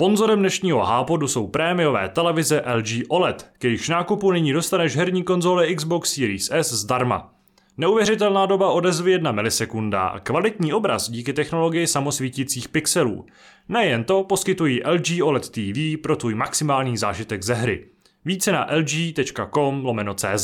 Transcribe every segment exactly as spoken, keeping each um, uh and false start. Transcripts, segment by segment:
Sponzorem dnešního Hápodu jsou prémiové televize L G O L E D, k jejichž nákupu nyní dostaneš herní konzole Xbox Series S zdarma. Neuvěřitelná doba odezvy jedna milisekunda a kvalitní obraz díky technologii samosvítících pixelů. Nejen to poskytují L G O L E D T V pro tvůj maximální zážitek ze hry. Více na lg.com lomeno cz.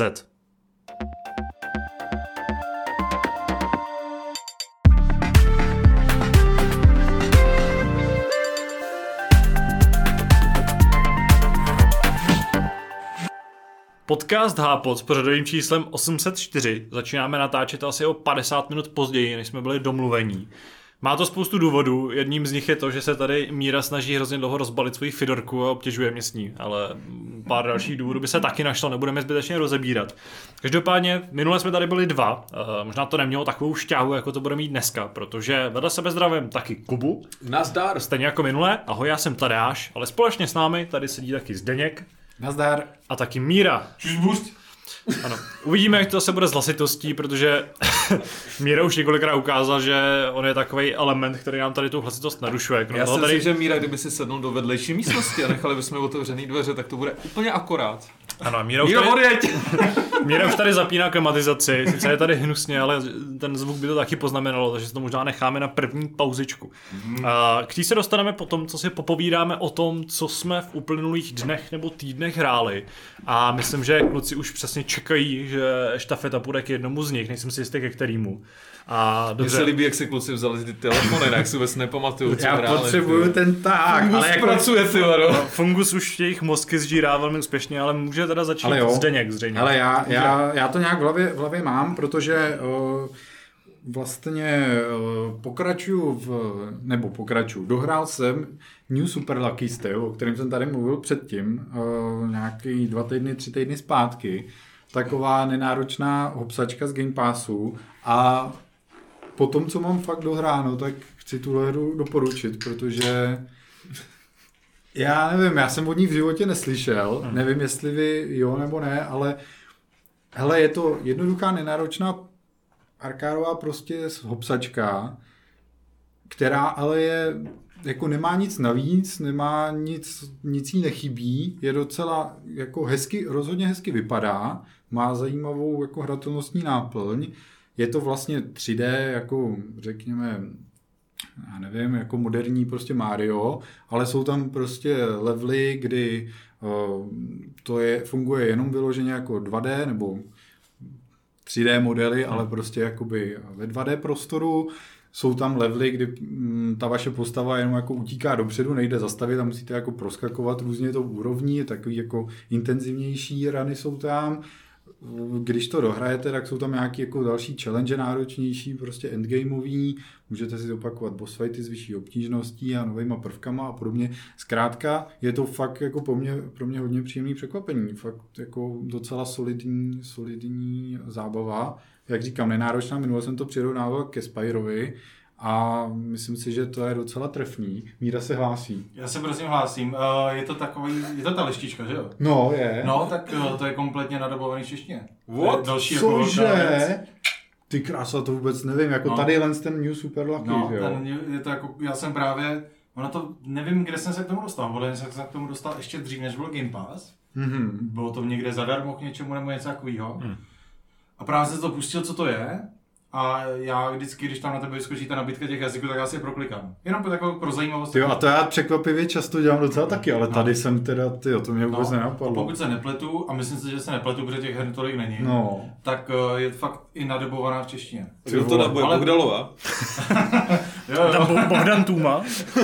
Podcast Hápod s pořadovým číslem osm set čtyři začínáme natáčet asi o padesát minut později, než jsme byli domluvení. Má to spoustu důvodů, jedním z nich je to, že se tady Míra snaží hrozně dlouho rozbalit svoji Fidorku a obtěžuje mě s ní, ale pár dalších důvodů by se taky našlo, nebudeme zbytečně rozebírat. Každopádně minule jsme tady byli dva, možná to nemělo takovou šťávu, jako to bude mít dneska, protože vedle sebe zdravím taky Kubu. Nazdar. Stejně jako minule, ahoj, já jsem Tadeáš, ale společně s námi tady sedí taky Zdeněk. Nazdar. A taky Míra. Čusbust. Ano. Uvidíme, jak to se bude s hlasitostí, protože Míra už několikrát ukázal, že on je takový element, který nám tady tu hlasitost narušuje. Já si tady... myslím, že Míra, kdyby si sednul do vedlejší místnosti a nechali bychom otevřený dveře, tak to bude úplně akorát. Ano, Míra už, Míra, tady... Míra už tady zapíná klimatizaci, sice je tady hnusně, ale ten zvuk by to taky poznamenalo, takže to možná necháme na první pauzičku. Mm. K té se dostaneme potom, co si popovídáme o tom, co jsme v uplynulých dnech nebo týdnech hráli. A myslím, že kluci už přesně čekají, že štafeta půjde k jednomu z nich, nejsem si jistý ke kterému. A mně se líbí, jak se kluci vzali ty telefony, jak si vůbec nepamatuju, co Já hráli, potřebuju ty. ten tak, Fungus ale jako... pracuje, ty no. Fungus už jejich mozky zžírá velmi úspěšně, ale může teda začít Zdeněk zřejmě. Ale já, já, já to nějak v hlavě, v hlavě mám, protože uh, vlastně uh, pokračuju v, nebo pokračuju, dohrál jsem New Super Lucky Style, o kterém jsem tady mluvil předtím, uh, nějaký dva týdny, tři týdny zpátky. Taková nenáročná hopsačka z Game Passu a po tom, co mám fakt dohráno, tak chci tuhle hru doporučit, protože já nevím, já jsem od ní v životě neslyšel, hmm. nevím, jestli vy jo nebo ne, ale hele, je to jednoduchá, nenáročná arkádová prostě hopsačka, která ale je, jako nemá nic navíc, nemá nic, nic jí nechybí, je docela jako hezky, rozhodně hezky vypadá, má zajímavou jako hratelnostní náplň, je to vlastně tři dé, jako řekněme, já nevím, jako moderní prostě Mario, ale jsou tam prostě levely, kdy uh, to je, funguje jenom vyloženě jako dva dé nebo tři dé modely, hmm. ale prostě jakoby ve dva dé prostoru. Jsou tam levely, kdy m, ta vaše postava jenom jako utíká dopředu, nejde zastavit a musíte jako proskakovat různě tou úrovní, takový jako intenzivnější rany jsou tam. Když to dohrajete, tak jsou tam nějaké jako další challenge náročnější, prostě endgameový, můžete si opakovat boss fighty s vyšší obtížností a novýma prvkama a podobně. Zkrátka je to fakt jako pro mě, pro mě hodně příjemný překvapení, fakt jako docela solidní, solidní zábava. Jak říkám, nenáročná, minule jsem to přirovnával ke Spyrovi a myslím si, že to je docela trefný. Míra se hlásí. Já se prosím hlásím. Uh, je to takový, je to ta lištička, že jo? No, je. No, tak uh, to je kompletně nadabovaný v češtině. What? Cože? Ty krása, to vůbec nevím, jako no. Tady len ten New Super Lucky, no, jo? Ten, je to jako, já jsem právě, ono to, nevím, kde jsem se k tomu dostal, protože jsem se k tomu dostal ještě dřív, než byl Game Pass. Mm-hmm. Bylo to někde zadarmo k něčemu nebo něco takového. Mm. A právě jsem to pustil, co to je. A já vždycky, když tam na tebe vyskočí ta nabídka těch jazyků, tak já si je proklikám. Jenom pro takovou pro zajímavost. Jo, a to já překvapivě často dělám docela taky, ale tady no. jsem teda, tyjo, to mě vůbec no. nenapadlo. Pokud se nepletu, a myslím si, že se nepletu, protože těch her tolik není, no. tak je fakt i nadebovaná v češtině. Kdo to nabuje? Ale... Bohdalova? jo, jo. Bohdan Tůma?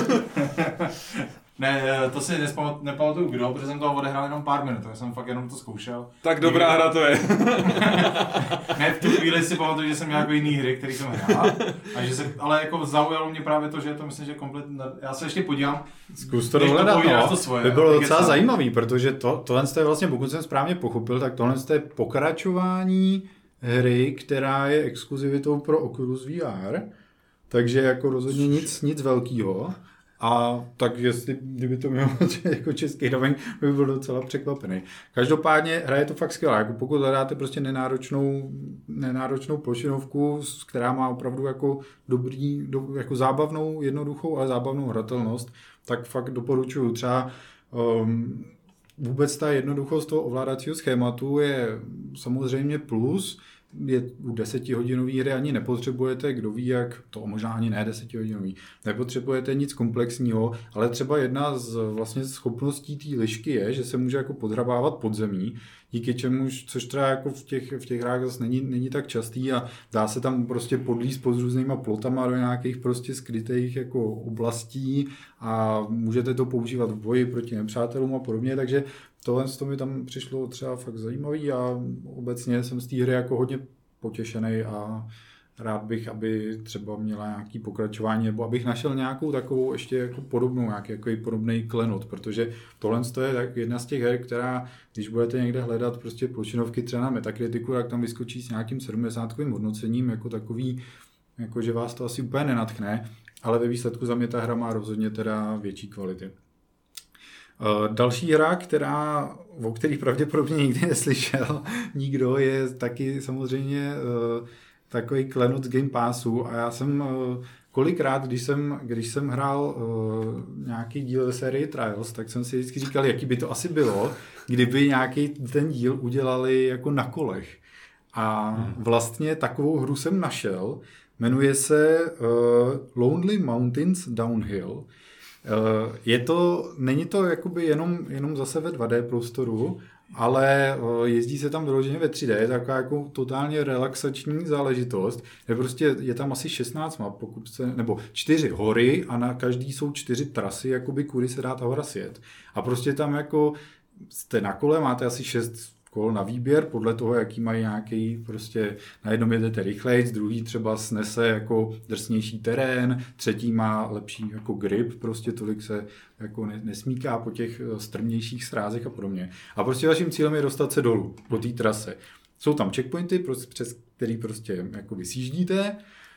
Ne, to si nepamatuju kdo, protože jsem toho odehrál jenom pár minut, tak jsem fakt jenom to zkoušel. Tak dobrá hra to je. Ne, v tu chvíli si pamatuju, že jsem měl jako jiný hry, který jsem hrál, a že se, ale jako zaujalo mě právě to, že je to myslím, že komplet, já se ještě podívám. Zkus to dohledat, no. To svoje, by bylo docela je zajímavý, protože to, tohle je vlastně, pokud jsem správně pochopil, tak tohle je pokračování hry, která je exkluzivitou pro Oculus V R, takže jako rozhodně nic, nic velkýho. A tak jestli, kdyby to mělo jako český dubbing, by byl docela překvapený. Každopádně hraje to fakt skvělá. Jako pokud hledáte prostě nenáročnou, nenáročnou plošinovku, která má opravdu jako dobrý, do, jako zábavnou, jednoduchou, ale zábavnou hratelnost, tak fakt doporučuju. Třeba um, vůbec ta jednoduchost toho ovládacího schématu je samozřejmě plus. Je u desetihodinový hry ani nepotřebujete, kdo ví jak, to možná ani ne desetihodinový, nepotřebujete nic komplexního, ale třeba jedna z vlastně schopností té lišky je, že se může jako podhrabávat pod zemí, díky čemuž, což třeba jako v těch, v těch hrách zase není, není tak častý a dá se tam prostě podlízt pod různýma plotama do nějakých prostě skrytých jako oblastí a můžete to používat v boji proti nepřátelům a podobně, takže tohle to mi tam přišlo třeba fakt zajímavý a obecně jsem z té hry jako hodně potěšený a rád bych, aby třeba měla nějaký pokračování, nebo abych našel nějakou takovou ještě jako podobnou, nějaký jako podobný klenot, protože tohle je tak jedna z těch her, která, když budete někde hledat prostě plošinovky třeba na Metakritiku, tak tam vyskočí s nějakým sedmdesátkovým hodnocením, jako takový, jako že vás to asi úplně nenadchne, ale ve výsledku za mě ta hra má rozhodně teda větší kvality. Další hra, která, o který pravděpodobně nikdy neslyšel nikdo, je taky samozřejmě uh, takový klenot z Game Passu a já jsem uh, kolikrát, když jsem, když jsem hrál uh, nějaký díl ze série Trials, tak jsem si vždycky říkal, jaký by to asi bylo, kdyby nějaký ten díl udělali jako na kolech. A vlastně takovou hru jsem našel, jmenuje se uh, Lonely Mountains Downhill. Je to, není to jakoby jenom, jenom zase ve dva dé prostoru, ale jezdí se tam vyloženě ve tři dé, je taková jako totálně relaxační záležitost, je prostě, je tam asi šestnáct map, pokud se, nebo čtyři hory a na každý jsou čtyři trasy, jakoby kudy se dá ta hora sjet. A prostě tam jako jste na kole, máte asi šest kol na výběr, podle toho, jaký mají nějaký, prostě na jednom jedete rychlejc, druhý třeba snese jako drsnější terén, třetí má lepší jako grip, prostě tolik se jako nesmíká po těch strmějších srázech a podobně. A prostě vaším cílem je dostat se dolů po té trase. Jsou tam checkpointy, přes který prostě jako vysjíždíte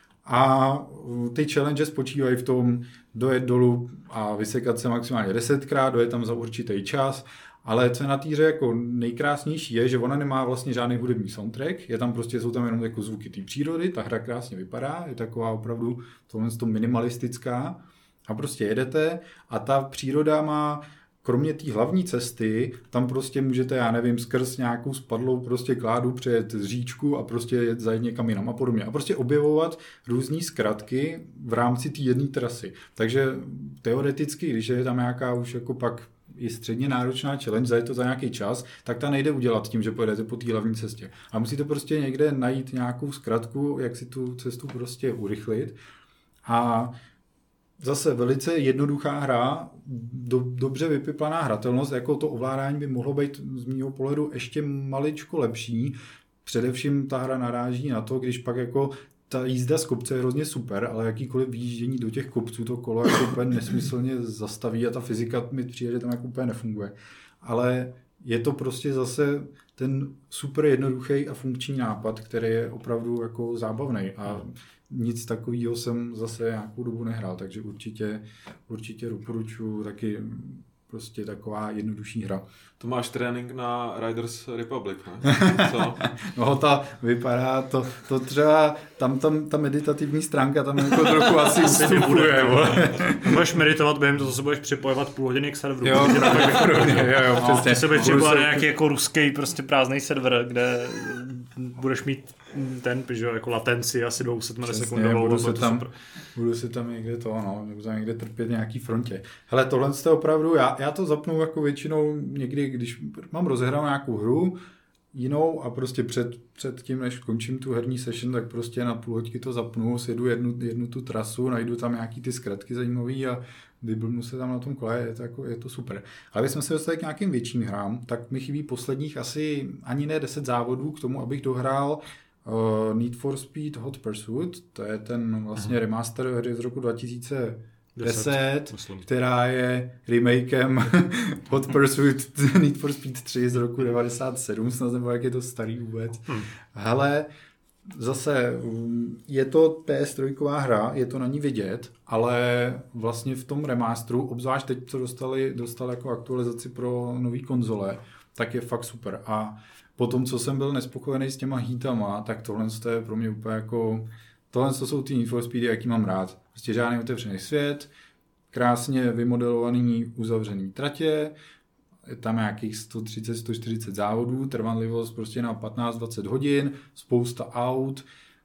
a ty challenge spočívají v tom dojet dolů a vysekat se maximálně desetkrát, dojet tam za určitý čas. Ale co je na té hře jako nejkrásnější je, že ona nemá vlastně žádný hudební soundtrack, je tam prostě, jsou tam jenom jako zvuky té přírody, ta hra krásně vypadá, je taková opravdu tohle to minimalistická a prostě jedete a ta příroda má, kromě té hlavní cesty, tam prostě můžete, já nevím, skrz nějakou spadlou prostě kládu přejet z říčku a prostě jet zajet někam jinam a podobně. A prostě objevovat různý zkratky v rámci té jedné trasy. Takže teoreticky, když je tam nějaká už jako pak i středně náročná challenge, zajet to za nějaký čas, tak ta nejde udělat tím, že pojedete po té hlavní cestě. A musíte prostě někde najít nějakou zkratku, jak si tu cestu prostě urychlit. A zase velice jednoduchá hra, do, dobře vypiplaná hratelnost, jako to ovládání by mohlo být z mýho pohledu ještě maličko lepší. Především ta hra naráží na to, když pak jako ta jízda z kopce je hrozně super, ale jakýkoliv výjíždění do těch kopců to kolo jako úplně nesmyslně zastaví a ta fyzika mi přijde, že tam jako úplně nefunguje. Ale je to prostě zase ten super jednoduchý a funkční nápad, který je opravdu jako zábavný a nic takového jsem zase nějakou dobu nehrál, takže určitě, určitě doporučuji taky prostě taková jednodušší hra. To máš trénink na Riders Republic, ne? Co? No ta vypadá, to, to třeba, tam, tam ta meditativní stránka tam jako trochu asi ustupuje. Budeš meditovat během toho, se budeš připojovat půl hodiny k serveru. Jo, jo, jo, přesně. Ty se budeš připojovat na nějaký jako ruský prostě prázdný server, kde budeš mít ten, že jako latenci asi dvě stě milisekundovou. Budu se tam, budu si tam někde to, no, budu tam někde trpět nějaký frontě. Hele, tohle je opravdu, já, já to zapnu jako většinou někdy, když mám rozehranou nějakou hru, jinou a prostě před, před tím, než končím tu herní session, tak prostě na půl hoďky to zapnu, sjedu jednu, jednu tu trasu, najdu tam nějaký ty zkratky zajímavý a vyblbnu se tam na tom kole, je to, jako, je to super. Ale když jsme se dostali k nějakým větším hrám, tak mi chybí posledních asi ani ne deset závodů k tomu, abych dohrál uh, Need for Speed Hot Pursuit, to je ten vlastně remaster hry z roku dva tisíce deset, která je remakem Hot Pursuit Need for Speed tři z roku devadesát sedm, snad nebo jak je to starý vůbec. Hmm. Hele, zase je to P S tři hra, je to na ní vidět, ale vlastně v tom remasteru, obzvlášť teď, co dostali, dostali jako aktualizaci pro nový konzole, tak je fakt super. A potom, co jsem byl nespokojený s těma heatama, tak tohle je pro mě úplně jako... Tohle to jsou ty Need for Speedy, jaký mám rád. Prostě žádný otevřený svět, krásně vymodelovaný uzavřený tratě, je tam nějakých sto třicet až sto čtyřicet závodů, trvanlivost prostě na patnáct dvacet hodin, spousta aut.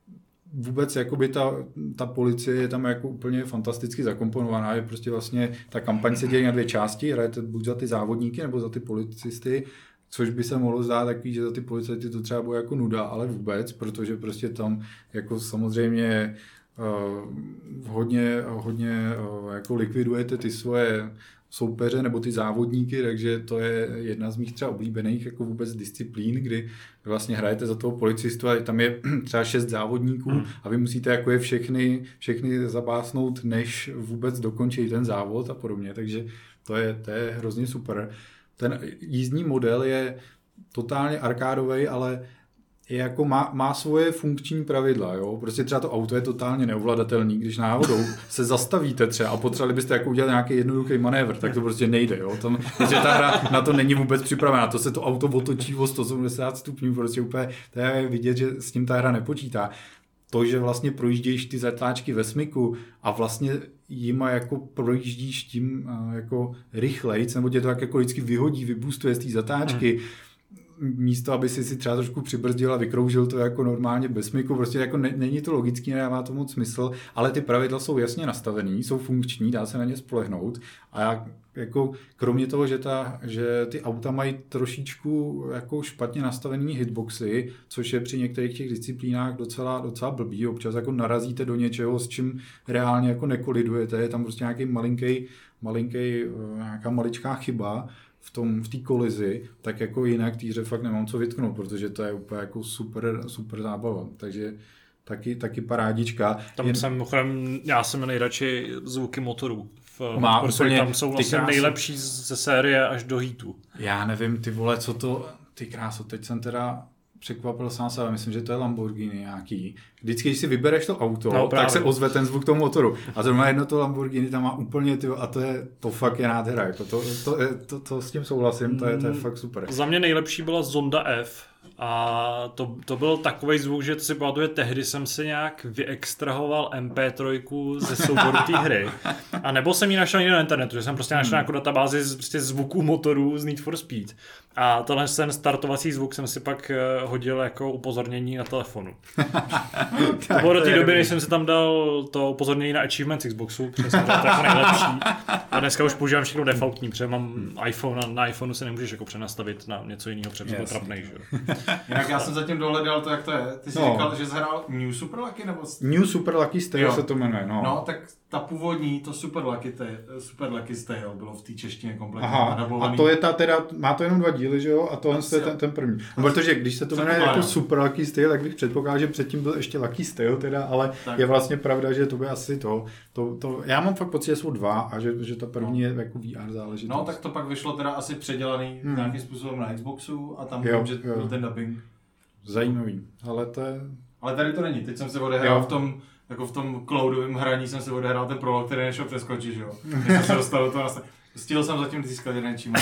Vůbec jakoby ta, ta policie je tam jako úplně fantasticky zakomponovaná, je prostě vlastně ta kampaň se dělí na dvě části, hrajete buď za ty závodníky nebo za ty policisty, což by se mohlo zdát takový, že za ty policajty to třeba bude jako nuda, ale vůbec, protože prostě tam jako samozřejmě uh, hodně, hodně uh, jako likvidujete ty svoje soupeře nebo ty závodníky, takže to je jedna z mých třeba oblíbených jako vůbec disciplín, kdy vlastně hrajete za toho policistu a tam je třeba šest závodníků a vy musíte jako je všechny, všechny zabásnout, než vůbec dokončí ten závod a podobně, takže to je, to je hrozně super. Ten jízdní model je totálně arkádový, ale je jako má, má svoje funkční pravidla. Jo? Prostě třeba to auto je totálně neovladatelný, když náhodou se zastavíte třeba a potřebovali byste jako udělat nějaký jednoduchý manévr, tak to prostě nejde. Jo? Tam, prostě ta hra na to není vůbec připravená. To se to auto otočí o sto sedmdesát stupňů, prostě úplně to je vidět, že s tím ta hra nepočítá. To, že vlastně projíždějíš ty zatáčky ve smyku a vlastně jima jako projíždíš tím jako rychlejc, nebo tě to tak jako vždycky vyhodí, vybustuje z té zatáčky, hmm. místo, aby si si třeba trošku přibrzdil a vykroužil to jako normálně bez smyku, prostě jako ne, není to logický, nedává to moc smysl, ale ty pravidla jsou jasně nastavený, jsou funkční, dá se na ně spolehnout a já jako kromě toho, že, ta, že ty auta mají trošičku jako špatně nastavený hitboxy, což je při některých těch disciplínách docela, docela blbý, občas jako narazíte do něčeho, s čím reálně jako nekolidujete, je tam prostě nějaký malinký, malinký, nějaká maličká chyba v tom, v té kolizi, tak jako jinak té hře fakt nemám co vytknout, protože to je úplně jako super, super zábava, takže taky, taky parádička. Tam Jen... jsem, mimochodem, já jsem nejradši zvuky motorů. V Má úplně, tam jsou vlastně krásy... nejlepší ze série až do heatu. Já nevím, ty vole, co to, ty kráso, teď jsem teda překvapil sám sebe, myslím, že to je Lamborghini nějaký. Vždycky, když si vybereš to auto, no, tak se ozve ten zvuk toho motoru. A zrovna jedno to Lamborghini tam má úplně, ty, a to je, to fakt je nádhera, jako to, to, to, to, to s tím souhlasím, to je, to je fakt super. Za mě nejlepší byla Zonda F. A to, to byl takovej zvuk, že to si pamatuje, tehdy jsem si nějak vyextrahoval em pé tři ze souboru té hry. A nebo jsem ji našel někde na internetu, že jsem prostě našel nějakou databázi z prostě zvuků motorů z Need for Speed. A tenhle ten startovací zvuk jsem si pak hodil jako upozornění na telefonu. To bylo do té doby, než jsem si tam dal to upozornění na Achievements Xboxu, protože jsem to jako nejlepší. A dneska už používám všechno defaultní, protože mám iPhone a na iPhoneu se nemůžeš jako přenastavit na něco jiného, protože to trapnej, že? Jinak já jsem zatím dohledal to, jak to je. Ty jsi no. říkal, že jsi hrál New Super Lucky nebo... New Super Lucky Style se to jmenuje, no. No, tak ta původní, to Super Lucky, te, Super Lucky Style bylo v té češtině kompletně nadabovaný. A to je ta teda, má to jenom dva díly, že jo? A tohle je ten, ten první. No, protože když se to jmenuje jako Super Lucky Style, tak bych předpokládal, že předtím byl ještě Lucky Style teda, ale tak. Je vlastně pravda, že to by asi to, to, to já mám fakt pocit, že jsou dva a že, že ta první no. je jako V R záležitost. No, tak to pak vyšlo teda asi předělaný hmm. nějakým způsobem na Xboxu a tam jo, že jo. byl ten dubbing. Zajímavý, ale to je... Ale tady to není, teď jsem se odehrál jo. v tom, jako v tom cloudovém hraní jsem se odehrál ten prolog, který nešel přeskočit, že jo. Když jsem se dostal do toho nastav... Stihl jsem zatím získat jeden čím.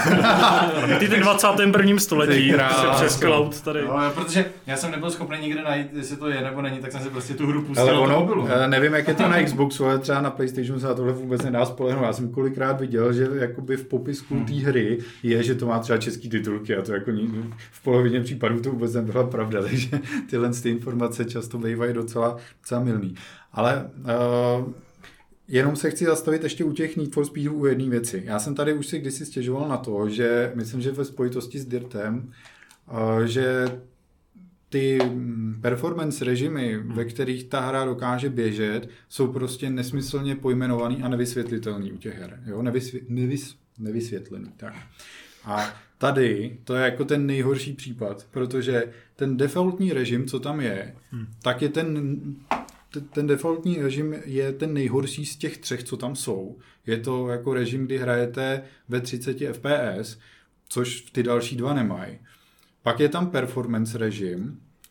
Ty ty dvacátém prvním století přes cloud tady. No, protože já jsem nebyl schopný nikde najít, jestli to je nebo není, tak jsem si prostě tu hru pustil. Ale ono, mobilu. Nevím, jak je to na Xboxu, ale třeba na PlayStationu se na tohle vůbec nedá spolehnout. Já jsem kolikrát viděl, že jakoby v popisku hmm. té hry je, že to má třeba český titulky a to jako v polovině případů to vůbec nebyla pravda, takže tyhle ty informace často bývají docela, docela mylný. Ale uh, jenom se chci zastavit ještě u těch Need for Speedů u jedné věci. Já jsem tady už si kdysi stěžoval na to, že myslím, že ve spojitosti s Dirtem, že ty performance režimy, ve kterých ta hra dokáže běžet, jsou prostě nesmyslně pojmenovaný a nevysvětlitelný u těch her. Jo? Nevysvě- nevys- nevysvětlený. Tak. A tady to je jako ten nejhorší případ, protože ten defaultní režim, co tam je, hmm. tak je ten... ten defaultní režim je ten nejhorší z těch třech, co tam jsou. Je to jako režim, kdy hrajete ve třicet F P S, což ty další dva nemají. Pak je tam performance režim,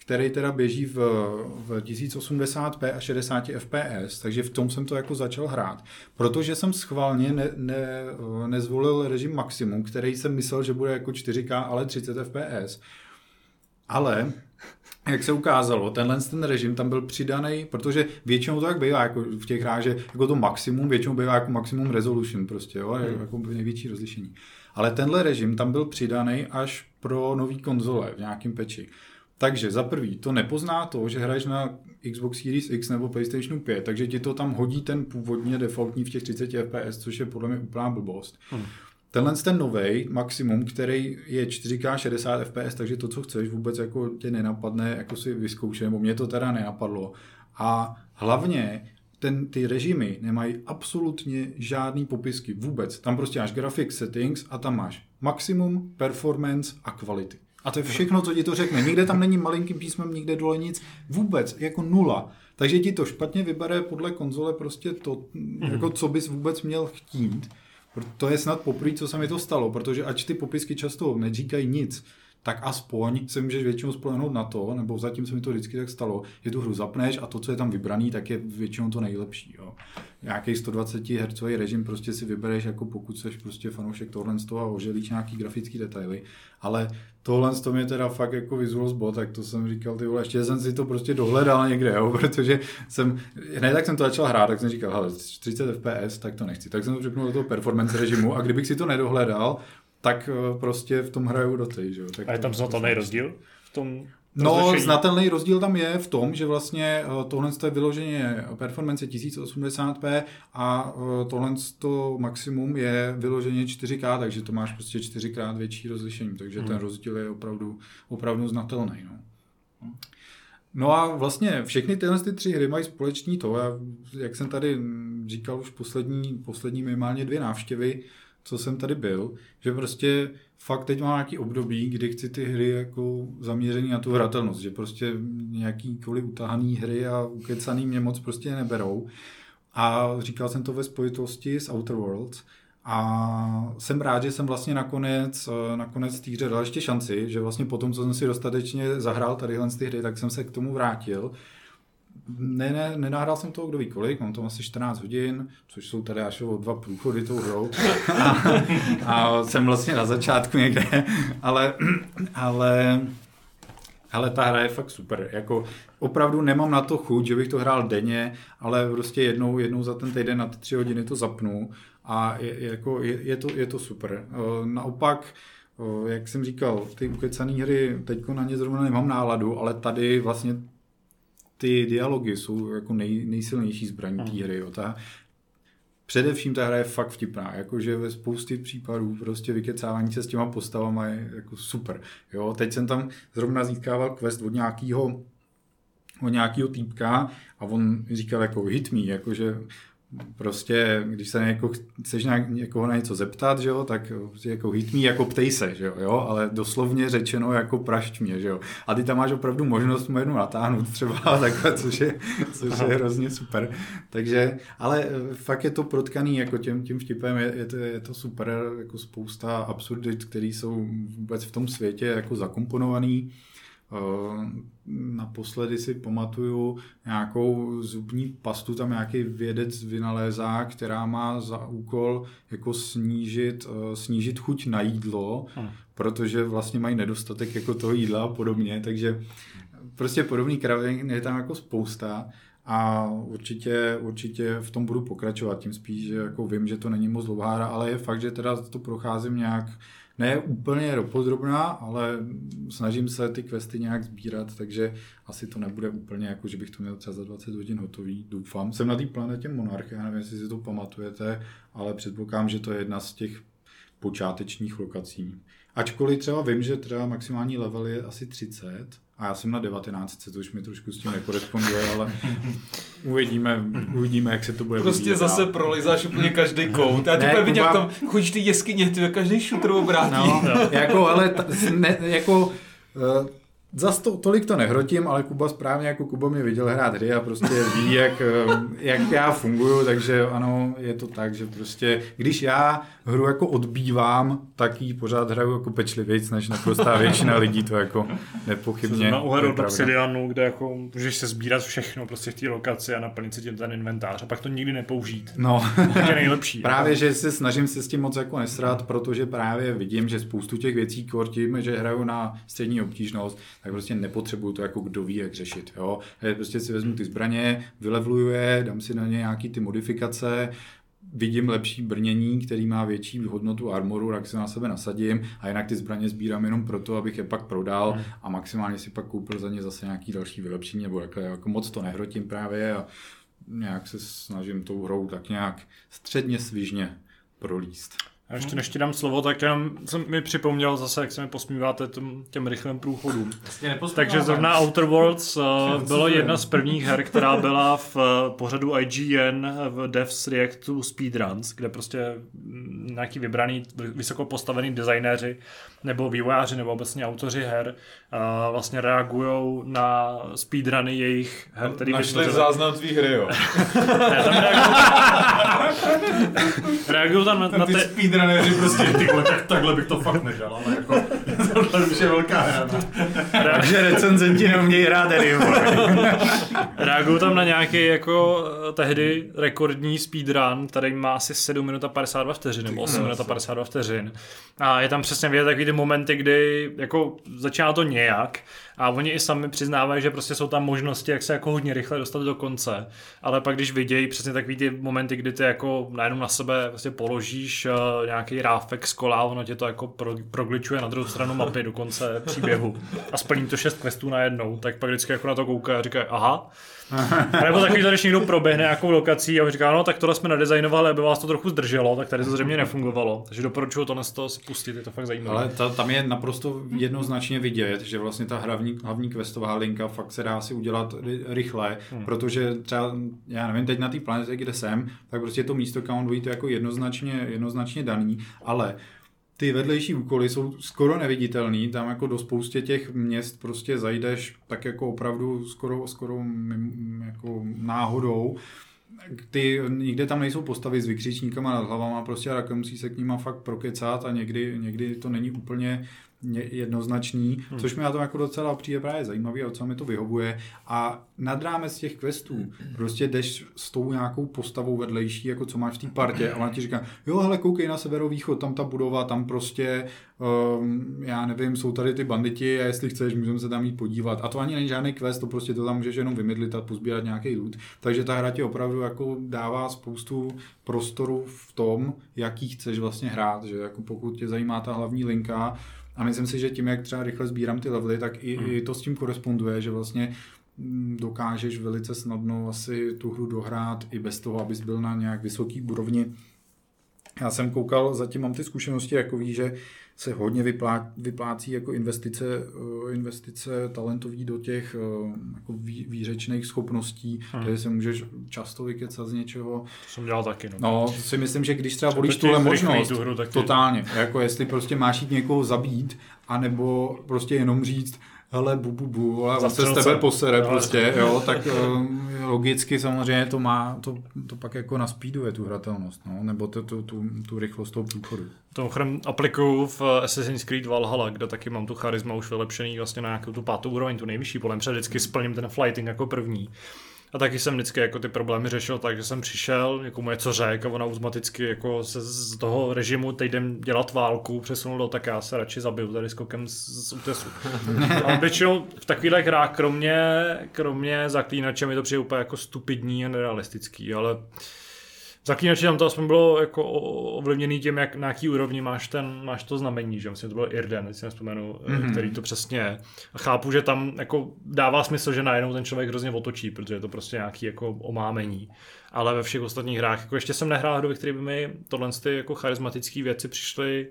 který teda běží v, v tisíc osmdesát p a šedesát F P S, takže v tom jsem to jako začal hrát. Protože jsem schválně ne, ne, nezvolil režim maximum, který jsem myslel, že bude jako čtyři ká, ale třicet F P S. Ale, jak se ukázalo, tenhle ten režim tam byl přidaný, protože většinou to tak bývá, jako v těch hrách, že jako to maximum, většinou bývá jako maximum resolution prostě, jo, hmm. jako největší rozlišení. Ale tenhle režim tam byl přidaný až pro nový konzole v nějakém peči. Takže za prvý, to nepozná to, že hraješ na Xbox Series X nebo PlayStation pět, takže ti to tam hodí ten původně defaultní v těch třicet F P S, což je podle mě úplná blbost. Hmm. Tenhle ten novej maximum, který je čtyři ká šedesát F P S, takže to, co chceš, vůbec jako tě nenapadne, jako si vyzkoušet, nebo mě to teda nenapadlo. A hlavně ten, ty režimy nemají absolutně žádný popisky, vůbec. Tam prostě máš graphics settings a tam máš maximum, performance a quality. A to je všechno, co ti to řekne. Nikde tam není malinkým písmem, nikde dole nic. Vůbec, jako nula. Takže ti to špatně vybere podle konzole prostě to, mm-hmm. jako co bys vůbec měl chtít. To je snad poprvé, co se mi to stalo, protože ač ty popisky často neříkají nic, tak aspoň se můžeš většinou spolehnout na to, nebo zatím se mi to vždycky tak stalo, že tu hru zapneš a to, co je tam vybraný, tak je většinou to nejlepší. Jo. Nějaký sto dvacet hertzový režim prostě si vybereš, jako pokud seš prostě fanoušek tohle z toho a oželíš nějaký grafický detaily, ale tohle z toho mě teda fakt jako vyzulo zbot, tak to jsem říkal, ty vole, ještě jsem si to prostě dohledal někde, jo, protože jsem, ne tak jsem to začal hrát, tak jsem říkal, hele, třicet F P S, tak to nechci, tak jsem to řeknul do toho performance režimu a kdybych si to nedohledal, tak prostě v tom hraju do tej, že jo. A je tam znatelný rozdíl v tom? No, rozlišení? Znatelný rozdíl tam je v tom, že vlastně tohle je vyloženě performance tisíc osmdesát p a tohle to maximum je vyloženě čtyři ká, takže to máš prostě čtyřikrát větší rozlišení, takže hmm. ten rozdíl je opravdu, opravdu znatelný. No. No a vlastně všechny tyhle ty tři hry mají společný to, a jak jsem tady říkal už poslední, poslední minimálně dvě návštěvy, co jsem tady byl, že prostě fakt teď mám nějaký období, kdy chci ty hry jako zaměřený na tu hratelnost, že prostě nějakýkoliv utahaný hry a ukecaný mě moc prostě neberou. A říkal jsem to ve spojitosti s Outer Worlds a jsem rád, že jsem vlastně nakonec, nakonec té hře dal ještě šanci, že vlastně potom, co jsem si dostatečně zahrál tadyhle z ty hry, tak jsem se k tomu vrátil. Ne, ne, nenahrál jsem toho kdo ví kolik, mám tam asi čtrnáct hodin, což jsou tady až o dva průchody tou hrou. A, a jsem vlastně na začátku někde, ale, ale, ale ta hra je fakt super. Jako, opravdu nemám na to chuť, že bych to hrál denně, ale prostě jednou, jednou za ten týden na ty tři hodiny to zapnu a je, jako, je, je, to, je to super. Naopak, jak jsem říkal, ty ukecané hry, teďko na ně zrovna nemám náladu, ale tady vlastně ty dialogy jsou jako nej, nejsilnější zbraní té hry. Jo. Ta, především ta hra je fakt vtipná, jakože ve spoustě případů prostě vykecávání se s těma postavama je jako super. Jo. Teď jsem tam zrovna získával quest od nějakého od nějakého týpka a on říkal jako hit me, jakože prostě, když se něko, chceš nějak, někoho na něco zeptat, že jo, tak jako hit me, jako ptej se, že jo, jo, ale doslovně řečeno jako prašť mě, že jo. A ty tam máš opravdu možnost mu jednu natáhnout třeba takhle, což je, což je hrozně super. Takže, ale fakt je to protkaný jako tím, tím vtipem, je, je, to, je to super, jako spousta absurdit, které jsou vůbec v tom světě jako zakomponovaný. Naposledy si pamatuju nějakou zubní pastu, tam nějaký vědec vynalézá, která má za úkol jako snížit, snížit chuť na jídlo, hmm. protože vlastně mají nedostatek jako toho jídla a podobně, takže prostě podobný kravin je tam jako spousta a určitě, určitě v tom budu pokračovat, tím spíš, že jako vím, že to není moc dlouhá hra, ale je fakt, že teda to procházím nějak ne úplně dopodrobná, ale snažím se ty questy nějak sbírat, takže asi to nebude úplně jako, že bych to měl třeba za dvacet hodin hotový, doufám. Jsem na té planetě Monarch, já nevím, jestli si to pamatujete, ale předpokládám, že to je jedna z těch počátečních lokací. Ačkoliv třeba vím, že třeba maximální level je asi třicet a já jsem na devatenáct, to už mi trošku s tím nekoresponduje, ale uvidíme, uvidíme, jak se to bude prostě vyvíjet. Prostě zase prolizáš úplně každý kout. Já teďka vidím, jak tam chodíš ty jeskyně, ty každý šutr obrátí. No, jako, ale ta, ne, jako uh, Zas to, tolik to nehrotím, ale Kuba správně jako Kuba mě viděl hrát hry a prostě ví, jak, jak já funguju, takže ano, je to tak, že prostě, když já hru jako odbývám, tak ji pořád hraju jako pečlivějc, než naprostá většina lidí, to jako nepochybně. Na uhledu od Obsidianu, kde jako můžeš se sbírat všechno prostě v té lokaci a naplnit si tím ten inventář a pak to nikdy nepoužít. No, tak je nejlepší. Právě, že se snažím se s tím moc jako nesrat, protože právě vidím, že spoustu těch věcí kor tím, že hraju na střední obtížnost, tak prostě nepotřebuju to jako kdo ví, jak řešit. Jo? Prostě si vezmu ty zbraně, vylevluju je, dám si na ně nějaký ty modifikace, vidím lepší brnění, který má větší hodnotu armoru, tak se na sebe nasadím a jinak ty zbraně sbírám jenom proto, abych je pak prodal hmm. a maximálně si pak koupil za ně zase nějaký další vylepšení, nebo takhle, jako moc to nehrotím právě a nějak se snažím tou hrou tak nějak středně svižně prolíst. A ještě než ti dám slovo, tak jenom jsem mi připomněl zase, jak se mi posmíváte těm, těm rychlým průchodům. Takže zrovna Outer Worlds uh, bylo jedna z prvních her, která byla v uh, pořadu I G N v Devs React to Speedruns, kde prostě nějaký vybraný, vysoko postavený designéři nebo vývojáři nebo obecně autoři her uh, vlastně reagují na speedruny jejich her. Našli záznam tvý hry, jo. Ne, tam reagují tam na, na ty te... speedrunneři prostě, ty vole, tak takhle bych to fakt nedělal, ale jako tohle už je velká hra. Takže recenzenti neumějí hrát hry. Reagují tam na nějaký jako tehdy rekordní speedrun, který má asi sedm minut a padesát dva vteřin, nebo osm minut a padesát dva vteřin. A je tam přesně vidět takový ty momenty, kdy jako začíná to nějak a oni i sami přiznávají, že prostě jsou tam možnosti, jak se jako hodně rychle dostat do konce, ale pak když vidějí přesně takový ty momenty, kdy ty jako najednou na sebe vlastně položíš uh, nějaký ráfek z kola, ono tě to jako pro, progličuje na druhou stranu mapy do konce příběhu a splní to šest questů najednou, tak pak vždycky jako na to kouká a říká aha. A nebo takový, když někdo proběhne nějakou lokací a říká, no tak tohle jsme nadizajnovali, aby vás to trochu zdrželo, tak tady to zřejmě nefungovalo. Takže doporučuji tohle z toho spustit, je to fakt zajímavé. Ale ta, tam je naprosto jednoznačně vidět, že vlastně ta hlavní, hlavní questová linka fakt se dá si udělat rychle, hmm. protože třeba, já nevím, teď na té planetě, kde jsem, tak prostě to místo count to jako jednoznačně, jednoznačně daný, ale ty vedlejší úkoly jsou skoro neviditelný, tam jako do spoustě těch měst prostě zajdeš tak jako opravdu skoro, skoro jako náhodou. Ty, nikde tam nejsou postavy s vykřičníkama nad hlavama, prostě a musí se k nima fakt prokecat a někdy, někdy to není úplně jednoznačný, hmm. což mi na tom jako docela přijde právě zajímavý a docela mi to vyhovuje a nad rámec těch questů prostě jdeš s tou nějakou postavou vedlejší, jako co máš v té partě a ona ti říká, jo hele koukej na severovýchod, tam ta budova, tam prostě um, já nevím, jsou tady ty banditi a jestli chceš, můžeme se tam jít podívat a to ani není žádný quest, to prostě to tam můžeš jenom vymydlit a pozbírat nějaký loot, takže ta hra ti opravdu jako dává spoustu prostoru v tom, jaký chceš vlastně hrát, že jako pokud tě zajímá ta hlavní linka. A myslím si, že tím, jak třeba rychle sbírám ty levely, tak i, hmm. i to s tím koresponduje, že vlastně dokážeš velice snadno asi tu hru dohrát i bez toho, abys byl na nějak vysoký úrovni. Já jsem koukal, zatím mám ty zkušenosti jakový, že se hodně vyplá, vyplácí jako investice, investice talentový do těch jako vý, výřečných schopností, hmm. kde se můžeš často vykecat z něčeho. To jsem dělal taky. No, no si myslím, že když třeba volíš tuhle možnost, hru, totálně, jako jestli prostě máš jít někoho zabít, anebo prostě jenom říct, hele, bu, bu, bu, ale on se z tebe posere no, prostě, jo, tak um, logicky samozřejmě to má, to, to pak jako naspíduje tu hratelnost, no, nebo to, to, tu, tu rychlost toho průchodu. To aplikuju v Assassin's Creed Valhalla, kde taky mám tu charisma už vylepšený vlastně na nějakou tu pátou úroveň, tu nejvyšší, podle mě vždycky splním ten flighting jako první. A taky jsem vždycky jako ty problémy řešil tak, že jsem přišel, někomu něco řekl a on automaticky jako se z toho režimu teď jdem dělat válku, přesunul do, tak já se radši zabiju tady skokem z, z útesu. A většinou v takových hrách, kromě, kromě Zaklínače, mi to přijde úplně jako stupidní a nerealistický, ale Zaklínači tam to aspoň bylo jako ovlivněný tím, jak na jaký úrovni máš, ten, máš to znamení, že myslím, to byl Irden, když si nevzpomenu, mm-hmm. který to přesně je. A chápu, že tam jako dává smysl, že najednou ten člověk hrozně otočí, protože je to prostě nějaký jako omámení. Ale ve všech ostatních hrách, jako ještě jsem nehrál hru, ve které by mi tohle ty jako charismatické věci přišly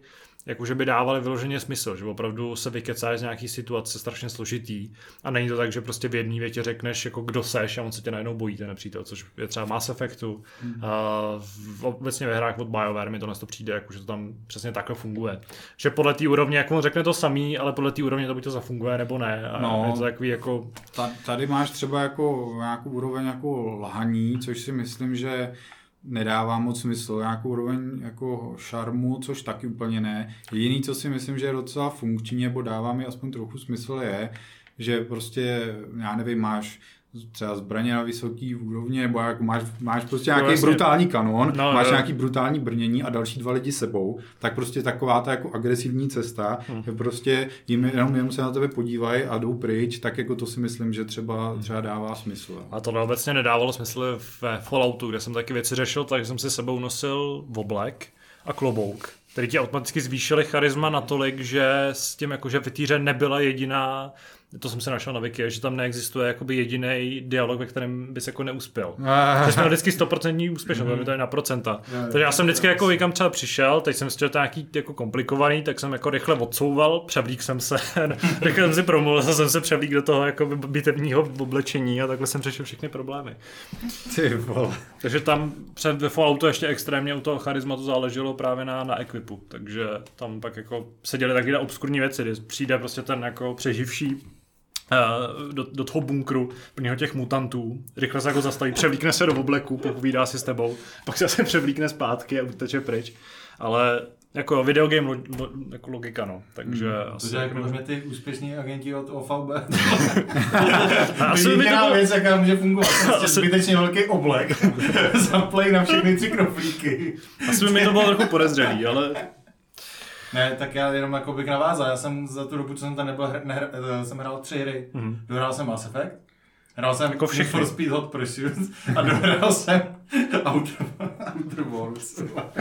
jakože by dávali vyloženě smysl, že opravdu se vykecáš z nějaký situace strašně složitý a není to tak, že prostě v jedné větě řekneš, jako kdo seš a on se tě najednou bojí ten nepřítel, což je třeba Mass Effectu. Mm. A v, obecně ve hrách od BioWare mi to na to přijde, jakože to tam přesně takhle funguje. Že podle té úrovně, jak on řekne to samý, ale podle té úrovně to buď to zafunguje nebo ne. A no, je to takový jako... Tady máš třeba jako nějakou úroveň jako lhaní, což si myslím, že nedává moc smysl, nějakou úroveň jako šarmu, což taky úplně ne. Jediný, co si myslím, že je docela funkční, nebo dává mi aspoň trochu smysl, je, že prostě, já nevím, máš třeba zbraně na vysoký úrovni, nebo jak máš, máš prostě nějaký no, brutální kanon, no, máš no. nějaký brutální brnění a další dva lidi sebou, tak prostě taková ta jako agresivní cesta, hmm. že prostě jim jenom, jenom se na tebe podívají a jdou pryč, tak jako to si myslím, že třeba, třeba dává smysl. A tohle obecně nedávalo smysl ve Falloutu, kde jsem taky věci řešil, tak jsem si sebou nosil oblek a klobouk, který ti automaticky zvýšili charisma natolik, že s tím jakože v týře nebyla jediná, to jsem se našel na wiki, že tam neexistuje jakoby jediný dialog, ve kterém bys jako neuspěl. že jsme vždycky sto procent úspěšný, mm. to je na procenta. Takže já jsem vždycky jako někam třeba přišel, teď jsem chtěl nějaký jako komplikovaný, tak jsem jako rychle odsouval, převlík jsem se, rychle jsem si promluvil, jsem se převlík do toho jako bitevního oblečení a takhle jsem řešil všechny problémy. Ty vole. Takže tam před ve Falloutu ještě extrémně u toho charizmatu záleželo právě na, na equipu, takže tam pak jako se děly takové obskurní věci, kdy přijde prostě ten jako přeživší Do, do toho bunkru plného těch mutantů, rychle se jako zastaví, převlíkne se do obleku, popovídá si s tebou, pak se zase převlíkne zpátky a uteče pryč. Ale jako videogame lo, lo, jako logika, no. Takže hmm, asi... To dělají podle mě ty úspěšní agenti od O V B. Asi by to bylo... věc, jaká může fungovat. Prostě asi... zbytečně velký oblek, zaplej na všechny tři knoflíky. Asi by mi to bylo trochu podezřelý, ale... Ne, tak já jenom jako bych navázal, já jsem za tu dobu, co jsem tam nebyl, nehr, jsem hrál tři hry. Mm-hmm. Dohrál jsem Mass Effect, hrál jsem jako Need for Speed Hot Pursuit a dohrál jsem Outer, Outer Worlds.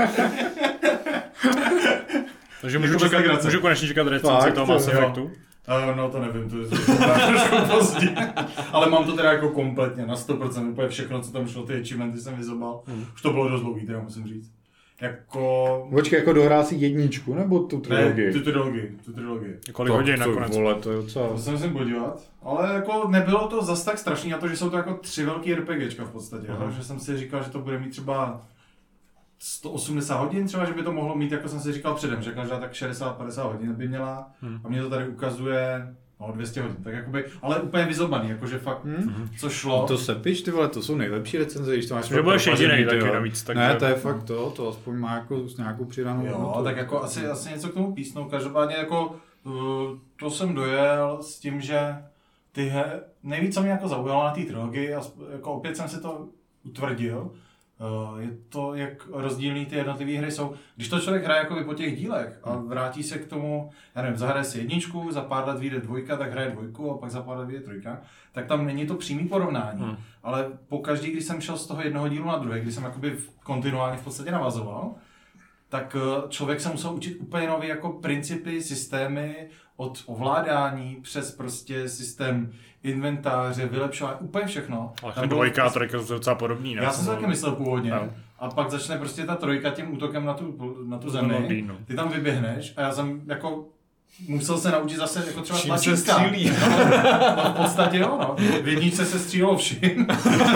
Takže můžu, čekat, můžu konečně čekat recenzi toho Mass Effectu? Uh, no to nevím, to je trošku pozdě. Ale mám to teda jako kompletně, na sto procent, úplně všechno, co tam šlo, ty achievementy jsem vyzobal. Mm. Už to bylo dost dlouhý, teda musím říct. Jako... Počkej, jako dohrál si jedničku, nebo tu trilogii? Ne, tu trilogii, tu trilogii. Kolik hodin nakonec? Vole, to je docela... To se musím podívat, ale jako nebylo to zas tak strašný na to, že jsou to jako tři velký RPGčka v podstatě, uh-huh. že jsem si říkal, že to bude mít třeba sto osmdesát hodin, třeba, že by to mohlo mít, jako jsem si říkal předem, že každá tak šedesát padesát hodin by měla hmm. a mě to tady ukazuje no, dvě stě hodin, tak jakoby, ale úplně vyzobaný, jakože fakt, hmm. co šlo. To se piš, ty vole, to jsou nejlepší recenze, když to máš... Že budeš jedinej taky navíc. Tak ne, to je fakt to, to aspoň má jako s nějakou přidanou jo, hodnotu. tak jako asi, asi něco k tomu písnou, každopádně jako to jsem dojel s tím, že ty he, nejvíc, co mě jako zaujalo na té trilogii, jako opět jsem si to utvrdil, je to, jak rozdílný ty jednotlivé hry jsou. Když to člověk hraje jako po těch dílech a vrátí se k tomu, já nevím, zahraje si jedničku, za pár let vyjde dvojka, tak hraje dvojku a pak za pár let vyjde trojka, tak tam není to přímý porovnání. Hmm. Ale pokaždý, když jsem šel z toho jednoho dílu na druhý, když jsem jakoby kontinuálně v podstatě navazoval, tak člověk se musel učit úplně nové jako principy, systémy, od ovládání přes prostě systém inventáře, vylepšování, úplně všechno. Ale dvojka a trojka jsou docela podobný, ne? Já jsem si taky myslel původně. No. A pak začne prostě ta trojka tím útokem na tu, na tu zemi, no. Ty tam vyběhneš a já jsem jako musel se naučit zase jako třeba tlačítka. Čím se střílí? No, v podstatě jo, no. V jedničce se střílelo všim.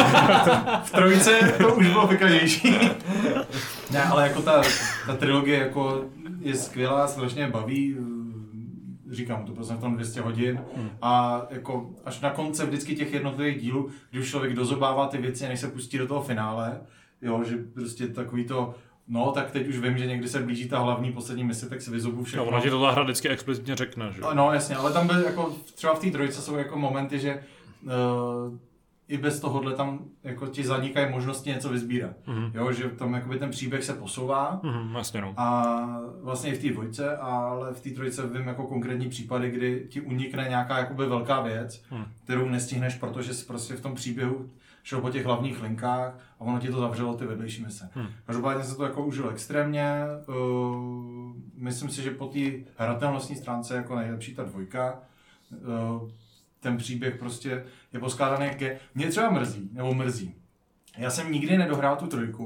V trojice to už bylo vykladější. Ne, ale jako ta, ta trilogie jako je skvělá, strašně baví. Říkám to, prostě v tom dvě stě hodin hmm. a jako až na konce vždycky těch jednotlivých dílů, když už člověk dozobává ty věci, než se pustí do toho finále, jo, že prostě takový to, no tak teď už vím, že někdy se blíží ta hlavní poslední mise, tak si vyzobu všechno. No, ona ti to ta hra vždycky explicitně řekne, že? No jasně, ale tam byl jako, třeba v té trojice jsou jako momenty, že uh, i bez tohohle tam jako ti zanikají možnosti něco vyzbírat. Mm-hmm. Jo, že tam jakoby ten příběh se posouvá. Mm-hmm, vlastně no. A vlastně i v té dvojce, ale v té trojice vím jako konkrétní případy, kdy ti unikne nějaká jakoby velká věc, mm. kterou nestihneš, protože jsi prostě v tom příběhu šel po těch hlavních linkách a ono ti to zavřelo ty vedlejší mise. Mm. Každopádně se to jako užil extrémně. Uh, myslím si, že po té hratelnostní stránce jako nejlepší ta dvojka. Uh, ten příběh prostě je poskládaný, jak je. Mě třeba mrzí, nebo mrzí. Já jsem nikdy nedohrál tu trojku v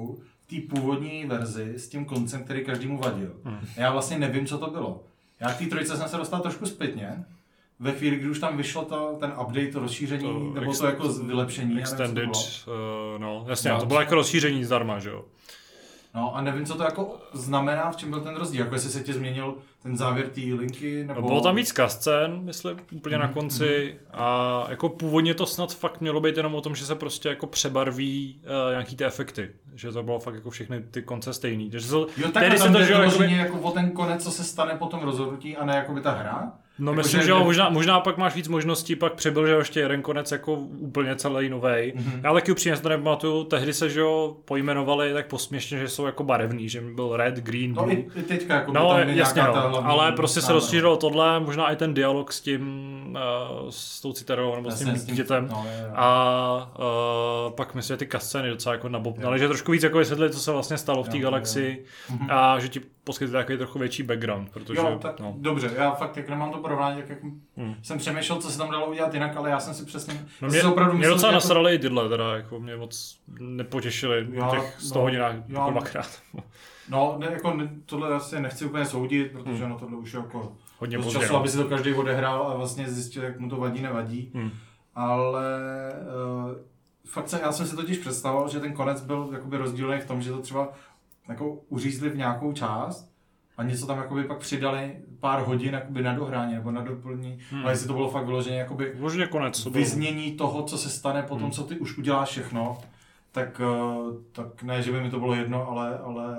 té původní verzi s tím koncem, který každému vadil. Hmm. Já vlastně nevím, co to bylo. Já k té trojce jsem se dostal trošku zpětně. Ve chvíli, kdy už tam vyšlo to, ten update, to rozšíření, to nebo to jako vylepšení. Extended, nevím, uh, no jasně, no, to bylo jako rozšíření zdarma, že jo? No a nevím, co to jako znamená, v čem byl ten rozdíl, jako jestli se ti změnil ten závěr té linky, nebo... Bylo tam víc cutscén, myslím, úplně mm, na konci mm. a jako původně to snad fakt mělo být jenom o tom, že se prostě jako přebarví uh, nějaký ty efekty, že to bylo fakt jako všechny ty konce stejný. Takže to, jo, tak se to, že jakoby... jako o ten konec, co se stane po tom rozhodnutí a ne jakoby ta hra? No jako myslím, že, že jo, možná, možná pak máš víc možností, pak přibyl, že ještě jeden konec jako úplně celý novej. Mm-hmm. Já taky upřímně to nepamatuju, tehdy se, že jo, pojmenovali tak posměšně, že jsou jako barevný, že byl red, green, blue. No i, i teďka jako no, tam jasně, no, hlavní, ale prostě se rozšířilo tohle, možná i ten dialog s tím, uh, s tou Citadelou nebo jasně, s tím dítětem. No, je, je. A uh, pak myslím, že ty cutscény docela jako nabobnaly, že trošku víc jako vysvětlili, co se vlastně stalo v té galaxii a že ti poskytli takový trochu větší background, protože... Jo, tak no. Dobře, já fakt jak nemám to porovnání, tak jak hmm. jsem přemýšlel, co se tam dalo udělat jinak, ale já jsem si přesně... No mě, opravdu mě docela jako... nasrali i tyhle, teda, jako mě moc nepotěšili v těch sto no, hodinách jako dvakrát. No, ne, jako ne, tohle asi nechci úplně soudit, protože hmm. no tohle už jako... Hodně dost pozdě, času, no. aby si to každý odehrál a vlastně zjistil, jak mu to vadí, nevadí. Hmm. Ale uh, fakt se, já jsem si totiž představoval, že ten konec byl jakoby rozdílný v tom, že to třeba jako uřízli v nějakou část a něco tam jakoby pak přidali pár hodin jakoby na dohrání nebo na doplnění, hmm. ale jestli to bylo fakt vyloženě jakoby Vloženě konec, vyznění toho, co se stane po tom, hmm. co ty už uděláš všechno, tak, tak ne, že by mi to bylo jedno, ale, ale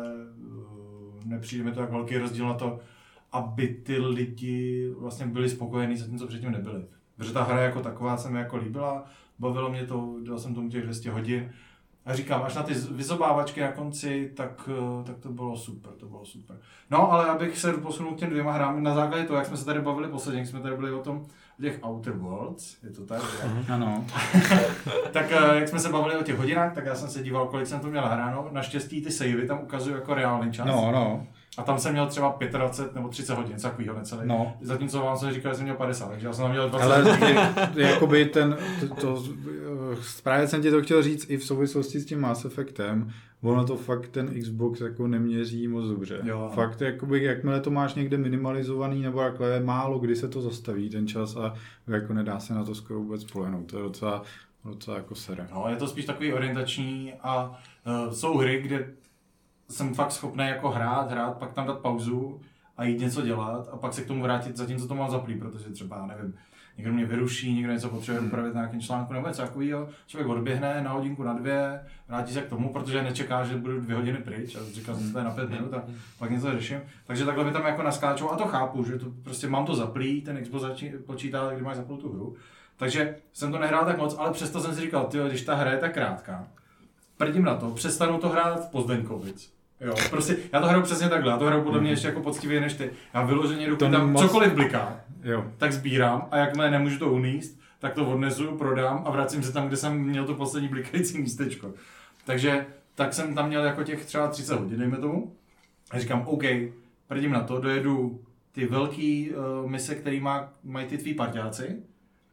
nepřijde mi to jak velký rozdíl na to, aby ty lidi vlastně byli spokojení za tím, co předtím nebyli. Protože ta hra jako taková se mi jako líbila, bavilo mě to, dal jsem tomu těch dvě stě hodin. A říkám, až na ty vyzobávačky na konci, tak, tak to bylo super, to bylo super. No, ale abych se posunul k těm dvěma hrám, na základě toho, jak jsme se tady bavili posledně, jak jsme tady byli o tom, o těch Outer Worlds, je to tak? Ano. Tak jak jsme se bavili o těch hodinách, tak já jsem se díval, kolik jsem to měl hráno. Naštěstí ty savey tam ukazují jako reálný čas. No, no. A tam jsem měl třeba dvacet pět nebo třicet hodin, něco takovýho necelý. No. Zatímco vám jsem říkal, že jsem měl padesát, takže já jsem tam měl dvacet. Ale jakoby ten, to, to, právě jsem ti to chtěl říct i v souvislosti s tím Mass Effectem, ono to fakt ten Xbox jako neměří moc dobře. Jo. Fakt jakoby, jakmile to máš někde minimalizovaný nebo takhle, málo kdy se to zastaví ten čas a jako nedá se na to skoro vůbec spolehnout. To je docela, docela jako sere. No, je to spíš takový orientační a uh, jsou hry, kde jsem fakt schopný jako hrát, hrát, pak tam dát pauzu a jít něco dělat a pak se k tomu vrátit zatímco to mám zaplý, protože třeba, nevím, někdo mě vyruší, někdo něco potřebuje hmm. upravit na nějakém článku nebo něco takového, člověk odběhne na hodinku, na dvě, vrátí se k tomu, protože nečeká, že budu dvě hodiny pryč a říkal jsem, že to je na pět minut a pak něco řeším. Takže takhle mi tam jako naskáčou a to chápu, že to prostě mám to zaplý, ten Xbox začí, počítá, kdy máš zaplou tu hru. Takže jsem to nehrál tak moc, ale přesto jsem si říkal, tyjo, když ta hra je tak krátká, prdím na to, přestanu to hrát v Pozdeňkovic. Jo, prostě já to hraju přesně takhle, já to hraju podle mě ještě jako poctivě než ty. Já vyloženě jdu, tam moc... cokoliv bliká, jo. tak sbírám a jakmile nemůžu to uníst, tak to odnesu, prodám a vracím se tam, kde jsem měl to poslední blikající místečko. Takže tak jsem tam měl jako těch třeba třicet hodin, dejme tomu. A říkám, OK, prdím na to, dojedu ty velký uh, mise, který má, mají ty tví parťáci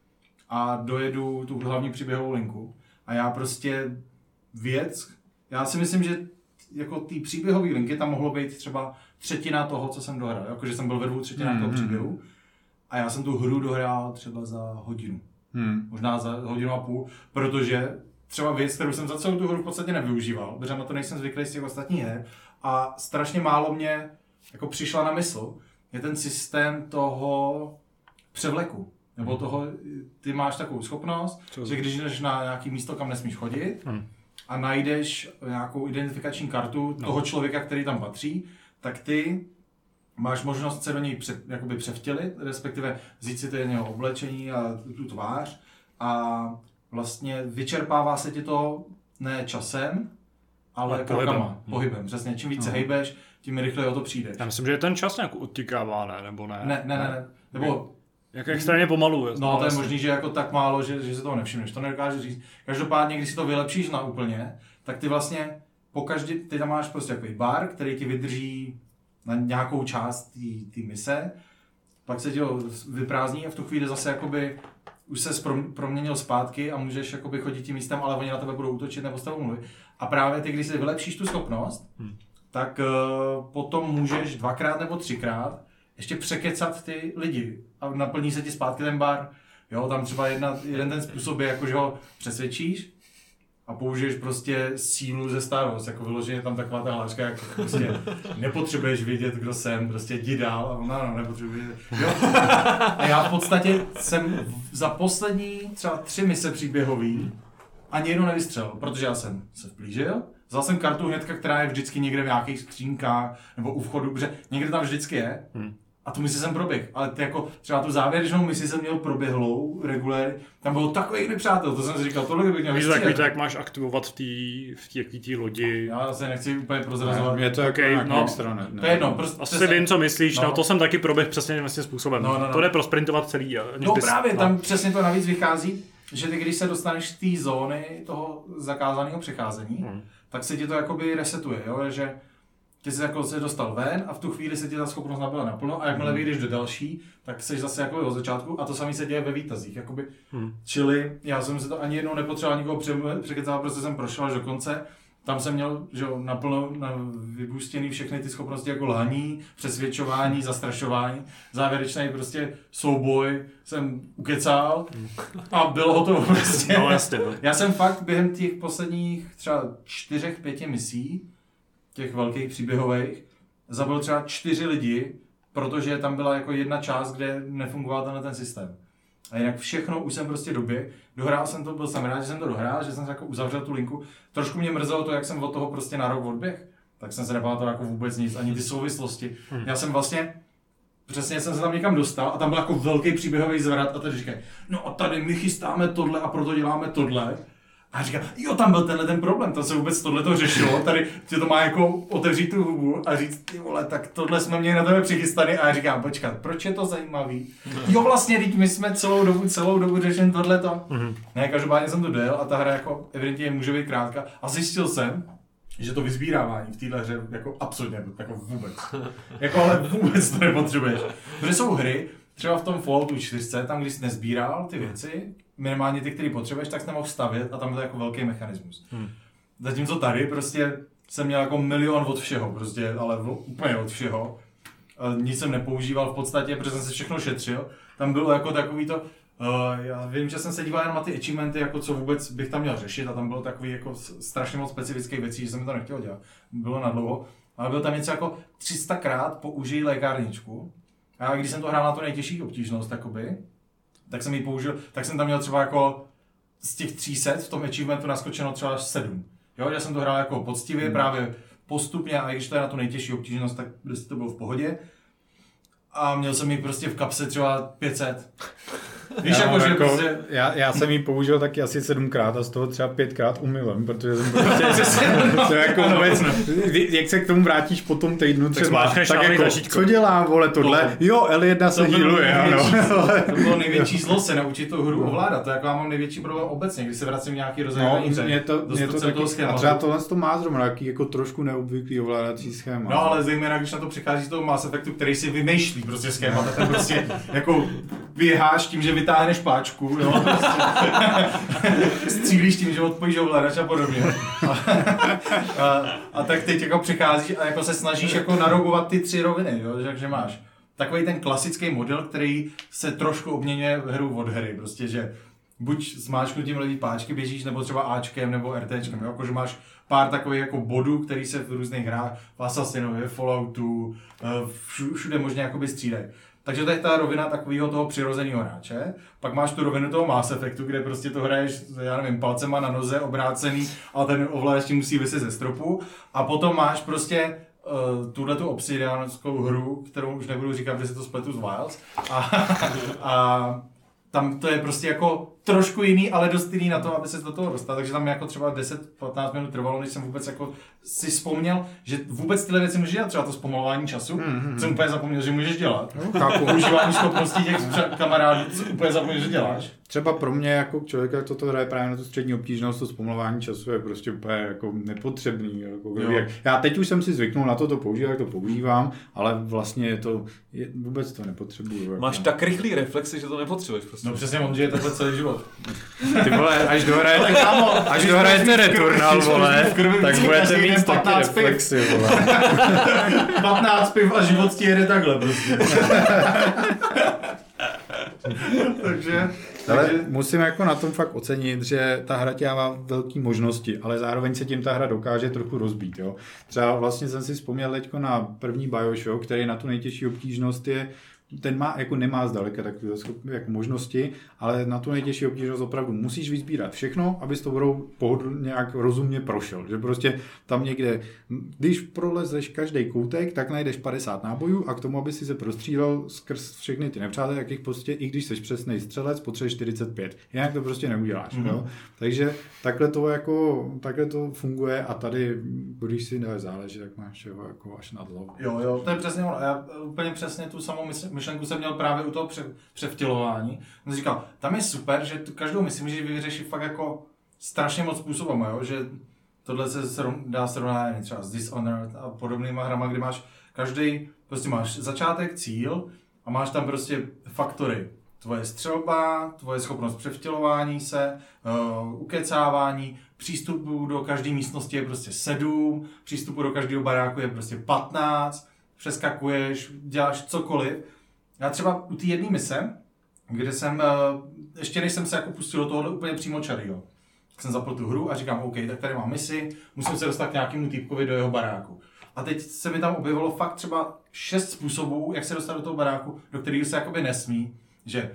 a dojedu tu hlavní příběhovou linku. A já prostě věc, já si myslím, že jako ty příběhové linky tam mohlo být třeba třetina toho, co jsem dohrál. Jakože jsem byl ve dvou třetinách hmm, toho příběhu. A já jsem tu hru dohrál třeba za hodinu. Hmm. Možná za hodinu a půl, protože třeba věc, kterou jsem za celou tu hru v podstatě nevyužíval, protože na to nejsem zvyklý z těch ostatních her. A strašně málo mě jako přišla na mysl, je ten systém toho převleku. Nebo toho, ty máš takovou schopnost, Co že když jdeš na nějaký místo, kam nesmíš chodit, hmm. a najdeš nějakou identifikační kartu no. toho člověka, který tam patří, tak ty máš možnost se do něj pře, jakoby převtělit, respektive vzít si to jeho oblečení a tu tvář a vlastně vyčerpává se ti to ne časem, ale, ale krokama, pohybem. pohybem. Přesně, čím více no. hejbeš, tím rychleji o to přijdeš. Já myslím, že ten čas nějak odtykává, ne? Nebo ne? Ne, ne, ne. ne. Nebo jak extrémně pomalu. Je, no, to je možný, že jako tak málo, že, že se toho nevšimneš, to nedokážeš říct. Každopádně, když si to vylepšíš na úplně, tak ty vlastně po každý, ty tam máš prostě takový bar, který ti vydrží na nějakou část té mise, pak se ti ho vyprázdní a v tu chvíli zase jakoby už se proměnil zpátky a můžeš jakoby chodit tím místem, ale oni na tebe budou útočit nebo s tebou mluvit. A právě ty, když si vylepšíš tu schopnost, hmm. tak uh, potom můžeš dvakrát nebo třikrát ještě překecat ty lidi a naplní se ti zpátky ten bar. Jo, tam třeba jedna, jeden ten způsob je, jako, že ho přesvědčíš a použiješ prostě sílu ze Star Wars, jako vyloženě tam taková ta hláška, jako prostě nepotřebuješ vědět, kdo jsem, prostě jdi dál a no, no, nepotřebuješ vědět. Jo. A já v podstatě jsem za poslední třeba tři mise příběhový ani jednou nevystřelil, protože já jsem se vplížil, vzal jsem kartu hnedka, která je vždycky někde v nějakých skřínkách nebo u vchodu, protože někde tam vždycky je. Hmm. A tu misi jsem proběhl, ale ty jako třeba tu závěrečnou misi jsem měl proběhlou, regulér, tam bylo takových nepřátel, to jsem si říkal, tohle bych měl víš, takový to, jak máš aktivovat v té v té lodi. Já se nechci úplně prozrazovat. Mě to okay, jako no, extra ne. To je jedno. Prostě asi vím, co myslíš, no. no to jsem taky proběhl přesně tím způsobem. No, no, no. To jde prosprintovat celý. No bys, právě, no. Tam přesně to navíc vychází, že ty když se dostaneš z té zóny toho zakázaného přecházení, hmm. tak se ti to jakoby resetuje, jo, že ty jsi jako se dostal ven a v tu chvíli se ti ta schopnost nabila naplno a jakmile vyjdeš do další, tak jsi zase jako od začátku a to samé se děje ve výtazích. Jakoby. Hmm. Čili já jsem se to ani jednou nepotřeboval nikoho překecávat, prostě jsem prošel až do konce. Tam jsem měl že jo, naplno na vybůstěný všechny ty schopnosti jako lhaní, přesvědčování, zastrašování. Závěrečný prostě souboj jsem ukecal a bylo hotovo prostě. No, jasně, no. Já jsem fakt během těch posledních třeba čtyřech, pěti misí těch velkých příběhových, zabil třeba čtyři lidi, protože tam byla jako jedna část, kde nefungoval tenhle ten systém. A jinak všechno už jsem prostě doběh. Dohrál jsem to, byl jsem rád, že jsem to dohrál, že jsem se jako uzavřel tu linku. Trošku mě mrzelo to, jak jsem od toho prostě na rok odběh. Tak jsem se nepamatoval jako vůbec nic, ani ty souvislosti. Hmm. Já jsem vlastně, přesně jsem se tam někam dostal a tam byl jako velký příběhový zvrat a tady říkají, no a tady my chystáme tohle a proto děláme tohle. A říká, jo, tam byl tenhle ten problém, tam se vůbec tohle to řešilo, tady tě to má jako otevřít tu hubu a říct, ty vole, tak tohle jsme měli na tebe přichystaný a já říkám, počkat, proč je to zajímavý? Jo, vlastně, teď my jsme celou dobu, celou dobu řešili tohleto. Mm-hmm. Ne, každopádně jsem to dojel a ta hra jako evidentně může být krátká a zjistil jsem, že to vyzbírávání v téhle hře jako absolutně, jako vůbec. Jako ale vůbec to nepotřebuješ. Protože jsou hry, třeba v tom Falloutu čtyři, tam když jsi nezbíral ty věci, minimálně ty, který potřebuješ, tak jsi nemohl stavět a tam je to jako velký mechanismus. Hmm. Zatímco tady prostě jsem měl jako milion od všeho, prostě, ale úplně od všeho. Nic jsem nepoužíval v podstatě, protože jsem se všechno šetřil. Tam bylo jako takový to, uh, já vím, že jsem se díval jenom na ty achievementy, jako co vůbec bych tam měl řešit a tam bylo takový jako strašně moc specifických věcí, že jsem mi to nechtěl dělat. Bylo nadlouho. Ale bylo tam něco jako tři sta krát použij lékárničku. A když jsem to hrál na to nejtěžší obtížnost, jakoby, tak jsem ji použil, tak jsem tam měl třeba jako z těch tří set v tom achievementu naskočeno třeba sedm. Jo, já jsem to hrál jako poctivě, hmm. právě postupně a když to je na tu nejtěžší obtížnost, tak to bylo v pohodě. A měl jsem ji prostě v kapse třeba pět set. Víš, já, jako, že jako, prostě... já, já jsem ji použil taky asi sedmkrát a z toho třeba pětkrát umylem, protože jsem prostě... to jako vůbec, jak se k tomu vrátíš po tom týdnu třeba, tak, tak jako, co dělám, vole, tohle? Jo, L jedna se healuje, ano. To bylo největší zlo se naučit tu hru ovládat, to jako já mám největší problém obecně, když se vracím nějaký rozhodný hře. Mě to, mě to taky, a třeba tohle to má zrovna nějaký jako trošku neobvyklý ovládací schéma. No ale zejména, když na to přichází z toho Mass Effectu, který si vymýšlí prostě schéma, tak prostě jako běháš tím, že vytáhneš páčku, jo, prostě. Střílíš tím, že odpojíš ovladač a podobně. A, a, a tak teď jako přicházíš a jako se snažíš jako narogovat ty tři roviny, jo, takže máš takový ten klasický model, který se trošku obměňuje hru od hry, prostě, že buď zmáčknutím levý páčky běžíš, nebo třeba Ačkem, nebo RTčkem, jo, jako že máš pár takových jako bodů, který se v různých hrách, v Assassinovi, Falloutu, všude možně jakoby střídají. Takže to je ta rovina takového toho přirozeného hráče. Pak máš tu rovinu toho Mass Effectu, kde prostě to hraješ, já nevím, palcema na noze obrácený, ale ten ovladač ti musí vyset ze stropu. A potom máš prostě uh, tuhletu obsidianskou hru, kterou už nebudu říkat, že si to spletu z Wilds. A, a tam to je prostě jako trošku jiný, ale dost jiný na to, aby se do toho dostal. Takže tam jako třeba deset patnáct minut trvalo, než jsem vůbec jako si vzpomněl, že vůbec tyhle věci můžeš dělat, třeba to zpomalování času, mm-hmm. jsem úplně zapomněl, že můžeš dělat. No, používání schopností těch kamarádů, co úplně zapomněl, že děláš. Třeba pro mě jako člověka, kdo to hraje právě na tu střední obtížnost, to zpomalování času je prostě úplně jako nepotřebný. Jako, já teď už jsem si zvyknul na to, to používat, to používám, ale vlastně je to, je, vůbec to nepotřebuju. Jako. Máš tak rychlý reflexy, že to nepotřebuješ prostě. No přesně, on žije takhle celý život. Ty vole, až dohrajete, až dohrajete Returnal, vole, tak budete mít taky reflexy, vole. patnáct piv a život ti jede takhle prostě. takže... Ale takže... musím jako na tom fakt ocenit, že ta hra tě má velké možnosti, ale zároveň se tím ta hra dokáže trochu rozbít. Jo? Třeba vlastně jsem si vzpomněl teďko na první Bioshock, který na tu nejtěžší obtížnost je, ten má, jako nemá zdaleka takové jako možnosti, ale na tu nejtěžší obtížnost opravdu musíš vyzbírat všechno, abys to hrou pohodlně nějak rozumně prošel. Že prostě tam někde, když prolezeš každý koutek, tak najdeš padesát nábojů a k tomu, aby si se prostřílel skrz všechny ty nepřátelé, jakých prostě, i když jsi přesnej střelec, potřebuješ čtyřicet pět. Jinak to prostě neuděláš. Mm-hmm. Jo? Takže takhle to jako, takhle to funguje a tady, když si nezáleží, tak máš ho jako až nad hlavu. Jo, jo, to je přesně ono. Já úplně přesně tu samou myšlenku jsem měl právě u toho pře- převtělování. On říkal, tam je super, že tu každou misi můžeš vyřešit fakt jako strašně moc způsobem, jo? Že tohle se srovn- dá srovnat třeba s Dishonored a podobnýma hrama, kdy máš každý, prostě máš začátek, cíl a máš tam prostě faktory. Tvoje střelba, tvoje schopnost převtělování se, uh, ukecávání, přístupu do každé místnosti je prostě sedm, přístupu do každého baráku je prostě patnáct, přeskakuješ, děláš cokoliv. Já třeba u té jedné mise, kde jsem, ještě než jsem se jako pustil do tohohle úplně přímo čarýho, tak jsem zapl tu hru a říkám, OK, tak tady mám misi, musím se dostat k nějakému týpkovi do jeho baráku. A teď se mi tam objevilo fakt třeba šest způsobů, jak se dostat do toho baráku, do kterého se jakoby nesmí, že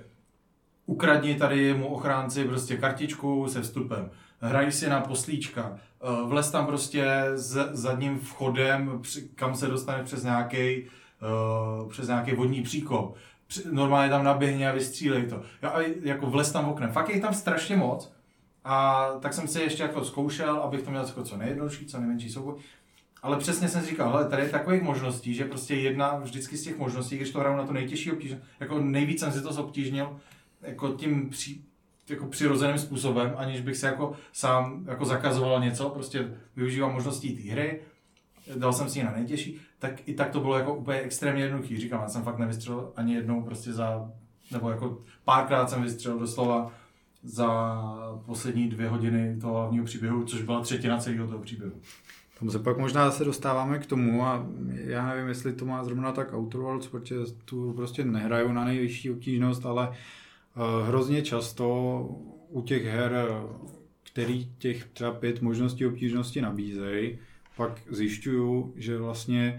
ukradni tady mu ochránci prostě kartičku se vstupem, hraj si na poslíčka, vlez tam prostě s zadním vchodem, kam se dostane přes nějaký uh, přes nějaký vodní příkop. Normálně tam naběhni a vystřílej to. Já, jako vlez tam oknem. Fakt je tam strašně moc. A tak jsem si ještě jako zkoušel, abych to měl co nejjednodušší, co nejmenší souboj. Ale přesně jsem si říkal, hele, tady je takových možností, že prostě jedna vždycky z těch možností, když to hraju na to nejtěžší obtížně, jako nejvíc jsem si to zobtížnil, jako tím při, jako přirozeným způsobem, aniž bych se jako sám jako zakazoval něco, prostě využívám možností té hry, dal jsem si ji na nejtěžší, tak i tak to bylo jako úplně extrémně jednoduchý. Říkám, já jsem fakt nevystřelil ani jednou prostě za, nebo jako párkrát jsem vystřelil doslova za poslední dvě hodiny toho hlavního příběhu, což byla třetina celého toho příběhu. Tam se pak možná zase dostáváme k tomu a já nevím, jestli to má zrovna tak Outer Worlds, protože tu prostě nehraju na nejvyšší obtížnost, ale uh, hrozně často u těch her, který těch třeba pět možností obtížnosti nabízejí, pak zjišťuju, že vlastně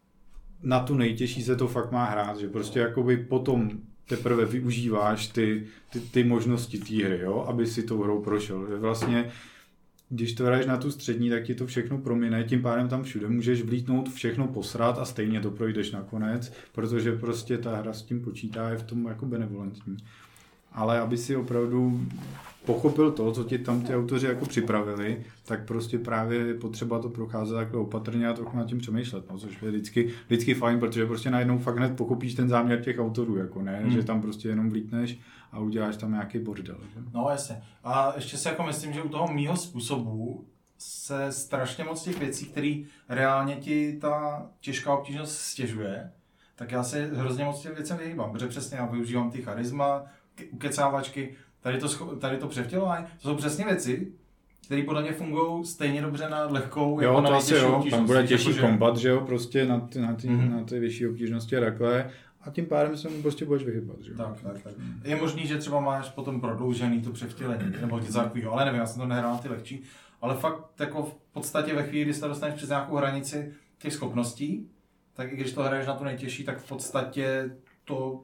na tu nejtěžší se to fakt má hrát, že prostě jakoby potom teprve využíváš ty, ty, ty možnosti té hry, jo, aby si tou hrou prošel. Že vlastně když to hraješ na tu střední, tak ti to všechno promine, tím pádem tam všude můžeš vlítnout, všechno posrat a stejně to projdeš nakonec, protože prostě ta hra s tím počítá, je v tom jako benevolentní. Ale aby si opravdu pochopil to, co ti tam ty autoři jako připravili, tak prostě právě je potřeba to procházet takhle opatrně a trochu nad tím přemýšlet, no, což je vždycky, vždycky fajn, protože prostě najednou fakt hned pochopíš ten záměr těch autorů, jako ne, hmm. že tam prostě jenom vlítneš a uděláš tam nějaký bordel. Že? No jasně. A ještě si jako myslím, že u toho mýho způsobu se strašně moc těch věcí, které reálně ti ta těžká obtížnost stěžuje, tak já se hrozně moc těch věcem vyhýbám, protože přesně já využívám ty charisma, ukecávačky, tady to, tady to převtělování, to jsou přesně věci, které podle mě fungují stejně dobře na lehkou, jo, jako na nejtěžší obtížnost. Tam bude těžší jako, kombat, že jo, prostě na ty, na ty, mm-hmm. na ty vyšší obtížnosti a takhle. A tím pádem se mu prostě budeš vyhybat, že jo. Tak, tak, tak. Je možný, že třeba máš potom prodloužený to převtělení, nebo něco takového, ale nevím, já jsem to nehrál na ty lehčí. Ale fakt jako v podstatě ve chvíli, kdy se dostaneš přes nějakou hranici těch schopností, tak i když to hraješ na tu nejtěžší, tak v podstatě to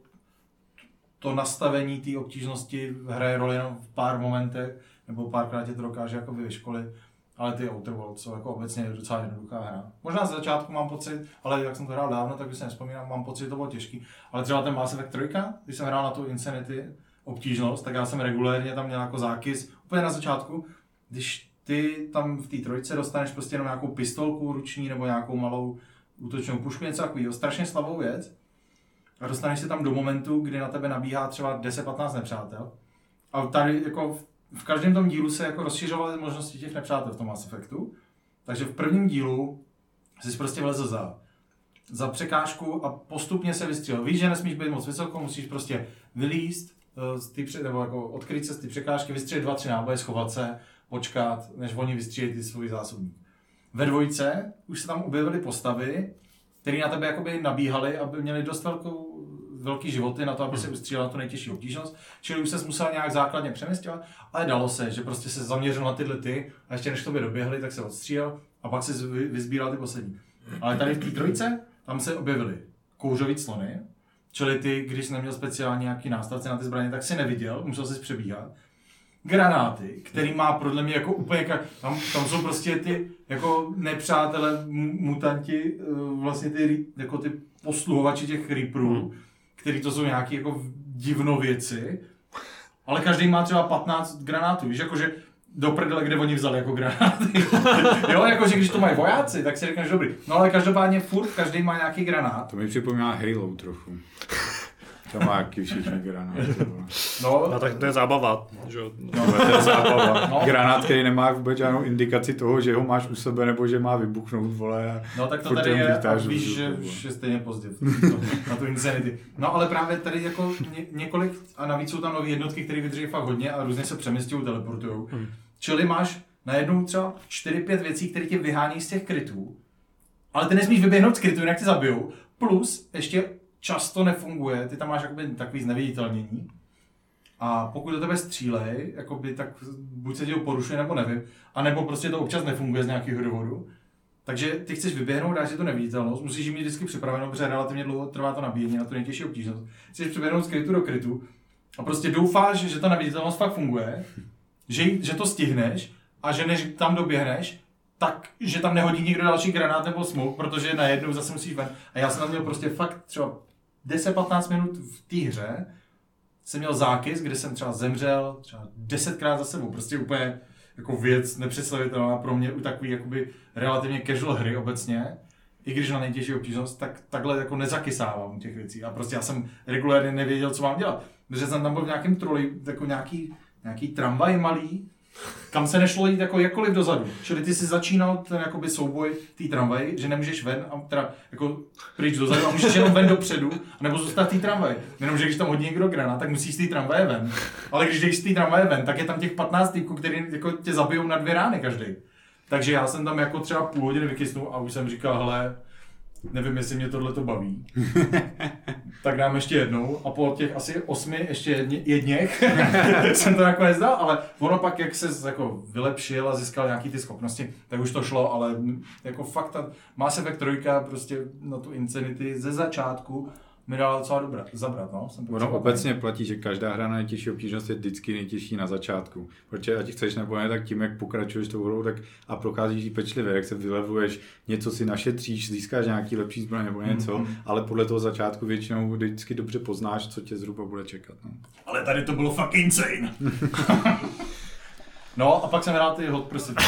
to nastavení té obtížnosti hraje roli jenom v pár momentech, nebo párkrát tě to dokáže jako vyškolit, ale ty Outer Worlds jsou jako obecně docela jednoduchá hra. Možná z začátku mám pocit, ale jak jsem to hrál dávno, tak už se nespomínám, mám pocit, že to bylo těžký. Ale třeba ten Mass Effect tři, když jsem hrál na tu Insanity, obtížnost, tak já jsem regulérně tam měl jako zákys úplně na začátku, když ty tam v té trojce dostaneš prostě jenom nějakou pistolku ruční nebo nějakou malou útočnou pušku, něco takového, strašně slabou věc a dostaneš se tam do momentu, kdy na tebe nabíhá třeba deset patnáct nepřátel a tady jako v každém tom dílu se jako rozšiřovaly možnosti těch nepřátel v tom Mass Effectu, takže v prvním dílu jsi prostě vlezl za, za překážku a postupně se vystřílel. Víš, že nesmíš být moc vysoko, musíš prostě vylízt, z ty, nebo jako odkryt se z ty překážky, vystřílet dva, tři náboje, schovat se, počkat, než oni vystřílejí ty svůj zásobník. Ve dvojce už se tam objevily postavy, které na tebe jakoby nabíhaly, aby měli dost velkou, velký životy na to, aby se vystřílel na tu nejtěžší obtížnost. Čili už se musel nějak základně přemysťovat, ale dalo se, že prostě se zaměřil na tyhle ty a ještě než tobě doběhli, tak se odstřílel a pak se vyzbíral ty poslední. Ale tady v té trojce, tam se objevily kouřový slony, čili ty, když jsi neměl speciálně nějaký nástavce na ty zbraně, tak si neviděl, musel si přebíhat. Granáty, který má podle mě jako úplně, tam, tam jsou prostě ty jako nepřátelé, mutanti, vlastně ty, jako ty posluhovači těch Reaperů, který to jsou nějaký jako divnověci, ale každý má třeba patnáct granátů, víš, jakože do prdele, kde oni vzali jako granáty. Jo, jakože když to mají vojáci, tak si řekneš dobrý. No ale každopádně furt každý má nějaký granát. To mi připomíná Halo trochu. To má jaký všichni granáty. No, no, tak to je zábava. Že? No, to je zábava. No. Granát, který nemá vůbec žádnou indikaci toho, že ho máš u sebe nebo že má vybuchnout, vole. No tak to tady je a víš, že už je stejně pozdě na tu Insanity. No ale právě tady jako ně, několik, a navíc jsou tam nové jednotky, které vydrží fakt hodně a různě se přemysťují, teleportujou. Hmm. Čili máš najednou třeba čtyři pět věcí, které tě vyhání z těch krytů, ale ty nesmíš vyběhnout z krytů, jinak tě zabijou. Plus ještě často nefunguje, ty tam máš jakoby takový zneviditelnění a pokud do tebe střílej, jakoby, tak buď se ti ho porušuje nebo nevím, anebo prostě to občas nefunguje z nějakého důvodu. Takže ty chceš vyběhnout, dáš si to neviditelnost, musíš ji mít vždycky připraveno, protože relativně dlouho trvá to nabíjení na to nejtěžší obtížnost. Chceš přiběhnout z krytu do krytu a prostě doufáš, že ta neviditelnost fakt funguje, že, že to stihneš a že než tam doběhneš, tak, že tam nehodí nikdo další granát nebo smoke, protože najednou zase musíš ven. A já jsem tam měl prostě fakt třeba deset patnáct minut v té hře, jsem měl zákys, kde jsem třeba zemřel třeba desetkrát za sebou. Prostě úplně jako věc nepředstavitelná pro mě u takový jakoby relativně casual hry obecně. I když na nejtěžší obtížnost, tak takhle jako nezakysávám u těch věcí. A prostě já jsem regulérně nevěděl, co mám dělat. Protože jsem tam byl v nějakém troli, jako nějaký, nějaký tramvaj malý, kam se nešlo jít jako jakkoliv dozadu. Čili ty si začínal ten jakoby souboj té tramvaji, že nemůžeš ven a teda jako pryč dozadu a můžeš jenom ven dopředu, nebo zůstat v té tramvaji. Jenomže když tam hodí někdo granát, tak musíš z té tramvaje ven. Ale když jdeš z té tramvaje ven, tak je tam těch patnáct týpků, který jako tě zabijou na dvě rány každý. Takže já jsem tam jako třeba půl hodiny vykysnul a už jsem říkal, hele, nevím, jestli mě tohle to baví. Tak dám ještě jednou a po těch asi osmi ještě jedně, jedněch jsem to jako nezdal, ale ono pak, jak se jako vylepšil a získal nějaký ty schopnosti, tak už to šlo, ale jako fakt ta Mass Effect tři prostě na tu Insanity ze začátku mi dala docela dobrá, zabrat, no. Jsem ono obecně platí, že každá hra na nejtěžší obtížnost je vždycky nejtěžší na začátku. Protože ať chceš nebo ne, tak tím, jak pokračuješ tou hrou, tak a procházíš ji pečlivě, jak se vylevuješ, něco si našetříš, získáš nějaký lepší zbraň nebo něco, mm-hmm. ale podle toho začátku většinou vždycky dobře poznáš, co tě zhruba bude čekat. No. Ale tady to bylo fucking insane. No a pak jsem hrál ty Hot Pursuit.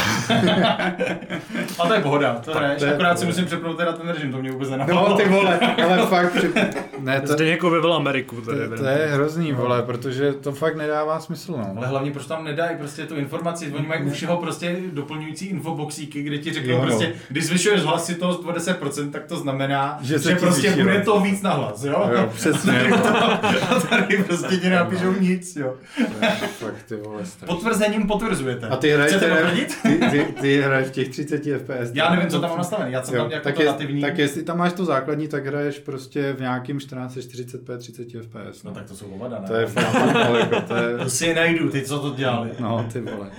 A to je pohoda, to hraješ, akorát si musím přepnout teda ten režim, to mě vůbec nenapadlo. No ty vole, ale fakt přip... ne, to... Zdeněk objevil Ameriku. To, to je hrozný, vole, protože to fakt nedává smysl, no. Ale hlavně proč tam nedají prostě tu informaci, oni mají u všeho prostě doplňující infoboxíky, kde ti řeknou jo, prostě, no. Když zvyšuješ hlasitost o deset procent, tak to znamená, že, že prostě bude hlas. To víc na hlas, jo? Jo, přesně. A tady prostě ti napíšou nic, jo. Fakt ty vole, potvrzením potvrzujete. A ty hraješ ty, ty, ty hraješ v těch třicet F P S. Já nevím, co tam mám nastavený, já jsem jo, tam jako tak to nativní. Tak jestli tam máš to základní, tak hraješ prostě v nějakým čtrnáct čtyřicet p třicet F P S. No, no tak to jsou hovada, ne? To je fakt daleko, to je... To si je najdu, ty co to dělali. No, ty vole.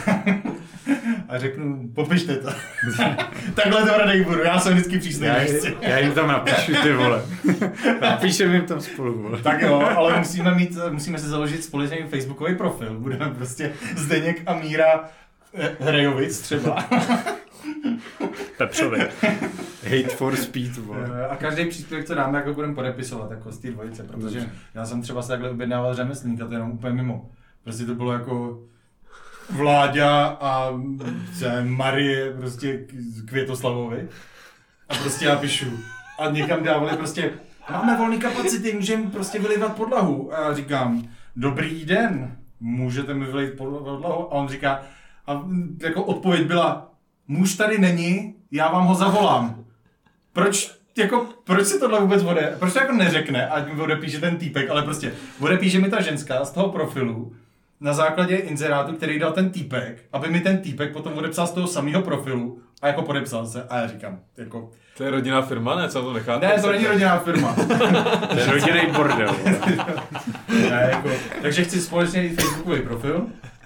A řeknu, popište to. Takhle to radej budu, já jsem vždycky přísnej. Já, já jim tam napíšu, ty vole. Napíšem jim tam spolu, vole. Tak jo, ale musíme mít, musíme si založit společný facebookový profil. Budeme prostě Zdeněk a Míra Hrejovic třeba. Pepřovi. Hate for speed, vole. A každý příspěvek, co dáme, jako budeme podepisovat, jako z té dvojice, protože já jsem třeba se takhle objednával řemeslníka, to je jenom úplně mimo. Prostě to bylo jako Vláďa a Marie, prostě Květoslavovi. A prostě já píšu. A někam dávali prostě, máme volné kapacity, můžeme prostě vylivat podlahu. A já říkám, dobrý den, můžete mi vylejt podlahu? A on říká, a jako odpověď byla, muž tady není, já vám ho zavolám. Proč, jako, proč si tohle vůbec vode, proč to jako neřekne, ať mi odepíše ten týpek, ale prostě odepíše mi ta ženská z toho profilu, na základě inzerátu, který dal ten týpek, aby mi ten týpek potom odepsal z toho samého profilu a jako podepsal se. A já říkám, jako... To je rodinná firma, ne? Co to necháte? Ne, to není rodinná firma. To je rodinný bordel. Ne, jako, takže chci společně i Facebookový profil.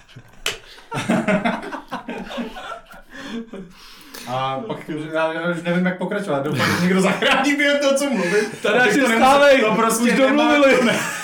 A pak já, já už nevím, jak pokračovat. Doufám, že někdo zachrání během toho, co mluvím. Tady až stávej, to prostě už domluvili.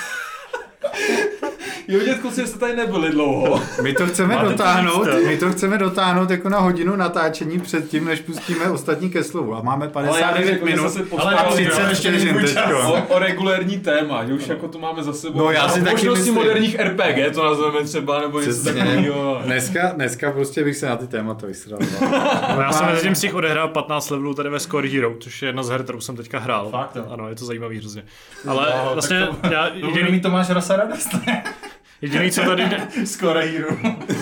Jo, dětku, jste tady nebyli dlouho. My to chceme Máte dotáhnout, to říct, my to chceme dotáhnout jako na hodinu natáčení před tím, než pustíme ostatní ke slovu. A máme padesát devět minut ale a jo, třicet vteřin teďko. O, o regulérní téma, že už jako to máme za sebou. No, já si taky možnosti myslím. moderních R P G, to nazveme třeba, nebo něco Přesně. takového. Dneska, dneska prostě bych se na ty témata vysral. No, já jsem mezi tím z těch odehrál patnáct levelů tady ve Score Hero, což je jedna z her, kterou jsem teďka hrál. Fakt, jo. Ano, je to zajímavý hrozně. Ale No, vlastně tak to, já to bude jediný, mít Tomáš Rasa radost, ne? jediný, co tady jde, Score Hero.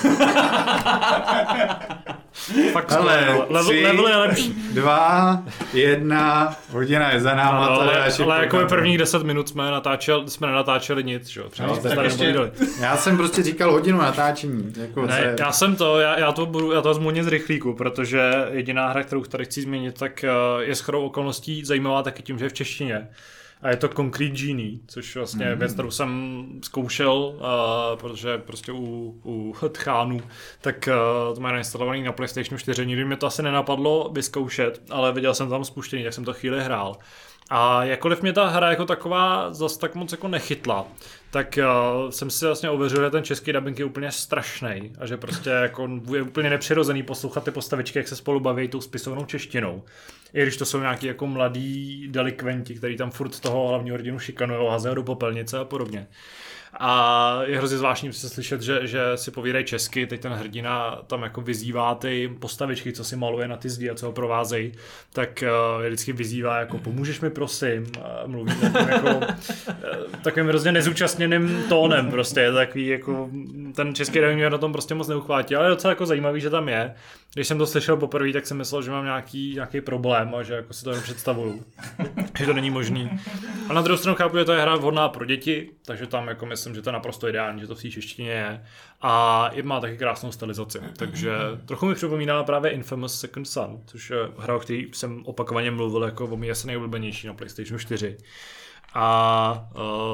fakt Ale Score, level, tři, level je lepší. Dva, jedna, hodina je za náma. Ano, tady ale, naši ale jako je program. prvních deset minut jsme natáčeli, jsme nenatáčeli nic, že jo? Třeba No, jsme tak tady ještě- nepovídali. Já jsem prostě říkal hodinu natáčení. Jako Ne, se... já jsem to, já, já to budu, já to vezmu z rychlíku, protože jediná hra, kterou tady chci změnit, tak uh, je shodou okolností zajímavá taky tím, že je v češtině. A je to Concrete Genie, což vlastně je věc, kterou jsem zkoušel, uh, protože prostě u, u Tchánů, tak uh, to má nainstalovaný na PlayStation čtyři. Nikdy mě to asi nenapadlo vyzkoušet, ale viděl jsem tam spuštění, tak jsem to chvíli hrál. A jakkoliv mě ta hra jako taková zase tak moc jako nechytla, tak uh, jsem si vlastně ověřil, že ten český dubbing je úplně strašný a že prostě jako je úplně nepřirozený poslouchat ty postavičky, jak se spolu baví tou spisovnou češtinou. I když to jsou nějaký jako mladí delikventi, kteří tam furt toho hlavního hrdinu šikanujou, házejí do popelnice a podobně. A je hrozně zvláštní se slyšet, že, že si povídají česky, teď ten hrdina tam jako vyzývá ty postavičky, co si maluje na ty zdi a co ho provázejí, tak uh, je vždycky vyzývá jako pomůžeš mi prosím, a mluví takovým jako uh, takovým hrozně nezúčastněným tónem prostě, je takový jako ten český dubbing mě na tom prostě moc neuchvátí, ale je docela jako zajímavý, že tam je. Když jsem to slyšel poprvé, tak jsem myslel, že mám nějaký, nějaký problém a že jako si to nepředstavuju, že to není možný. A na druhou stranu chápu, že to je hra vhodná pro děti, takže tam jako myslím, že to je naprosto ideální, že to v té češtině je. A i má taky krásnou stylizaci, takže trochu mi připomíná právě Infamous Second Son, což je hra, o který jsem opakovaně mluvil jako o mě asi nejoblíbenější na PlayStation čtyři. A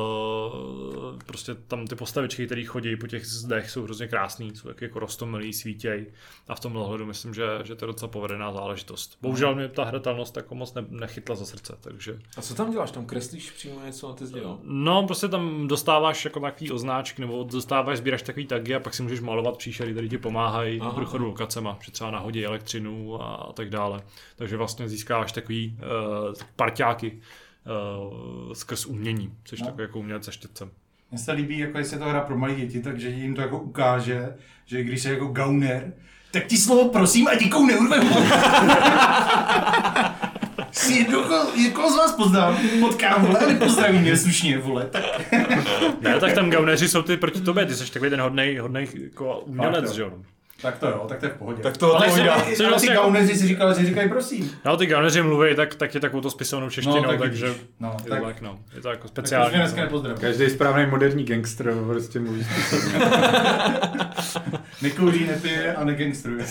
uh, prostě tam ty postavičky, které chodí po těch zdech, jsou hrozně krásný, jsou taky jako roztomilý, svítěj a v tomhle ohledu myslím, že, že to je docela povedená záležitost. Bohužel mě ta hratelnost jako moc ne, nechytla za srdce, takže... A co tam děláš? Tam kreslíš přímo něco na ty zdi, jo? No, prostě tam dostáváš jako takový označky, nebo dostáváš, sbíráš takový tagy a pak si můžeš malovat příšery, které ti pomáhají v průchodu lokacema, že třeba nahodí elektřinu a, a tak dále. Takže vlastně získáváš takový uh, parťáky Uh, skrz umění, což no. Takový jako umělec se štětcem. Mně se líbí, jako jestli je to hra pro malé děti, takže jim to jako ukáže, že když jsi jako gauner, tak ti slovo prosím a díkou neurvemu. Si jednoho, někoho z vás poznám, potkám, vole, a nepozdravím mě slušně, vole, tak... Ne, tak tam gauneři jsou ty proti tobě, ty jsi takový ten hodnej, hodnej jako umělec, že jo? Tak to jo, tak to je v pohodě. Tak to ale to jsi, udělá. ale ty vlastně... gauneři si říkali, že říkají prosím. No, ty gauneři mluví tak, tak je takovou to spisovnou češtinou, No, tak takže vidíš. No, je, tak- to tak, no. Je to jako Tak už speciální. mě dneska nepozdravím. Každý správný moderní gangster prostě mluví způsobně. Nekouří, nepije a negangstruje.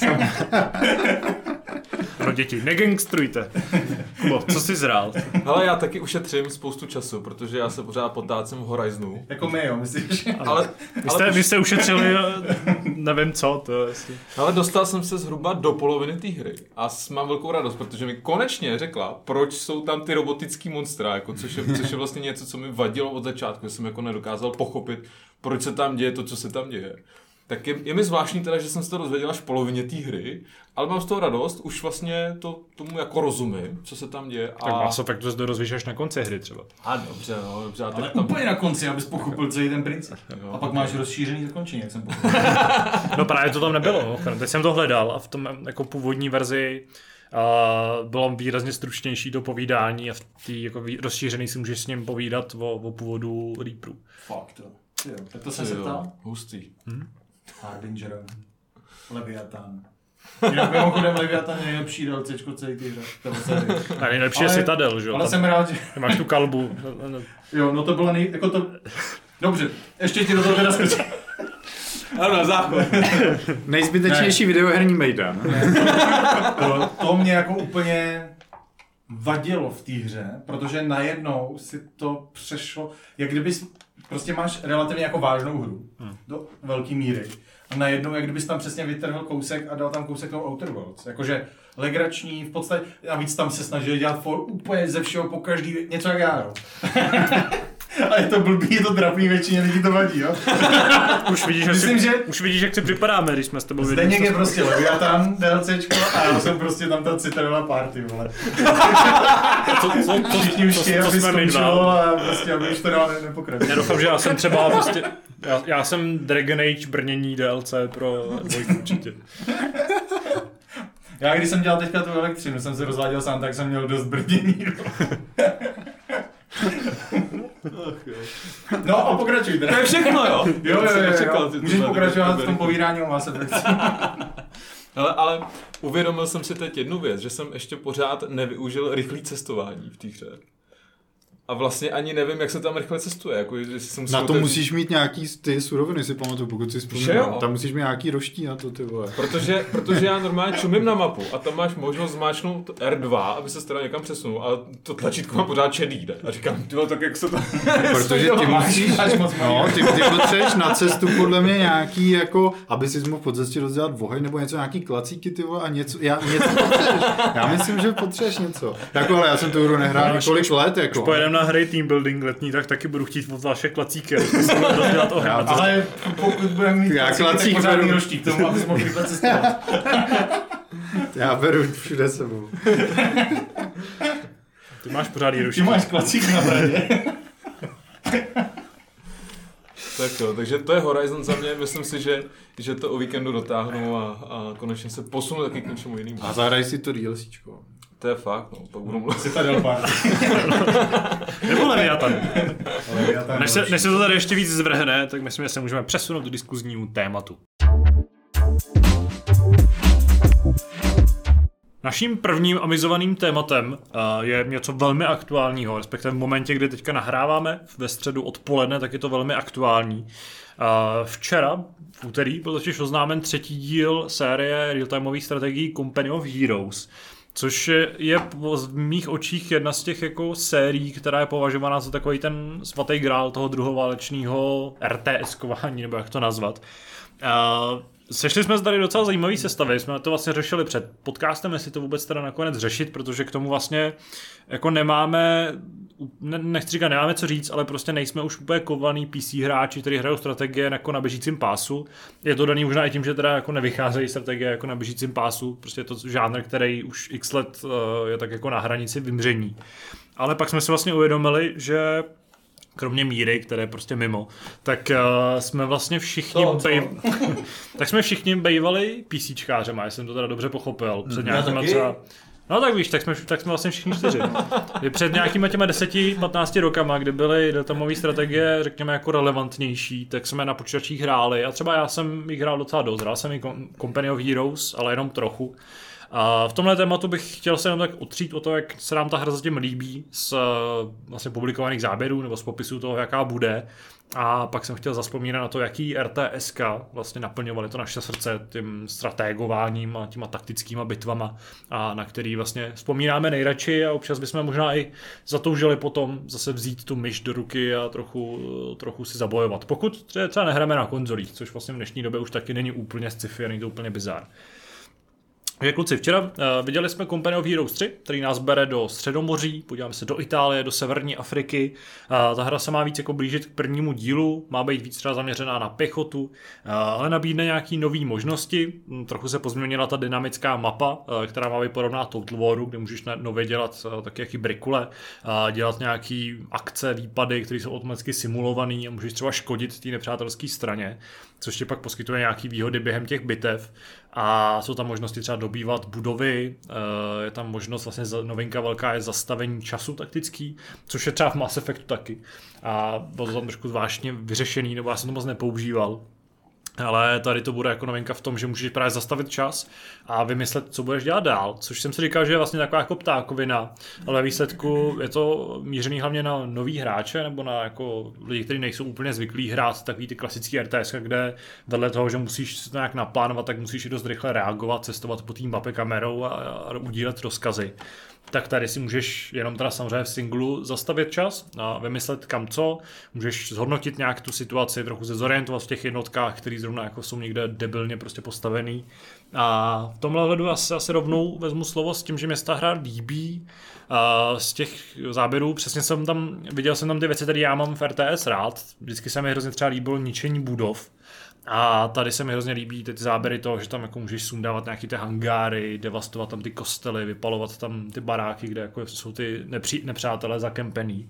Pro děti, negangstrujte. Kubo, co jsi zrál? Hele, já taky ušetřím spoustu času, protože já se pořád potácím v Horizonu. Jako my, jo, myslíš? Ale, Vy jste, ale, vy jste ušetřili, nevím co, to je... ale dostal jsem se zhruba do poloviny té hry a mám velkou radost, protože mi konečně řekla, proč jsou tam ty robotický monstra, jako, což, je, což je vlastně něco, co mi vadilo od začátku, že jsem jako nedokázal pochopit, proč se tam děje to, co se tam děje. tak je, je mi zvláštní teda, že jsem se to dozvěděl až v polovině té hry, ale mám z toho radost, už vlastně to tomu jako rozumím, co se tam děje. A... Tak Mass Effect to se dozvíš až na konci hry třeba. A dobře, no, dobře. Ale tam... úplně na konci, abys pochopil celý ten princip. Jo, a pak okay. máš rozšířený zakončení, jak jsem pochopil. No právě to tam nebylo. Teď jsem to hledal a v tom jako původní verzi uh, bylo výrazně stručnější to povídání a v té jako rozšířený si můžeš s ním povídat o, o původu Reaperů. Fakt to. Jo, tak to jsem se ptal. Hustý. Hmm? Harbinger, Leviathan. Jinak mimochodem Leviathan je nejlepší DLCčko celý ty hře. A nejlepší je Citadel, že jo? Ale jsem rád, že... Máš tu kalbu. Jo, no to bylo nej... Jako to... Dobře, ještě ti do toho teda skočím. Ano, záchod. Nejzbytečnější videoherní mejdan. To, to mě jako úplně vadilo v té hře, protože najednou si to přešlo, jak kdyby prostě máš relativně jako vážnou hru hmm. do velké míry. A najednou, jak kdybys tam přesně vytrhl kousek a dal tam kousek toho Outer Worlds. Jakože legrační, v podstatě, a víc tam se snažili dělat for úplně ze všeho po každý, něco jak já, no. A je to blbý, je to trapný, většině lidí to vadí, jo? Už vidíš, Myslím, si, že... už vidíš, jak si připadáme, když jsme s tebou viděli. Zdeněk je prostě Leviathan, DLCčko, a já jsem prostě tam ta Citadelová party, vole. Co, co, co, všichni už chtějí, aby skončilo a prostě, aby už to dál nepokračilo. Já doufám, že já jsem třeba prostě, já, já jsem Dragon Age brnění D L C pro dvojku určitě. Já když jsem dělal teďka tu elektřinu, jsem se rozváděl sám, tak jsem měl dost brnění. No a pokračuj teda. To je všechno, jo? Jo, jo, jo, jo. Můžeš pokračovat v tom povídání o Mass Effect. Ale, ale uvědomil jsem si teď jednu věc, že jsem ještě pořád nevyužil rychlé cestování v té hře. A vlastně ani nevím, jak se tam rychle cestuje. Jako, jestli jsem na to otevřít... musíš mít nějaký ty suroviny, si pamatuju, pokud si vzpomínám. Tam musíš mít nějaký roští na to, ty vole. Protože, protože já normálně čumím na mapu a tam máš možnost zmáčknout R dva, aby se teda někam přesunul, a to tlačítko má pořád čedý, ne? A říkám, tyvo, tak jak se to... Protože ty musíš, no, ty, ty potřebuješ na cestu podle mě nějaký, jako, aby si mohl pod cestě rozdělat oheň nebo něco, nějaký klacíky, ty vole, a něco, já, něco potřebuješ. Já myslím, že potřebuješ něco. Jako, ale já jsem tu hru nehrál několik let, jako. Na hry team building letní, tak taky budu chtít od vaše klacíky. Ale pokud budeme mít já klacík pořádný roštík, tomu abys mohl rychle cestovat. Já beru všude sebou. Ty máš pořádný roštík. Ty máš klacík na bradě. Tak jo, takže to je Horizon za mě. Myslím si, že, že to o víkendu dotáhnu a, a konečně se posunu taky k něčemu jinému. A zahraj si to DLCčko. To je fakt, no, pak budu mluvit. Citadel party. Nebo Leviathan. Než se, než se to tady ještě víc zvrhne, tak myslím, že se můžeme přesunout do diskuznímu tématu. Naším prvním amizovaným tématem uh, je něco velmi aktuálního, respektive v momentě, kdy teďka nahráváme ve středu odpoledne, tak je to velmi aktuální. Uh, včera, v úterý, byl totiž oznámen třetí díl série real-timeových strategií Company of Heroes, což je v mých očích jedna z těch jako sérií, která je považovaná za takový ten svatý grál toho druhoválečného R T S-kování, nebo jak to nazvat. Uh, Sešli jsme tady docela zajímavý sestavy, jsme to vlastně řešili před podcastem, jestli to vůbec teda nakonec řešit, protože k tomu vlastně jako nemáme, ne, nechci říkat, nemáme co říct, ale prostě nejsme už úplně kovaný P C hráči, kteří hrajou strategie jako na běžícím pásu. Je to daný možná i tím, že teda jako nevycházejí strategie jako na běžícím pásu, prostě je to žánr, který už x let uh, je tak jako na hranici vymření. Ale pak jsme si vlastně uvědomili, že kromě Míry, které je prostě mimo, tak uh, jsme vlastně všichni to, bej... tak jsme všichni bejvali PCčkářema, jestli jsem to teda dobře pochopil. Před nějakýma třeba... No tak víš, tak jsme, tak jsme vlastně všichni čtyři. Před nějakýma těma deseti patnácti rokama, kdy byly datamové strategie, řekněme, jako relevantnější, tak jsme na počítačích hráli a třeba já jsem jich hrál docela dost. Hrál jsem i Company of Heroes, ale jenom trochu. A v tomhle tématu bych chtěl se jenom tak otřít o to, jak se nám ta hra zatím líbí z vlastně publikovaných záběrů nebo z popisů toho, jaká bude. A pak jsem chtěl zazpomínat na to, jaký R T S ka vlastně naplňovaly to naše srdce tím stratégováním a těma taktickýma bitvama, a na který vlastně vzpomínáme nejradši a občas bychom možná i zatoužili potom zase vzít tu myš do ruky a trochu, trochu si zabojovat. Pokud třeba nehráme na konzolích, což vlastně v dnešní době už taky není úplně sci-fi, není to úplně bizár. Takže kluci, včera uh, viděli jsme Company of Heroes tři, který nás bere do Středomoří, podíváme se do Itálie, do severní Afriky. Uh, ta hra se má víc jako blížit k prvnímu dílu, má být víc třeba zaměřená na pěchotu, uh, ale nabídne nějaký nový možnosti. Trochu se pozměnila ta dynamická mapa, uh, která má být podobná Total Waru, kde můžeš nově dělat uh, taky jaký brikule, uh, dělat nějaký akce, výpady, které jsou automaticky simulované a můžeš třeba škodit té nepřátelské straně, což ti pak poskytuje nějaký výhody během těch bitev. A jsou tam možnosti třeba dobývat budovy, je tam možnost, vlastně novinka velká je zastavení času taktický, což je třeba v Mass Effectu taky. A bylo to tam trošku zvláštně vyřešený, nebo já jsem to moc nepoužíval. Ale tady to bude jako novinka v tom, že můžeš právě zastavit čas a vymyslet, co budeš dělat dál, což jsem si říkal, že je vlastně taková jako ptákovina, ale ve výsledku je to mířený hlavně na nový hráče nebo na jako lidi, kteří nejsou úplně zvyklí hrát takový ty klasický R T S, kde vedle toho, že musíš to nějak naplánovat, tak musíš i dost rychle reagovat, cestovat po té mapě kamerou a, a udílet rozkazy. Tak tady si můžeš jenom teda samozřejmě v singlu zastavit čas a vymyslet kam co, můžeš zhodnotit nějak tu situaci, trochu se zorientovat v těch jednotkách, které zrovna jako jsou někde debilně prostě postavený. A v tomhle hledu asi, asi rovnou vezmu slovo s tím, že mě ta hra líbí. A z těch záběrů přesně jsem tam, viděl jsem tam ty věci, které já mám v R T S rád. Vždycky se mi hrozně třeba líbilo ničení budov. A tady se mi hrozně líbí ty záběry toho, že tam jako můžeš sundávat nějaký ty hangáry, devastovat tam ty kostely, vypalovat tam ty baráky, kde jako jsou ty nepří, nepřátelé zakempený.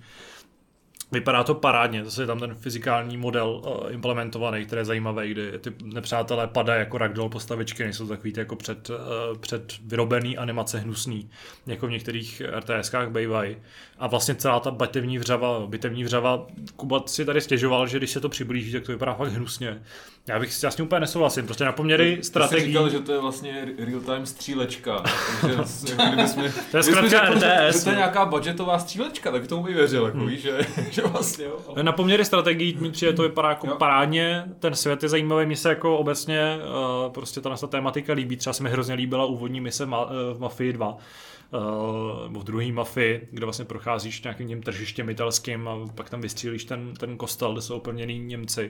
Vypadá to parádně, zase je tam ten fyzikální model uh, implementovaný, který je zajímavý, kdy ty nepřátelé padají jako ragdoll postavičky, nejsou takový ty jako před, uh, před vyrobený animace hnusný, jako v některých R T S kách bývají. A vlastně celá ta bitevní vřava, bitevní vřava, Kuba si tady stěžoval, že když se to přiblíží, tak to vypadá fakt hnusně. Já bych s jasně úplně nesouhlasím, prostě na poměry strategií. Ty jsi říkal, že to je vlastně real-time střílečka, takže jsme, to je zkrátka R T S. Že to je nějaká budgetová střílečka, tak tomu bych věřil, jako, hmm. víš, že, že vlastně jo. Na poměry strategií mi přijde, to vypadá jako jo. parádně, ten svět je zajímavý, mi se jako obecně uh, prostě ta naša tématika líbí, třeba se mi hrozně líbila úvodní mise ma, uh, v Mafii dva. Uh, v druhé Mafii, kde vlastně procházíš nějakým tím tržištěm italským a pak tam vystřílíš ten, ten kostel, kde jsou opevněný Němci.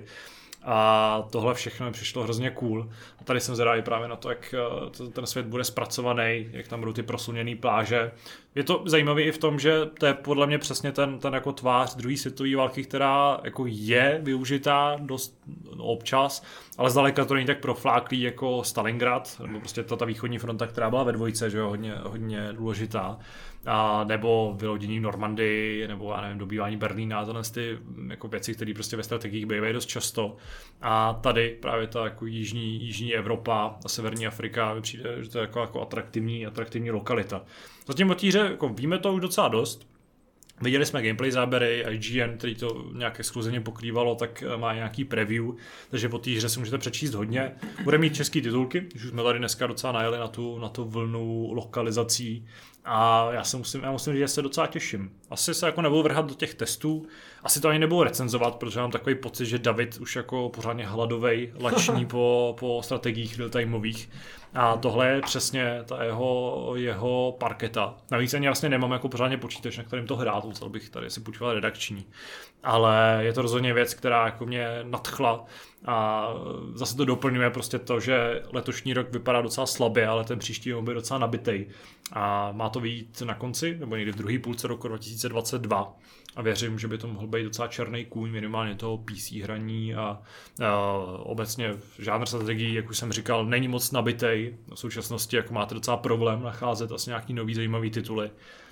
A tohle všechno mi přišlo hrozně cool. A tady jsem zvědavý právě na to, jak ten svět bude zpracovaný, jak tam budou ty prosluněné pláže. Je to zajímavé i v tom, že to je podle mě přesně ten, ten jako tvář druhé světové války, která jako je využitá dost občas, ale zdaleka to není tak profláklý jako Stalingrad, nebo prostě ta, ta východní fronta, která byla ve dvojce, že jo, hodně, hodně důležitá. A nebo vylodění Normandii, nebo já nevím, dobývání Berlína, tohle ty jako věci, které prostě ve strategiích bývají dost často. A tady právě ta jako jižní, jižní Evropa a severní Afrika mi přijde, že to je jako, jako atraktivní, atraktivní lokalita. Zatím o té hře jako víme to už docela dost. Viděli jsme gameplay záběry, I G N, který to nějak exkluzivně pokrývalo, tak má nějaký preview, takže po té hře si můžete přečíst hodně. Bude mít český titulky, když už jsme tady dneska docela najeli na tu, na tu vlnu lokalizací. A já se musím, já musím říct, že se docela těším. Asi se jako nebudu vrhat do těch testů, asi to ani nebudu recenzovat, protože mám takový pocit, že David už jako pořádně hladovej, lační po, po strategiích real-timeových. A tohle je přesně ta jeho, jeho parketa. Navíc ani vlastně nemám jako pořádně počítač, na kterým to hrát, musel bych tady si půjčovat redakční. Ale je to rozhodně věc, která jako mě nadchla a zase to doplňuje prostě to, že letošní rok vypadá docela slabě, ale ten příští rok bude docela nabitej. A má to vyjít na konci, nebo někdy v druhé půlce roku dva tisíce dvacet dva. A věřím, že by to mohl být docela černý kůň minimálně toho P C hraní a, a obecně žánr strategií, jak už jsem říkal, není moc nabitej. V současnosti jako máte docela problém nacházet asi nějaký nový zajímavý tituly.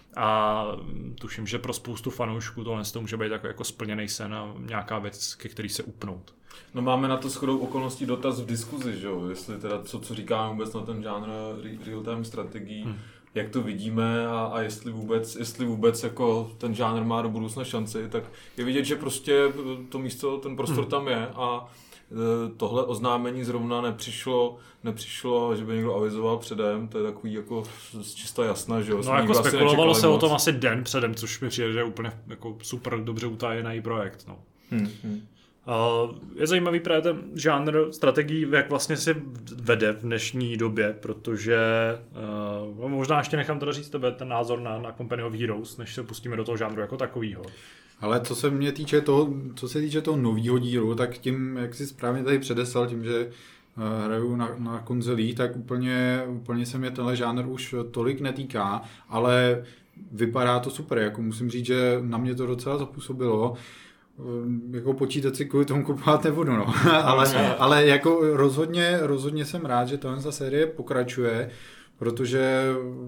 A tuším, že pro spoustu fanoušků tohle to může být jako, jako splněný sen a nějaká věc, ke který se upnout. No máme na to shodou okolností dotaz v diskuzi, že jo, jestli teda co, co říkáme vůbec na ten žánr real-time strategií, hmm. jak to vidíme a, a jestli vůbec, jestli vůbec jako ten žánr má do budoucna šanci, tak je vidět, že prostě to místo, ten prostor tam je a tohle oznámení zrovna nepřišlo, nepřišlo, že by někdo avizoval předem, to je takový jako čista jasná, že jo. No jako spekulovalo se moc o tom asi den předem, což mi přijde, že je úplně jako super dobře utajený projekt, no. Hmm, hmm. Uh, je zajímavý právě ten žánr strategií, jak vlastně si vede v dnešní době, protože uh, možná ještě nechám teda říct tebe ten názor na, na Company of Heroes, než se pustíme do toho žánru jako takovýho. Ale co se mě týče toho, co se týče toho nového dílu, tak tím, jak jsi správně tady předeslal, tím, že hraju na, na konzolích, tak úplně, úplně se mě tenhle žánr už tolik netýká, ale vypadá to super, jako musím říct, že na mě to docela zapůsobilo. Jako počítat si kvůli tomu kupovat nebudu, no. ale, ale jako rozhodně, rozhodně jsem rád, že tahle série pokračuje, protože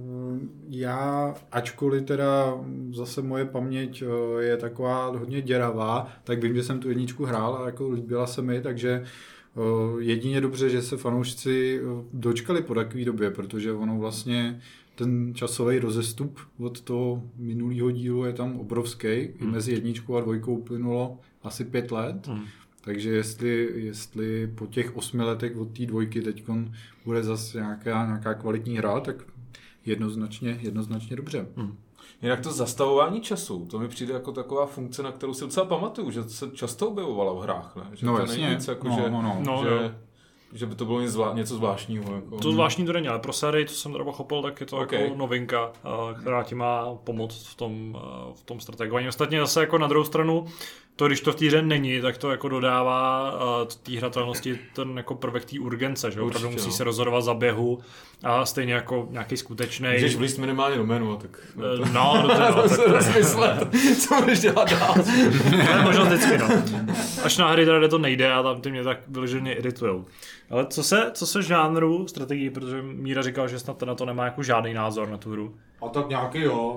já, ačkoliv teda zase moje paměť je taková hodně děravá, tak vím, že jsem tu jedničku hrál a jako líbila se mi, takže jedině dobře, že se fanoušci dočkali po takové době, protože ono vlastně ten časový rozestup od toho minulého dílu je tam obrovský. Hmm. I mezi jedničkou a dvojkou plynulo asi pět let. Hmm. Takže jestli, jestli po těch osmi letech od té dvojky teď bude zase nějaká, nějaká kvalitní hra, tak jednoznačně, jednoznačně dobře. Hmm. Jinak to zastavování času, to mi přijde jako taková funkce, na kterou si docela pamatuju, že se často objevovala v hrách, ne? Že no to jasně, není nic, jako, no, že, no, no. no, že, jo. že by to bylo něco, něco zvláštního. Jako. To zvláštní to není, ale pro sérii, to jsem teda pochopil, tak je to okay. Jako novinka, která ti má pomoct v tom, v tom strategování. Ostatně zase jako na druhou stranu, to, když to v té hře není, tak to jako dodává té hratelnosti ten jako prvek té urgence, že opravdu musí no. se rozhodovat za běhu a stejně jako nějaký skutečný. Můžeš vlíst minimálně do menu, tak... No, no, no, no, to se rozmyslet, co budeš dělat dál. To je možná vždycky, no. Až na hry teda, kde to nejde a tam ty mě tak vyloženě iritujou. Ale co se, co se žánru strategii, protože Míra říkal, že snad na to nemá jako žádný názor na tu hru. A tak nějaký jo.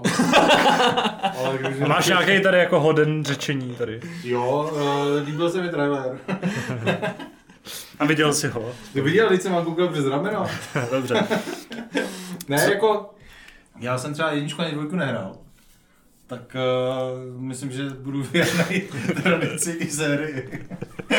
Ale když a máš nějaký tady jako hoden řečení tady. Jo, uh, líbil se mi trailer. A viděl jsi ho? Ty viděl, když jsem mám koukal přes rameno. Dobře. Ne, co? Jako, já jsem třeba jedničku ani dvojku nehrál. Tak uh, myslím, že budu věrnej tradici i sérii.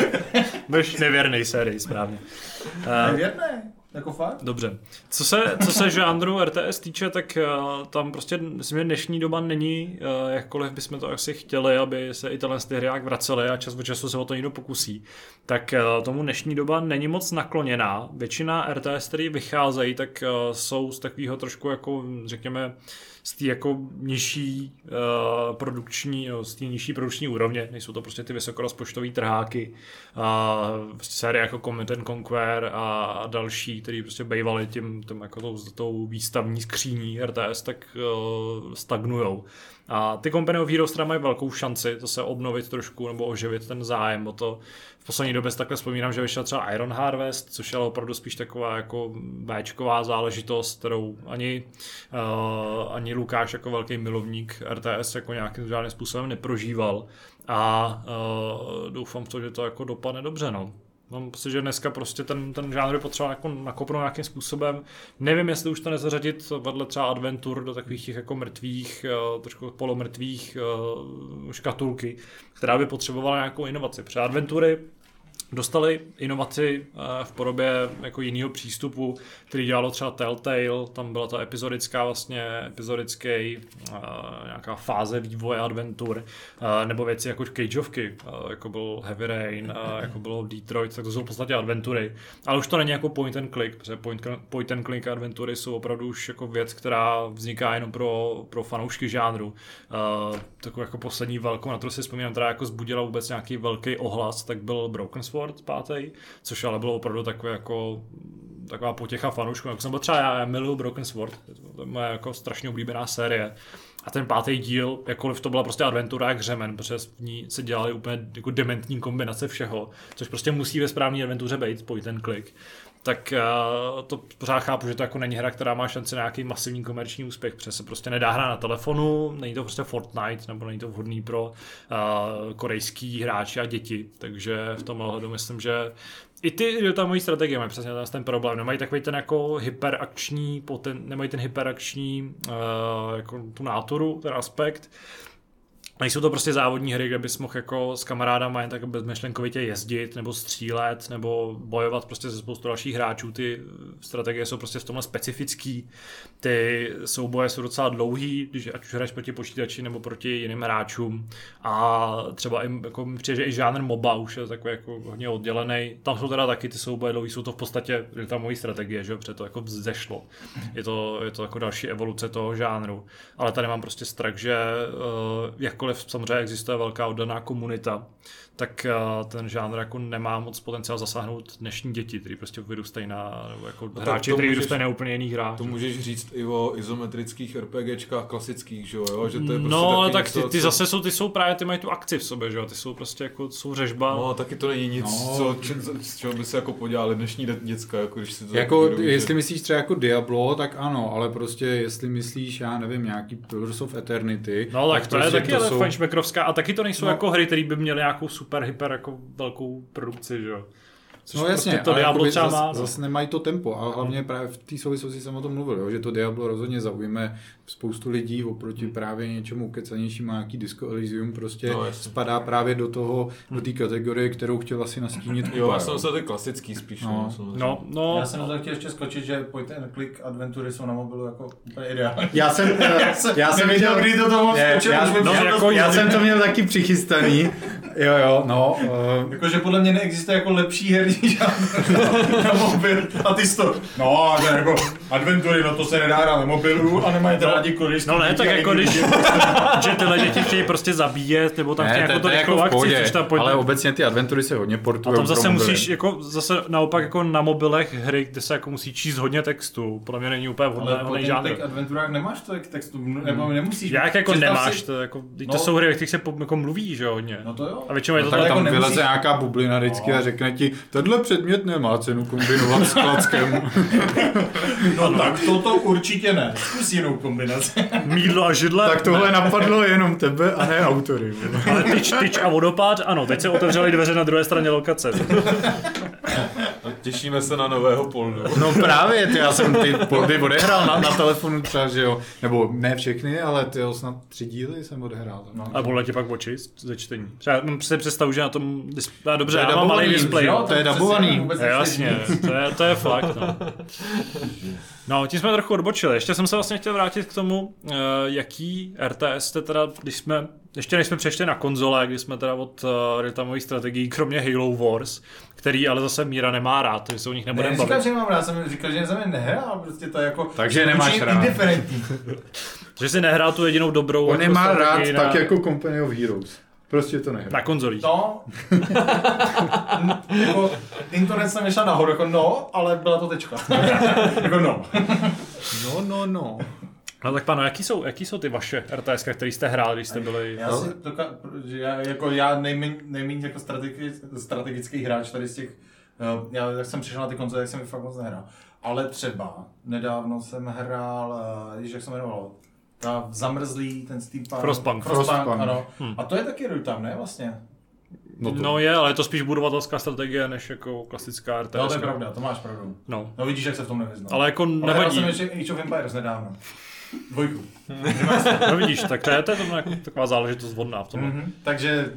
Budeš nevěrnej sérii, správně. Uh, Nevěrnej? Jako fakt? Dobře. Co se, co se žánru R T S týče, tak uh, tam prostě myslím, že dnešní doba není, uh, jakkoliv bychom to asi chtěli, aby se i tyhle hry jak vracely a čas od času se o to někdo pokusí, tak uh, tomu dnešní doba není moc nakloněná. Většina R T S, které vycházejí, tak uh, jsou z takového trošku jako, řekněme, z té jako nižší uh, produkční, no, z té nižší produkční úrovně, nejsou to prostě ty vysokorozpočtový trháky, uh, série jako Command and Conquer a, a další, který prostě bývaly tím, tím jako tou, tou výstavní skříní R T S, tak uh, stagnujou. A ty Company of Heroes teda mají velkou šanci to se obnovit trošku nebo oživit ten zájem o to. V poslední době si takhle vzpomínám, že vyšel třeba Iron Harvest, což je opravdu spíš taková jako béčková záležitost, kterou ani, uh, ani Lukáš jako velký milovník R T S jako nějakým žádným způsobem neprožíval. A uh, doufám v to, že to jako dopadne dobře, no. Mám pocit, že dneska prostě ten, ten žánr je potřeba jako nakopnout nějakým způsobem. Nevím, jestli už to nezařadit vedle třeba adventur do takových těch jako mrtvých, trošku polomrtvých škatulky, která by potřebovala nějakou inovaci. Protože adventury dostali inovaci v podobě jako jiného přístupu, který dělalo třeba Telltale, tam byla ta epizodická vlastně, epizodický nějaká fáze vývoje adventur, nebo věci jako cageovky, jako byl Heavy Rain, jako bylo Detroit, tak to jsou v podstatě adventury. Ale už to není jako point and click, protože point, point and click adventury jsou opravdu už jako věc, která vzniká jenom pro, pro fanoušky žánru. Takovou jako poslední velkou, na to si vzpomínám, která jako zbudila vůbec nějaký velký ohlas, tak byl Broken Sword pátý, což ale bylo opravdu takové jako taková potěcha fanoušků. Jako jsem byl třeba já, já miluju Broken Sword, to je moje jako strašně oblíbená série. A ten pátý díl, jakkoliv to byla prostě adventura jak řemen, protože v ní se dělaly úplně jako dementní kombinace všeho, což prostě musí ve správné adventuře být point and click. Tak uh, to pořád chápu, že to jako není hra, která má šanci na nějaký masivní komerční úspěch, protože se prostě nedá hrát na telefonu, není to prostě Fortnite, nebo není to vhodný pro uh, korejský hráči a děti, takže v tomhle hledu myslím, že i ty tam mají strategie, mají přesně ten problém, nemají takový ten jako hyperakční, poten, nemají ten hyperakční uh, jako tu náturu, ten aspekt. Nejsou to prostě závodní hry, kde bys mohl jako s kamarádama jen tak bezmyšlenkovitě jezdit, nebo střílet, nebo bojovat prostě se spoustu dalších hráčů. Ty strategie jsou prostě v tomhle specifický. Ty souboje jsou docela dlouhý, když ať už hraješ proti počítači nebo proti jiným hráčům. A třeba i, jako mi přijde, že i žánr MOBA už je takový jako hodně oddělený. Tam jsou teda taky ty souboje dlouhý, jsou to v podstatě real-timeové strategie, že protože to jako vzešlo. Je to, je to jako další evoluce toho žánru. Ale tady mám prostě strach, že uh, jakkoliv jakkoliv samozřejmě existuje velká oddaná komunita, tak ten žánr jako nemá moc potenciál zasáhnout dnešní děti, kteří prostě vyrůstají na nebo jako no hráči, kteří vyrůstají na úplně jiných hrách. To můžeš říct i o izometrických RPGčkách klasických, že jo, že to je prostě no, ale taky tak ty, něco, ty co... zase jsou, ty jsou právě, ty mají tu akci v sobě, že jo, ty jsou prostě jako, jsou řežba. No, taky to není nic, no. co, či, z čeho by se jako podělali dnešní děcka, jako když si to jako, vědomí, jestli že... myslíš třeba jako Diablo, tak ano, ale prostě jestli myslíš, já nevím, nějaký Pillars of Eternity. No tak, tak to prostě je taky ale jsou... fanšmekrovská a taky to nejsou no. jako hry, které by měly nějakou super, hyper, jako velkou produkci, že jo. Což no jasně, prostě to Diablo třeba má. Zase zas nemají to tempo a hlavně právě v té souvislosti jsem o tom mluvil, jo, že to Diablo rozhodně zaujme spoustu lidí oproti právě něčemu kecanějšímu, nějaký Disco Elysium prostě no, spadá právě do toho, do té kategorie, kterou chtěl asi nastínit. Jo, já jsem se ty klasický spíš. No. No, no. Já jsem to chtěl ještě skočit, že point and click adventury jsou na mobilu jako úplně ideální. Já jsem, já jsem, já jsem nevěděl, měl, kdy to toho skočil, já, no, jako, já jsem to měl taky přichystaný. Jo, jo, no. Uh... Jakože podle mě neexistuje jako lepší herní žánr na mobil. A ty jsi to, no, to jako adventury, no to se nedá na mobilu a nemají teda rádi korejský. No ne, tak jako když, že tyhle děti chtějí prostě zabíjet, nebo tam chtějí jako to rychlou akci, což tam pojďme. Ale obecně ty adventury se hodně portují. A tam zase musíš, jako zase naopak jako na mobilech hry, kde se jako musí číst hodně textu, podle mě není úplně vhodné, ale žánr. Ale po těch adventurách nemáš tolik textu, nebo nemusíš. Jak jako Představ nemáš, si... to, jako, no, to jsou hry, ve kterých se jako mluví, že jo, hodně. No to jo. A většinou je to no, tak jako tam nemusíš... vyleze nějaká bublina vždycky no. a řekne ti, tenhle předmět nemá cenu kombinovat s klackem. No tak toto určitě ne. Zkus jinou kombinaci. Mýdlo a židle. Tak tohle napadlo jenom tebe a ne autory. Ale tyč, tyč a vodopád, ano, teď se otevřely dveře na druhé straně lokace. Těšíme se na nového polnu. No právě, ty, já jsem ty polny odehrál na, na telefonu třeba, že jo, nebo ne všechny, ale ty jo, snad tři díly jsem odehrál. No. A bolí tě pak oči ze čtení. Třeba si představu, že na tom, display, dobře, to já mám malý displej. Jo, to je dabovaný. Jasně, to je, to je fakt, no. No, tím jsme trochu odbočili. Ještě jsem se vlastně chtěl vrátit k tomu, jaký R T S jste teda, když jsme, ještě než jsme přešli na konzole, kdy jsme teda od real-timeových strategií, kromě Halo Wars, který ale zase Míra nemá rád, takže se o nich nebudeme bavit. Ne, říkám, že nemám rád, jsem říkal, že jsem je nehrál, prostě to je jako... Takže nemáš rád. Indiferentní. Že si nehrál tu jedinou dobrou... On jako nemá rád na... tak jako Company of Heroes. Prostě to nehrál. Na konzolích. No. Jako, internet jsem vyšel nahoru, jako no, ale byla to tečka. Jako no. No, no, no. No tak pano, jaký jsou, jaký jsou ty vaše R T S, které jste hráli, když jste byli... Já si to, že já, jako já nejméně, nejméně jako strategický, strategický hráč tady z těch, já jak jsem přišel na ty konzole, tak jsem fakt moc nehrál. Ale třeba nedávno jsem hrál, víš, jak se jmenovalo, ta zamrzlý, ten steampunk. Frostpunk. Frostpunk, Frostpunk. ano. Hmm. A to je taky real-time, ne vlastně? No, to... no je, ale je to spíš budovatelská strategie, než jako klasická R T S. No to je pravda, to máš pravdu. No. No vidíš, jak se v tom nevyznal. Ale jako nevadí. Ale hrál jsem ještě Age of Empires nedávno. Dvojku. No vidíš, tak to je, to je to jako taková záležitost vodná v tom. Mm-hmm. Takže...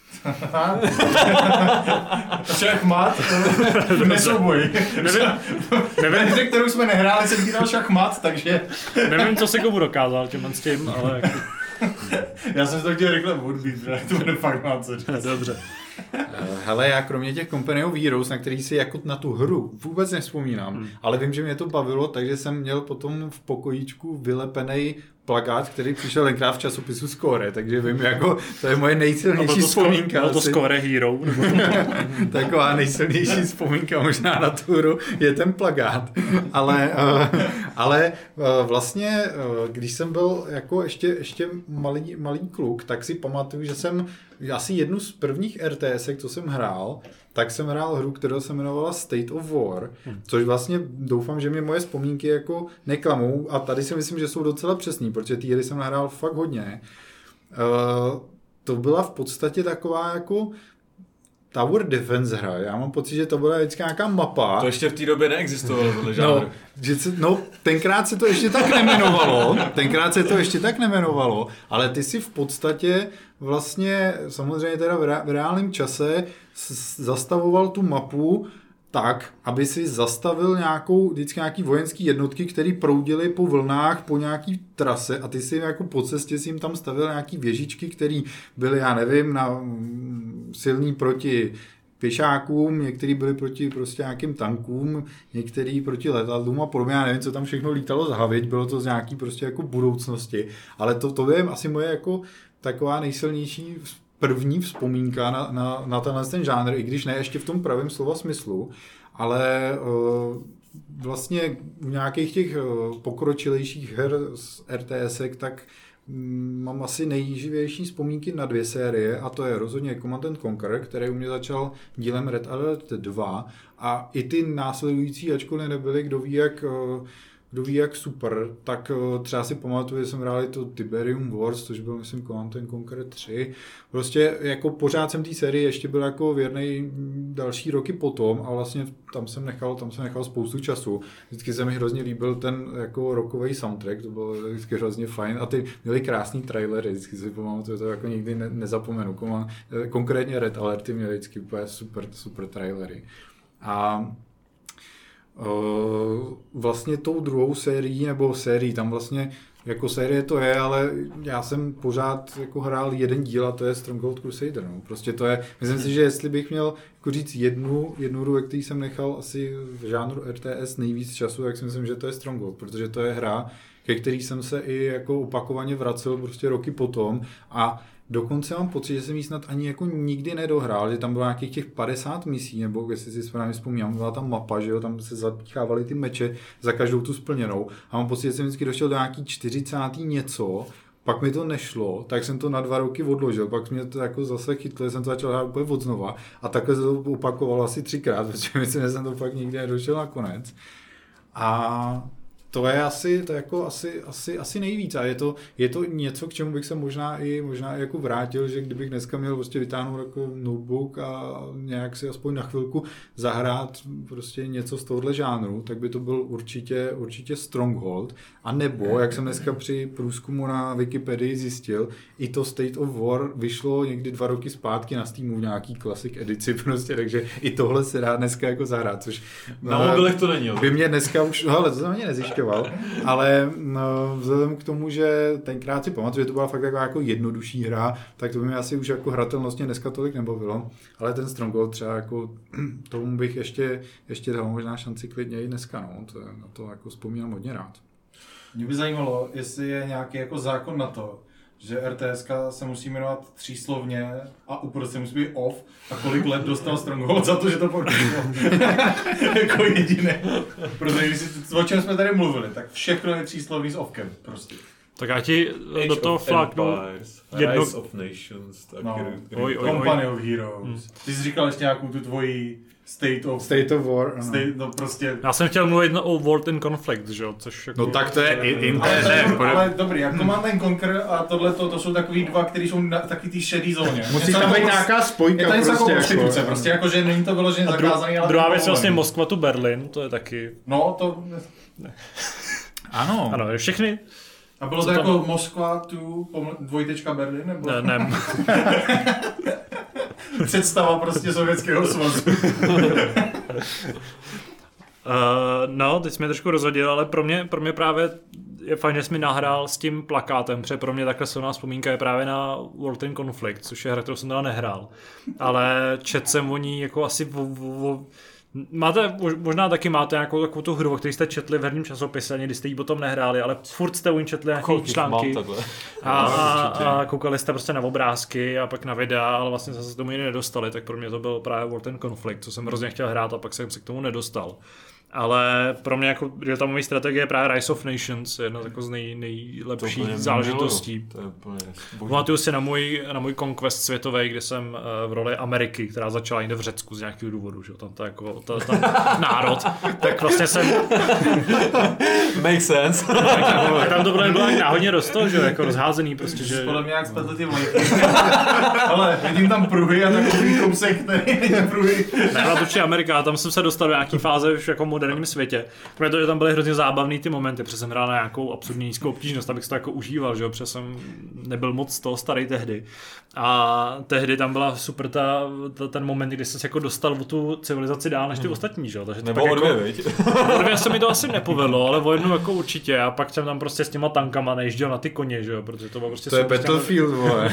šachmat, to nesouboj. Nevím, nevím, Hře, kterou jsme nehráli, jsem díral šachmat, takže... nevím, co si komu dokázal těmhle s tím, ale... Jako... Já jsem si to chtěl rychle odbít, že to bude fakt má co říct. Dobře. Hele, já kromě těch Company of Heroes, na který si jako na tu hru vůbec nevzpomínám, hmm. ale vím, že mě to bavilo, takže jsem měl potom v pokojíčku vylepený plakát, který přišel tenkrát v časopisu Score, takže vím, jako, to je moje nejsilnější vzpomínka. Bylo to Score Hero. Taková nejsilnější vzpomínka možná na tu hru je ten plakát. Ale, ale vlastně, když jsem byl jako ještě, ještě malý, malý kluk, tak si pamatuju, že jsem asi jednu z prvních R T S, co jsem hrál, tak jsem hrál hru, která se jmenovala State of War, hmm. což vlastně doufám, že mě moje vzpomínky jako neklamou a tady si myslím, že jsou docela přesný, protože ty hry jsem nahrál fakt hodně. Uh, to byla v podstatě taková jako Tower Defense hra. Já mám pocit, že to byla vždycky nějaká mapa. To ještě v té době neexistovalo, tohle žádný. No, že se, no, tenkrát se to ještě tak nemenovalo, tenkrát se to ještě tak nemenovalo, ale ty si v podstatě vlastně, samozřejmě teda v, re, v reálném čase s, zastavoval tu mapu tak, aby si zastavil nějakou, vždycky nějaký vojenský jednotky, které proudily po vlnách po nějaký trase a ty si jako po cestě si jim tam stavil nějaký věžičky, které byly, já nevím, na, silný proti pěšákům, některý byli proti prostě nějakým tankům, některý proti letadlům a podobně, já nevím, co tam všechno lítalo za havěť, bylo to z nějaký prostě jako budoucnosti, ale to, to je asi moje jako taková nejsilnější první vzpomínka na, na, na tenhle ten žánr, i když ne ještě v tom pravém slova smyslu, ale uh, vlastně v nějakých těch uh, pokročilejších her z RTSek, tak um, mám asi nejživější vzpomínky na dvě série, a to je rozhodně Command and Conquer, který u mě začal dílem Red Alert dva, a i ty následující, ačkoliv nebyly, kdo ví jak uh, kdo ví jak super, tak třeba si pamatuju, že jsem hrál to Tiberium Wars, což byl, myslím, Command and Conquer tři. Prostě jako pořád jsem té sérii ještě byl jako věrnej další roky potom a vlastně tam jsem nechal, tam jsem nechal spoustu času. Vždycky se mi hrozně líbil ten jako rockový soundtrack, to bylo vždycky hrozně fajn a ty měly krásný trailery, vždycky si pamatuju, to jako nikdy ne, nezapomenu. Konkrétně Red Alerty měly vždycky úplně super, super trailery. A Uh, vlastně tou druhou sérií, nebo sérií, tam vlastně jako série to je, ale já jsem pořád jako hrál jeden díl a to je Stronghold Crusader, no. Prostě to je, myslím si, že jestli bych měl jako říct jednu, jednu hru, ve který jsem nechal asi v žánru R T S nejvíc času, tak si myslím, že to je Stronghold, protože to je hra, ke který jsem se i jako opakovaně vracel prostě roky potom a dokonce mám pocit, že jsem jí snad ani jako nikdy nedohrál, že tam bylo nějakých těch padesát misí, nebo jestli si správně vzpomínám, byla tam mapa, že jo, tam se zapíchávaly ty meče za každou tu splněnou a mám pocit, že jsem vždycky došel do nějaký čtyřicátý něco, pak mi to nešlo, tak jsem to na dva roky odložil, pak mě to jako zase chytlo, jsem to začal hrát úplně od znova a takhle se to opakovalo asi třikrát, protože myslím, že jsem to pak nikdy nedošel na konec. A to je asi, to je jako asi, asi, asi nejvíc a je to, je to něco, k čemu bych se možná i, možná i jako vrátil, že kdybych dneska měl prostě vytáhnout jako notebook a nějak si aspoň na chvilku zahrát prostě něco z tohohle žánru, tak by to byl určitě, určitě Stronghold. A nebo, jak jsem dneska při průzkumu na Wikipedii zjistil, i to State of War vyšlo někdy dva roky zpátky na Steamu v nějaký classic edici prostě, takže i tohle se dá dneska jako zahrát, což na mobilech to není. By mě dneska už, hele, to jsem ani nezjišťoval, ale no, vzhledem k tomu, že tenkrát si pamatuju, že to byla fakt taková jako jednodušší hra, tak to by mě asi už jako hratelnostně dneska tolik nebavilo, ale ten Stronghold třeba jako tomu bych ještě, ještě dal možná šanci klidně i dneska, no, to, na to jako vzpomínám hodně rád. Mě by zajímalo, jestli je nějaký jako zákon na to, že RTSka se musí jmenovat tříslovně a uprostřed musí být off a kolik let dostal Stronghold za to, že to porušilo. Jako jediný. Protože když si, o čem jsme tady mluvili, tak všechno je tříslovný s offkem prostě. Tak já ti Age do toho fláknu jedno... Rise of Nations. Tak no. kdy, oj, oj, Company of Heroes. Hmm. Ty jsi říkal ještě nějakou tu tvoji State of... State of War, ano. State, no prostě... Já jsem chtěl mluvit o World in Conflict, že jo, což jako... No tak to je i ale, ne, ale, ale dobrý, jak Command and Conquer a tohleto, to jsou takový dva, který jsou na taky té šedý zóně. Musí tam být nějaká spojka. Je to něco prostě jako prostituce, jako, prostě jako, že není to vyloženě zakázaný, ale... Druhá věc vlastně Moskva tu Berlin, to je taky... No, to... Ne. Ano. Ano, všechny... A bylo Co to tam... jako Moskva tu dvojtečka Berlin, nebo? Ne, ne. Představa prostě Sovětského svazu. Uh, no, teď jsi mě trošku rozhodil, ale pro mě, pro mě právě je fajn, že jsi mi nahrál s tím plakátem, protože pro mě takhle silná vzpomínka je právě na World in Conflict, což je hra, kterou jsem teda nehrál. Ale četl jsem o ní jako asi o, o, o máte, možná taky máte nějakou takovou tu hru, o který jste četli v herním časopise, někdy jste ji potom nehráli, ale furt jste u ní četli nějaké články a, a, a koukali jste prostě na obrázky a pak na videa, ale vlastně zase se tomu jiný nedostali, tak pro mě to byl právě World in Conflict, co jsem hrozně chtěl hrát a pak jsem se k tomu nedostal. Ale pro mě jako real-timeový strategie je právě Rise of Nations, jedna jako z nej, nejlepších záležitostí. Pamatuju si na můj, na můj conquest světový, kde jsem v roli Ameriky, která začala jinde v Řecku z nějakého důvodu, že tam to jako ta, tam národ, tak vlastně jsem... Makes sense. tak tam to bylo nebylo jak náhodně rostlo, že jako rozházený prostě, že... Podle mě jak spletl ty vlajky. Ale vidím tam pruhy a takový kousek, který není pruhy. Ne, ale určitě Amerika, tam jsem se dostal do nějaký fáze už jako moderním světě. Protože tam byly hrozně zábavný ty momenty, protože jsem hrál na nějakou absurdní nízkou obtížnost, abych to jako užíval, že jo, protože jsem nebyl moc toho starý tehdy. A tehdy tam byla super ta, ta ten moment, kdy jsem se jako dostal o tu civilizaci dál než ty hmm. ostatní, že jo. Takže nebo o dvě, viď? O dvě se mi to asi nepovedlo, ale o jednu jako určitě. A pak jsem tam prostě s těma tankama neježděl na ty koně, že jo, protože to bylo prostě... To je Battlefield, vole.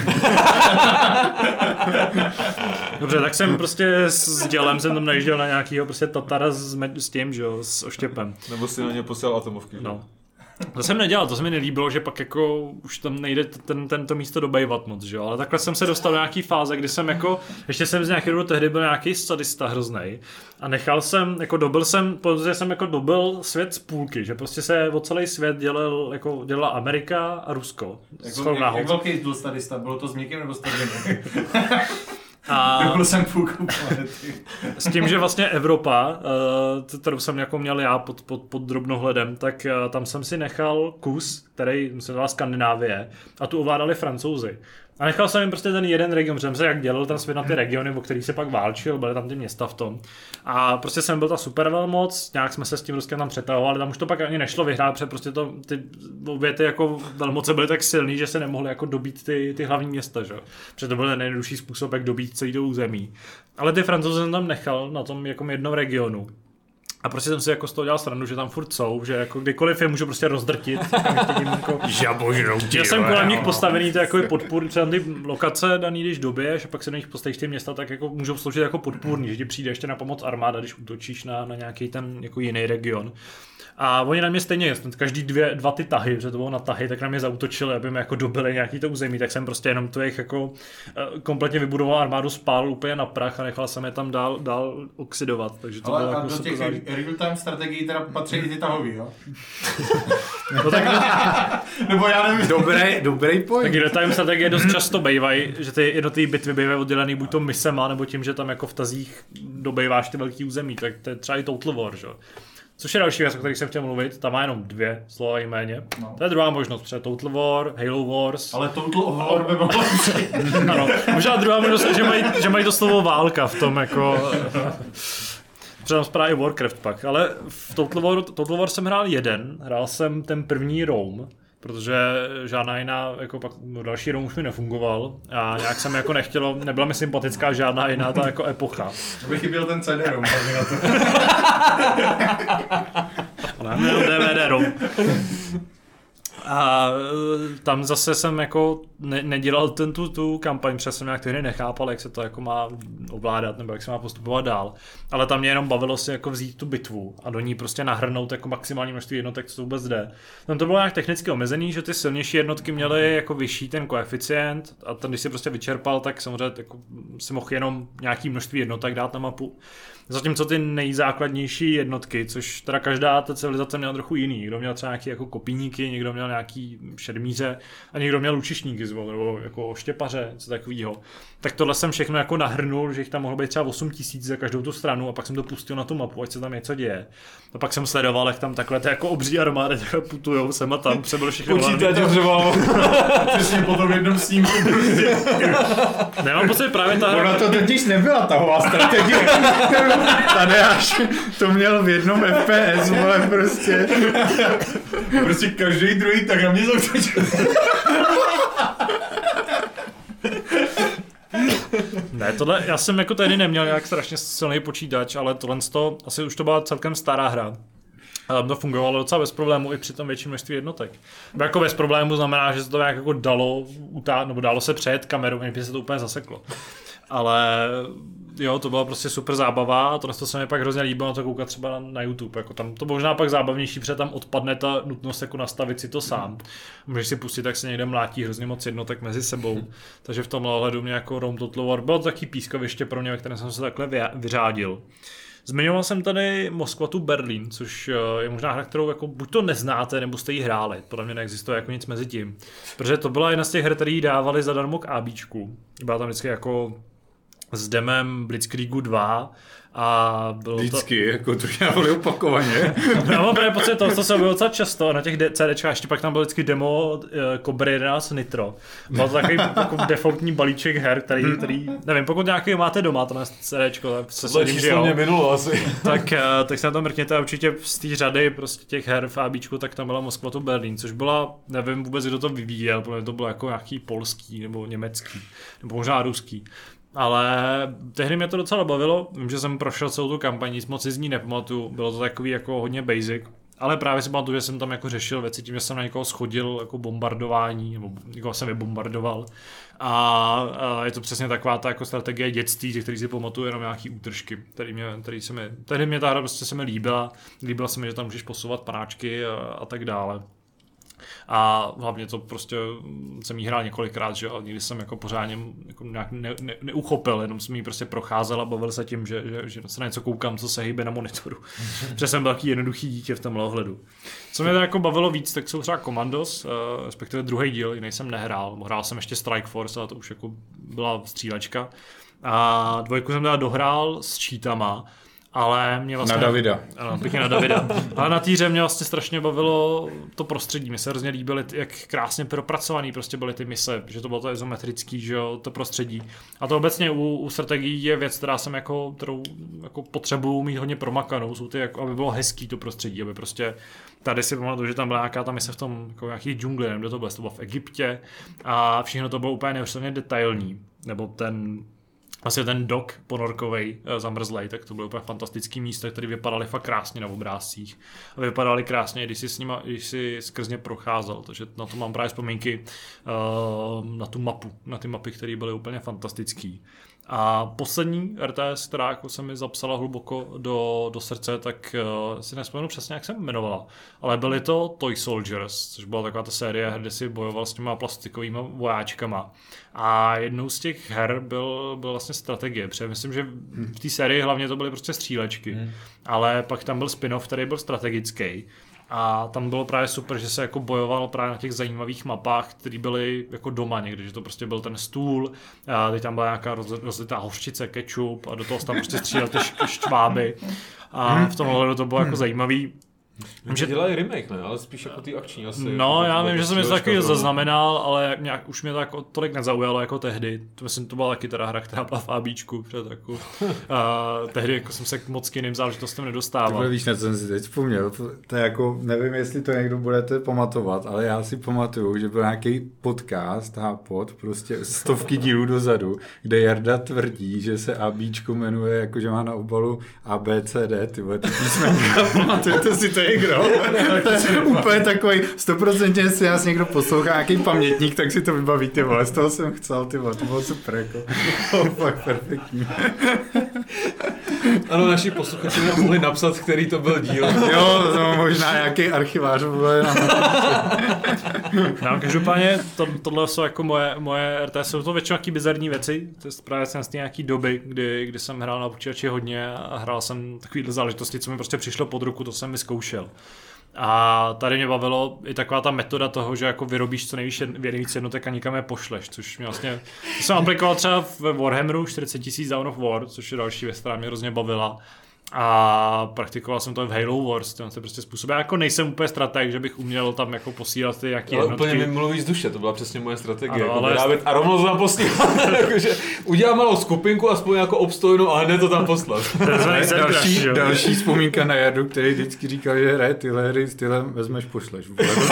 Dobře, tak jsem prostě s dělem jsem tam neježděl na nějakýho prostě Tatara s, med, s tím, že jo, s oštěpem. Nebo si na ně posílal atomovky. No. To jsem nedělal, to se mi nelíbilo, že pak jako už tam nejde ten, tento místo dobejvat moc, že jo, ale takhle jsem se dostal do nějaký fáze, kdy jsem jako, ještě jsem z nějakého důvodu tehdy byl nějaký sadista hroznej a nechal jsem, jako dobil jsem, protože jsem jako dobil svět z půlky, že prostě se o celý svět dělal, jako dělala Amerika a Rusko. Jak, jak, jak velký byl sadista, bylo to s někým nebo s tebou? A dobil jsem půlku planety. S tím, že vlastně Evropa, kterou jsem jako měl já pod, pod, pod drobnohledem, tak tam jsem si nechal kus, který se jmenoval Skandinávie, a tu ovládali Francouzi. A nechal jsem jim prostě ten jeden region, protože jsem se jak dělal ten svět na ty regiony, o kterých se pak válčil, byly tam ty města v tom. A prostě jsem byl ta super velmoc, nějak jsme se s tím Ruskem tam přetahovali, tam už to pak ani nešlo vyhrát, protože prostě to, ty obě ty jako velmoce byly tak silný, že se nemohly jako dobít ty, ty hlavní města, že? Protože to byl ten nejjednodušší způsob, jak dobít celý to území. Ale ty Francouzi jsem tam nechal na tom jako jednom regionu. A prostě jsem si jako z toho dělal srandu, že tam furt jsou, že jako kdykoliv je můžu prostě rozdrtit. Jako, já jsem kolem nich postavený, to jako podpůr, třeba ty lokace daný, když dobiješ a pak se do nich postavíš ty města, tak jako můžou sloužit jako podpůrný, že ti přijde ještě na pomoc armáda, když útočíš na, na nějaký ten jako jiný region. A oni na mě stejně, každý dvě, dva ty tahy, protože to bylo na tahy, tak na mě zaútočili, aby mi jako dobili nějaký to území, tak jsem prostě jenom to jejich jako kompletně vybudoval armádu, spálil úplně na prach a nechal jsem je tam dál, dál oxidovat. Takže to ale bylo a jako do těch záleží. real-time strategií teda patří i ty tahový, jo? No tak, nebo já nevím. Dobrý, dobrý point. tak real-time strategie dost často bývají, že ty jednotlivé bitvy bývají oddělený buď to misema, nebo tím, že tam jako v tazích dobejváš ty velký území, tak to je třeba i Total War, že? Což je další věc, o kterých jsem chtěl mluvit, tam má jenom dvě slova jméně. No. To je druhá možnost, protože Total War, Halo Wars. Ale Total War by bylo ano, možná druhá možnost, že mají, že mají to slovo válka v tom jako... Třeba tam spadá i Warcraft pak, ale v Total War, Total War jsem hrál jeden, hrál jsem ten první Rome, protože žádná jiná, jako pak další Rome už mi nefungoval a nějak jsem jako nechtělo, nebyla mi sympatická žádná jiná ta jako epocha. To by chyběl ten C D Rome, na to. Ale jenom D V D Rome. A tam zase jsem jako ne, nedělal ten, tu, tu kampaň, protože jsem nějak tehdy nechápal, jak se to jako má ovládat nebo jak se má postupovat dál. Ale tam mě jenom bavilo si jako vzít tu bitvu a do ní prostě nahrnout jako maximální množství jednotek, co to vůbec jde. Tam to bylo nějak technicky omezený, že ty silnější jednotky měly jako vyšší ten koeficient a ten, když si prostě vyčerpal, tak samozřejmě jako si mohl jenom nějaký množství jednotek dát na mapu. Zatímco ty nejzákladnější jednotky, což teda každá ta civilizace měla trochu jiný. Někdo měl třeba nějaký jako kopíníky, někdo měl nějaký šermíře a někdo měl lučišníky nebo jako oštěpaře, co takového. Tak tohle jsem všechno jako nahrnul, že jich tam mohlo být třeba osm tisíc za každou tu stranu a pak jsem to pustil na tu mapu, ať se tam něco děje. A pak jsem sledoval, jak tam takhle ty jako obří armády putujou sem a tam, přebylo všechno. Počítač řval. Přesně po tom jednom snímku. Nemám pocit právě ta hra... Ona to totiž nebyla tahová strategie. Tady až to měl v jednom F P S, ale prostě... Prostě každý druhý tak na mě zautočil. Ne, tohle, já jsem jako tehdy neměl nějak strašně silný počítač, ale tohle to, asi už to byla celkem stará hra. A tam to fungovalo docela bez problému i při tom větším množství jednotek. Bo jako bez problému znamená, že se to nějak jako dalo utát, nebo dalo se přejet kamerou, kdyby se to úplně zaseklo. Ale jo, to byla prostě super zábava a to se mi pak hrozně líbilo na to koukat třeba na, na YouTube. Jako tam to možná pak zábavnější, protože tam odpadne ta nutnost jako nastavit si to sám. Můžeš si pustit, tak se někde mlátí hrozně moc jednotek mezi sebou. Takže v tomhle ohledu mě jako Rome Total War bylo to taky pískoviště pro mě, ve kterém jsem se takhle vyřádil. Zmiňoval jsem tady Moskva tu Berlín, což je možná hra, kterou jako buď to neznáte, nebo jste ji hráli. Podle mě neexistuje jako nic mezi tím. Protože to byla jedna z těch her, které jí dávali zadarmo k ABčku. Byla tam vždycky jako s demem Blitzkriegu dva a bylo Vždycky, to... jako to dělali opakovaně. Já mám právě pocit, to, to se objevilo docela často na těch CDčkách, ještě pak tam byl vždycky demo uh, Cobra jedenáct Nitro. Byl to takový jako defaultní balíček her, který, který, nevím, pokud nějaký máte doma, to na CDčko, tak se sadím, že jo. Mě minulo asi. tak, uh, tak se na to mrkněte a určitě z té řady prostě těch her v ABčku, tak tam byla Moskva to Berlín, což byla, nevím vůbec, kdo to vyvíjel, protože to bylo jako nějaký polský nebo německý, nebo možná ruský. Ale tehdy mě to docela bavilo, vím, že jsem prošel celou tu kampaň, nic moc si z ní nepamatuju, bylo to takový jako hodně basic, ale právě si pamatuju, že jsem tam jako řešil věci tím, že jsem na někoho schodil jako bombardování, nebo někoho jsem vybombardoval a, a je to přesně taková ta jako strategie dětství, ze který si pamatuju jenom nějaký útržky, který mě, který se mi, tehdy mě ta hra prostě se mi líbila, líbila se mi, že tam můžeš posouvat panáčky a, a tak dále. A hlavně to prostě jsem jí hrál několikrát, že a nikdy jsem jako pořádně jako nějak ne, ne, neuchopil, jenom jsem jí prostě procházel a bavil se tím, že, že, že se na něco koukám, co se hýbe na monitoru. Protože jsem byl takový jednoduchý dítě v tomhle ohledu. Co mě to jako bavilo víc, tak jsou třeba Commandos, respektive druhý díl, jiný jsem nehrál. Hrál jsem ještě Strike Force, ale to už jako byla střílečka. A dvojku jsem teda dohrál s cheatama, ale mě vlastně... Na Davida. Ano, pěkně na Davida. Ale na týře mě vlastně strašně bavilo to prostředí. Mně se hrozně líbily, jak krásně propracovaný prostě byly ty mise, že to bylo to izometrický, že jo, to prostředí. A to obecně u, u strategií je věc, která jsem jako, kterou jako potřebuju mít hodně promakanou, jsou ty, jako, aby bylo hezký to prostředí, aby prostě tady si pamatuju, že tam byla nějaká ta mise v tom jako nějaký džungli, nevím, kde to bylo, to bylo v Egyptě a všechno to bylo úplně neuvěřitelně detailní, nebo ten Vlastně ten dok ponorkovej zamrzlej, tak to bylo úplně fantastický místo, které vypadaly fakt krásně na obrázcích. A vypadaly krásně, když si s nima, když si skrz ně procházel, takže na to mám právě vzpomínky uh, na tu mapu, na ty mapy, které byly úplně fantastický. A poslední R T S, která jako se mi zapsala hluboko do, do srdce, tak uh, si nespomenu přesně, jak se jmenovala. Ale byly to Toy Soldiers, což byla taková ta série, kde si bojoval s těma plastikovými vojáčkama. A jednou z těch her byl, byl vlastně strategie, protože myslím, že v té sérii hlavně to byly prostě střílečky, hmm. ale pak tam byl spin-off, který byl strategický. A tam bylo právě super, že se jako bojoval právě na těch zajímavých mapách, které byly jako doma někdy, že to prostě byl ten stůl, a teď tam byla nějaká roz, rozlitá hořčice, ketchup a do toho tam prostě střílel ty šťváby a v tomhle to bylo jako zajímavý. Vím, že dělají remake, ne? Ale spíš jako ty akční asi. No, já vím, že jsem něco takový zaznamenal, ale nějak už mě to jako tolik nezaujalo jako tehdy. To myslím, to byla taky teda hra, která byla v ABčku před jako. A tehdy jako jsem se k moc k jiným záležitostem nedostával. Ty víš, na co jsem si teď vzpomněl. To, to je jako, nevím, jestli to někdo budete pamatovat, ale já si pamatuju, že byl nějaký podcast, H-pod, prostě stovky dílů dozadu, kde Jarda tvrdí, že se ABčko jmenuje, jako že má na obalu A B C D, ty vole, ty písmenka, pamatujete si to Kdo? To je úplně takový, stoprocentně jestli nás někdo poslouchá nějaký pamětník, tak si to vybaví, ty vole, z toho jsem chcel, ty vole, to bylo super, jako, oh, fakt perfektní. Ano, naši posluchači nám mohli napsat, který to byl díl. Jo, to možná nějaký archivář, vole, nám no, každopádně to, tohle jsou jako moje, moje R T S, jsou to většinou nějaký bizarní věci, to je právě jsem z nějaký doby, kdy, kdy jsem hrál na počítači hodně a hrál jsem takovýhle záležitosti, co mi prostě přišlo pod ruku, to jsem vyzkoušel. A tady mě bavilo i taková ta metoda toho, že jako vyrobíš co nejvíc, nejvíc jednotek a nikam je pošleš, což mě vlastně, to jsem aplikoval třeba v Warhammeru čtyřicet tisíc Dawn of War, což je další věc, která mě hrozně bavila. A praktikoval jsem to v Halo Wars, to se prostě způsobí. Já jako nejsem úplně strateg, že bych uměl tam jako posílat ty jaký ale jednotky. Úplně mi mluví z duše, to byla přesně moje strategie. Ano, jako ale... vyrábět a rovnou to tam posílat. Jakože udělám malou skupinku, aspoň jako obstojnou a hned to tam poslat. další, další vzpomínka na Jardu, který vždycky říkal, že hraje tyhle hry, stylem vezmeš, pošleš.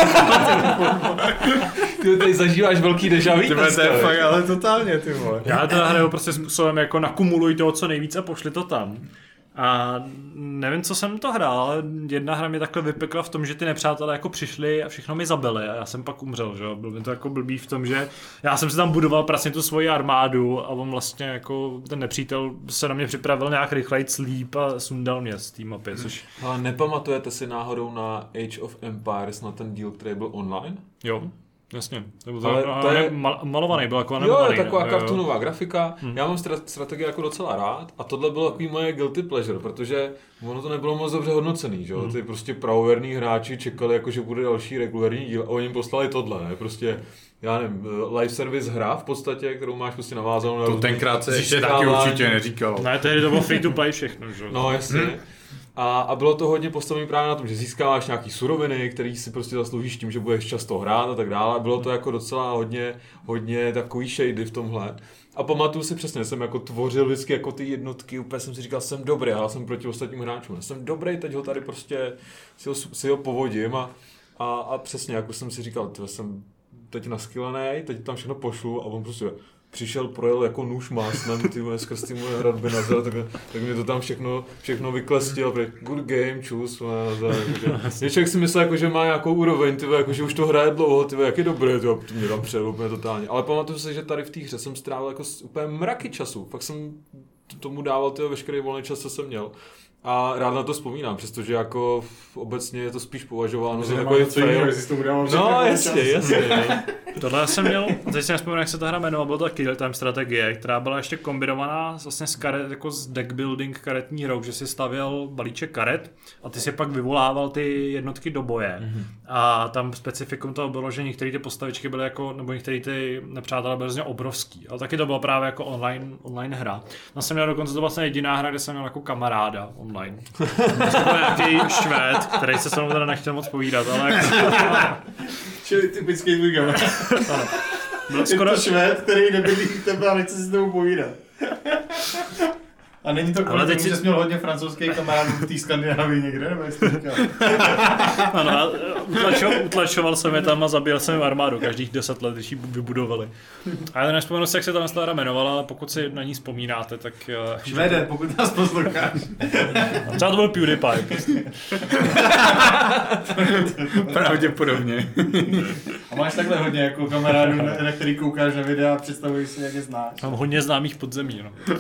Ty tady zažíváš velký déjà vu. To je fakt, ale totálně, ty vole. Já to hraju prostě způsobem jako nakumuluj toho co nejvíc a pošli to tam. A nevím, co jsem to hrál, ale jedna hra mě takhle vypekla v tom, že ty nepřátelé jako přišli a všechno mi zabili a já jsem pak umřel, že jo. Byl mi to jako blbý v tom, že já jsem si tam budoval prasně tu svoji armádu a on vlastně jako ten nepřítel se na mě připravil nějak rychleji líp a sundal mě z té mapy, což... Ale nepamatujete si náhodou na Age of Empires, na ten díl, který byl online? Jo. Jasně, to, ale to, to je mal, malovaný, byl jako animovaný. Jo, taková kartunová grafika. Hmm. Já mám stra- strategii jako docela rád a tohle bylo takový moje guilty pleasure, protože ono to nebylo moc dobře hodnocený, že jo? Hmm. Ty prostě pravověrní hráči čekali, jako, že bude další regulární díl a oni jim poslali tohle, ne? Prostě, já nevím, live service hra v podstatě, kterou máš prostě navázanou na to tenkrát se ještě taky určitě neříkalo. Ne, tehdy to bylo free to play všechno, že jo? No, jasně. Hmm. A, a bylo to hodně postavené právě na tom, že získáváš nějaký suroviny, který si prostě zasloužíš tím, že budeš často hrát a tak dále. Bylo to jako docela hodně, hodně takový shady v tomhle. A pamatuju si přesně, jsem jako tvořil vždycky jako ty jednotky, úplně jsem si říkal, jsem dobrý, já jsem proti ostatním hráčům. Jsem dobrý, teď ho tady prostě si ho, si ho povodím a, a, a přesně, jako jsem si říkal, tyhle, jsem teď naskylený, teď tam všechno pošlu a on prostě přišel, projel jako nůž máslem, ty moje skrz ty moje hradby nazad, tak, tak mě to tam všechno, všechno vyklestil, good game, čus, nazad. Člověk si myslel, jako, že má nějakou úroveň, tyhle, jako, že už to hraje dlouho, tyhle, jak je dobré, tyhle, to mě tam přejel úplně totálně. Ale pamatuju si, že tady v té hře jsem strávil jako úplně mraky času, fakt jsem tomu dával tyhle, veškerý volný čas, co jsem měl. A rád na to vzpomínám, přestože jako obecně je to spíš považováno za takový fail. No jasně, jasně. Tohle jsem měl, teď si nespomínám, jak se ta hra jmenovala, byla to taky tam strategie, která byla ještě kombinovaná vlastně s, karet, jako s deck building karetní hrou, že si stavěl balíček karet a ty si pak vyvolával ty jednotky do boje. Mm-hmm. A tam specifikum toho bylo, že některé ty postavičky byly jako, nebo některé ty nepřátelé byly vlastně obrovský. Ale taky to bylo právě jako online, online hra. Já jsem měl dokonce to vlastně jediná hra, kde jsem měl jako kamaráda online. To byl nějaký Švéd, který se se mnou teda nechtěl moc povídat, ale jako... Čili typický tvůj kamarád. Byl skoro... Je to Švéd, který nebydlí k tebe a nechce si s tebou povídat. A není to kvůli tomu, si... že jsi měl hodně francouzských kamarádů v té Skandinávii někde, nebo jak jsi to říkal? Ano, utlačoval, utlačoval jsem je tam a zabíjel jsem jim armádu každých deset let, když ji vybudovali. A já nevzpomenu si, jak se ta hra jmenovala, ale pokud si na ní vzpomínáte, tak... Švéden, pokud nás posloucháš. Třeba to byl PewDiePie. Prostě. Pravděpodobně. A máš takhle hodně jako kamarádů, na který koukáš na videa a představuješ si, jak je znáš. Mám hodně známých podzemí, no.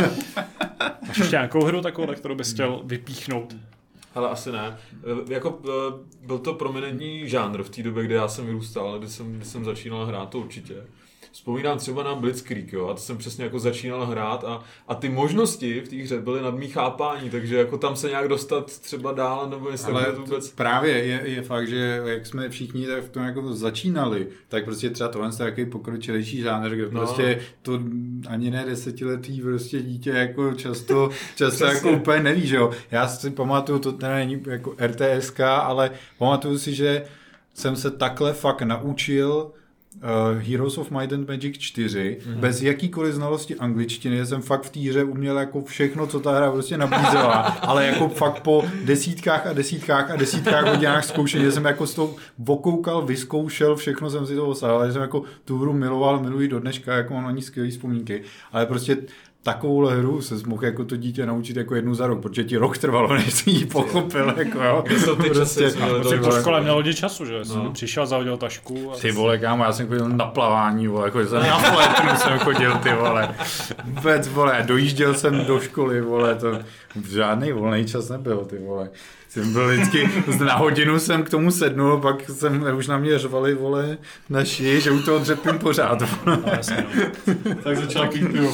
Máš ještě nějakou hru takovou, kterou bys chtěl vypíchnout? Ale asi ne. Jako, byl to prominentní žánr v té době, kdy já jsem vyrůstal, kdy jsem, kdy jsem začínal hrát, to určitě. Vzpomínám třeba na Blitzkrieg, jo, a to jsem přesně jako začínal hrát a, a ty možnosti v té hře byly nad mý chápání, takže jako tam se nějak dostat třeba dál, nebo jestli ale to vůbec... právě je, je fakt, že jak jsme všichni tak v tom jako začínali, tak prostě třeba tohle je takový pokročilejší žánr, kde no. prostě to ani ne desetiletý prostě dítě jako často, často jako úplně neví, že jo. Já si pamatuju, to teda není jako R T S K, ale pamatuju si, že jsem se takhle fakt naučil Uh, Heroes of Might and Magic čtyři, mm-hmm. bez jakýkoliv znalosti angličtiny, jsem fakt v té hře uměl jako všechno, co ta hra prostě nabízela, ale jako fakt po desítkách a desítkách a desítkách hodinách zkoušení, jsem jako s tou vokoukal, vyzkoušel, všechno jsem si to osadil, jsem jako tu hru miloval, miluji do dneška, jako mám na ní skvělý vzpomínky, ale prostě takovouhle hru se mohl jako to dítě naučit jako jednu za rok, protože ti rok trvalo, než jsi ji pochopil, jako jo. Prostě, prostě po škole měl hodně času, že? Jsem no. přišel, zahodil tašku. A... Ty vole, kámo, já jsem chodil na plavání, vole, jako jsem na flétnu jsem chodil, ty vole. Vůbec, vole, dojížděl jsem do školy, vole, to žádný volný čas nebyl, ty vole. Jsem byl vždycky, na hodinu jsem k tomu sednul, pak jsem, už na mě řvali, vole, naši, že u toho dřepím pořád. No, jasně, no. Tak začal pít pivo,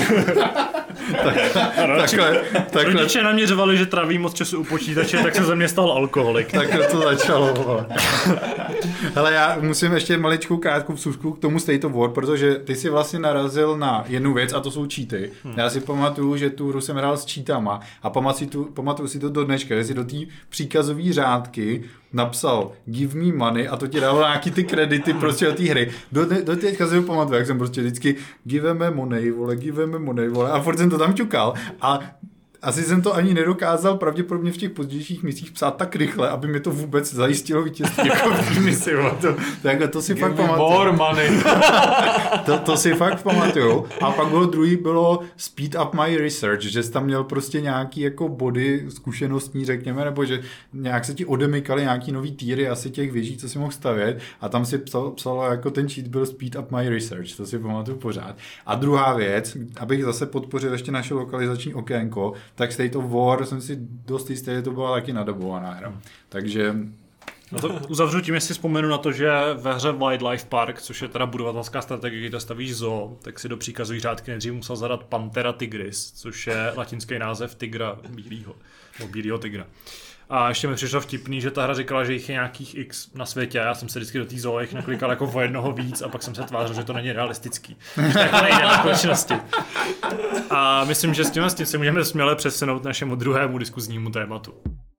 tak, takhle, takhle. Rodiče na mě řvali, že traví moc času u počítače, tak se ze mě stal alkoholik. Takhle to začalo, vole. Hele, já musím ještě maličkou krátkou vsuvku k tomu State of War, protože ty si vlastně narazil na jednu věc a to jsou cheaty. Hmm. Já si pamatuju, že tu hru jsem hrál s cheatama a pamatuju, tu, pamatuju si to do dneška, že si do té příkazové řádky napsal give me money a to ti dalo nějaký ty kredity prostě do té hry. Do, do teďka si ho pamatuju, jak jsem prostě vždycky give me money, vole, give me money, vole, a furt jsem to tam ťukal a asi jsem to ani nedokázal pravděpodobně v těch pozdějších misích psát tak rychle, aby mi to vůbec zajistilo vítězství jako v misi. To, takhle, to si fakt pamatuju. More money. to, to si fakt pamatuju. A pak bylo druhý, bylo speed up my research, že jsi tam měl prostě nějaký jako body zkušenostní, řekněme, nebo že nějak se ti odemykaly nějaký nový týry asi těch věží, co si mohl stavět a tam si psal, psalo jako ten cheat byl speed up my research, to si pamatuju pořád. A druhá věc, abych zase podpořil ještě naše lokalizační okénko, tak State of War jsem si dost jistý, že to byla taky nadobovaná hra. Takže... No to uzavřu tím, jestli vzpomenu na to, že ve hře Wildlife Park, což je teda budovatelská strategie, kde stavíš zoo, tak si do příkazové řádky nejdřív musel zadat Panthera tigris, což je latinský název tigra bílýho, nebo bílýho tigra. A ještě mi přišlo vtipný, že ta hra říkala, že jich je nějakých x na světě. Já jsem se vždycky do té zoo jich naklikal jako o jednoho víc a pak jsem se tvářil, že to není realistický. Že to jako nejde na skutečnosti. A myslím, že s tím, s tím se můžeme směle přesunout našemu druhému diskuznímu tématu.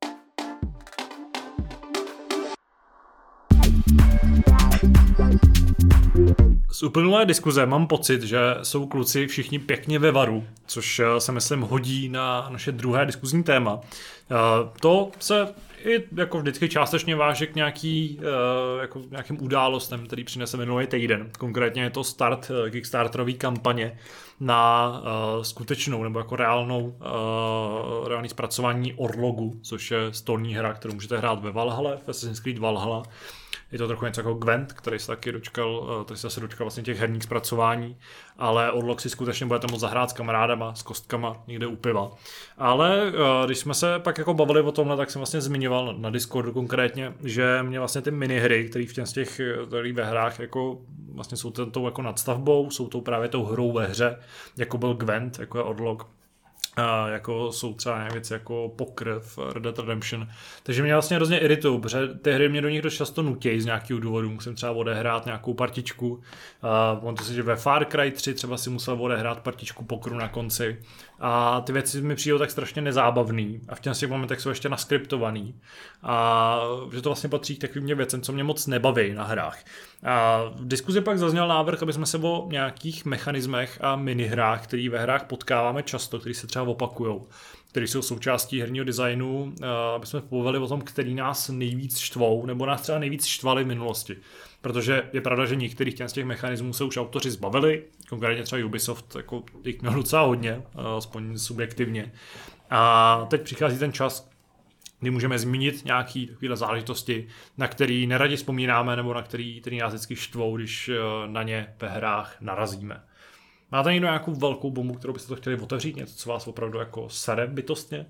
Z uplynulé diskuze mám pocit, že jsou kluci všichni pěkně ve varu, což se myslím hodí na naše druhé diskuzní téma. To se i jako vždycky částečně váže k nějaký, jako nějakým událostem, který přinese minulý týden. Konkrétně je to start Kickstarterové kampaně na skutečnou nebo jako reálnou, reálný zpracování Orlogu, což je stolní hra, kterou můžete hrát ve Valhalle, v Assassin's Creed Valhalla. je to trochu něco jako Gwent, který se taky dočkal, který se zase dočkal vlastně těch herních zpracování, ale Orlok si skutečně budete moct zahrát s kamarádama, s kostkama, někde u piva. Ale když jsme se pak jako bavili o tomhle, tak jsem vlastně zmiňoval na Discordu konkrétně, že mě vlastně ty minihry, které v těch tady ve hrách jako vlastně jsou tou jako nadstavbou, jsou tou právě tou hrou ve hře, jako byl Gwent, jako je Orlok, a jako jsou třeba věci jako poker v Red Dead Redemption. Takže mě vlastně hrozně iritují, protože ty hry mě do nich dost často nutějí z nějakého důvodu. Musím třeba odehrát nějakou partičku. Uh, on to si, že ve Far Cry tři třeba si musel odehrát partičku pokeru na konci. A ty věci mi přijdou tak strašně nezábavný a v těch momentech jsou ještě naskriptovaný. A že to vlastně patří k takovým věcem, co mě moc nebaví na hrách. A v diskuzi pak zazněl návrh, aby jsme se o nějakých mechanismech a minihrách, které ve hrách potkáváme často, které se třeba opakujou, které jsou součástí herního designu, aby jsme pověděli o tom, který nás nejvíc štvou, nebo nás třeba nejvíc štvali v minulosti. Protože je pravda, že některých z těch mechanismů se už autoři zbavili, konkrétně třeba Ubisoft, jako jich měl docela hodně, aspoň subjektivně. A teď přichází ten čas, kdy můžeme zmínit nějaké takové záležitosti, na které neradi vzpomínáme, nebo na který, který nás vždycky štvou, když na ně ve hrách narazíme. Máte někdo nějakou velkou bombu, kterou byste to chtěli otevřít? Něco, co vás opravdu jako sere bytostně?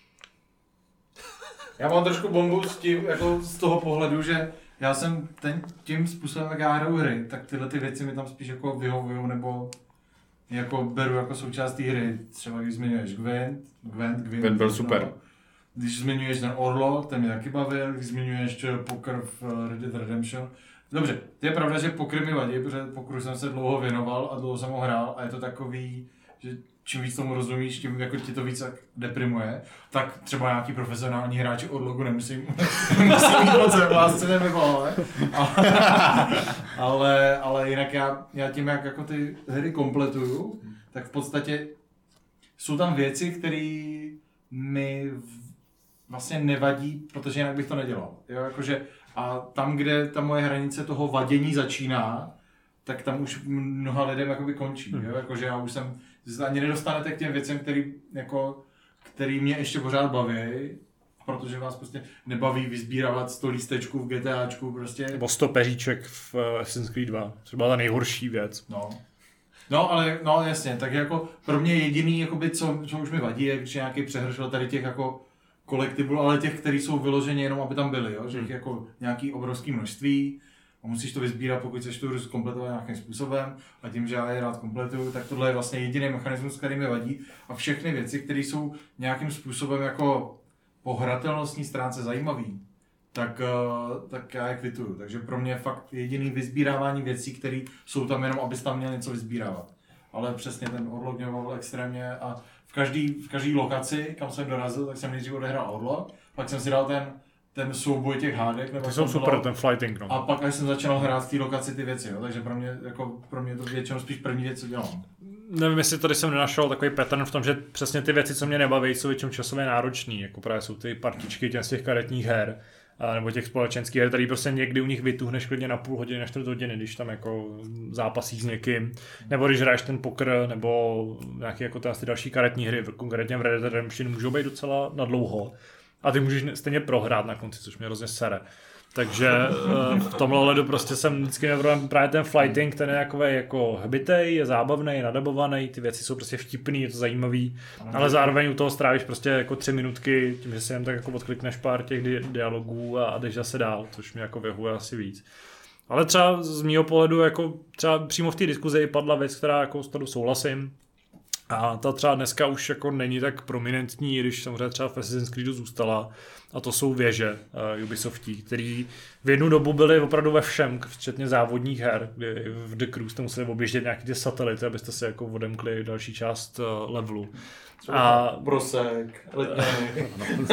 Já mám trošku bombu s tím, jako z toho pohledu, že já jsem ten, tím způsobem, jak já hraju hry, tak tyhle ty věci mi tam spíš jako vyhovují, nebo jako beru jako součást té hry. Třeba když zmiňuješ Gwent, Gwent, Gwent, Gwent byl super. No. Když zmiňuješ ten Orlok, ten mě taky bavil, když zmiňuješ poker v Red Dead Redemption. Dobře, to je pravda, že poker mi vadí, protože pokeru jsem se dlouho věnoval a dlouho jsem ho hrál a je to takový, že čím víc tomu rozumíš, tím jako ti to víc tak deprimuje, tak třeba nějaký profesionální hráči Orlogu nemusím, nemusím mít moc lásce nevybavovat, ale, ale, ale jinak já, já tím, jak jako ty hry kompletuju, tak v podstatě jsou tam věci, které mi vlastně nevadí, protože jinak bych to nedělal. Jo, jakože, a tam, kde ta moje hranice toho vadění začíná, tak tam už mnoha lidem jakoby končí. Jo? Jakože já už jsem, ani nedostanete k těm věcem, který, jako, který mě ještě pořád baví, protože vás prostě nebaví vyzbírávat sto lístečků v GTAčku prostě. Nebo sto peříček v Assassin's Creed dva. To byla ta nejhorší věc. No. No, ale no jasně, tak jako pro mě jediný, jakoby, co, co už mi vadí, je, že nějaký přehršel tady těch jako kolektivů, ale těch, kteří jsou vyloženě jenom, aby tam byli, jo? Že jich jako nějaký obrovský množství a musíš to vysbírat, pokud chceš tu hru zkompletovat nějakým způsobem a tím, že já je rád kompletuju, tak tohle je vlastně jediný mechanismus, který mi vadí a všechny věci, které jsou nějakým způsobem jako po hratelnostní stránce zajímavý, tak, tak já je kvituju. Takže pro mě je fakt jediný vysbírávání věcí, které jsou tam jenom, abys tam měl něco vysbírávat. Ale přesně ten Orlok mě bavil extrémně a v každý, v každý lokaci, kam jsem dorazil, tak jsem nejdřív odehrál Orlok, pak jsem si dal ten, ten souboj těch hádek. Ty jsou super, ten fighting, no. A pak až jsem začal hrát v té lokaci ty věci, jo? Takže pro mě, jako, pro mě to většinou spíš první věc, co dělám. Nevím, jestli tady jsem nenašel takový pattern v tom, že přesně ty věci, co mě nebaví, jsou většinou časově náročný, jako právě jsou ty partičky těch z těch karetních her, nebo těch společenských her, který prostě někdy u nich vytuhneš klidně na půl hodiny, na čtvrt hodiny, když tam jako zápasíš s někým, nebo když hraješ ten poker, nebo nějaké jako ty další karetní hry, konkrétně v Red Dead Redemption, můžou být docela na dlouho a ty můžeš stejně prohrát na konci, což mě hrozně sere. Takže v tomhle ohledu prostě jsem vždycky nevrám právě ten fighting, ten je takový jako hbitej, je zábavný, je nadabovaný, ty věci jsou prostě vtipný, je to zajímavý, ale zároveň u toho strávíš prostě jako tři minutky, tím, že si jen tak jako odklikneš pár těch di- dialogů a, a jdeš zase dál, což mě jako vyhovuje asi víc. Ale třeba z mýho pohledu jako třeba přímo v té diskuzi padla věc, která jako s toho souhlasím. A ta třeba dneska už jako není tak prominentní, když samozřejmě třeba v Assassin's Creedu zůstala. A to jsou věže uh, Ubisoftí, který v jednu dobu byly opravdu ve všem, včetně závodních her, kdy v The Crew jste museli objíždět nějaký ty satelity, abyste si jako odemkli další část uh, levelu. A Brosek, Letňany,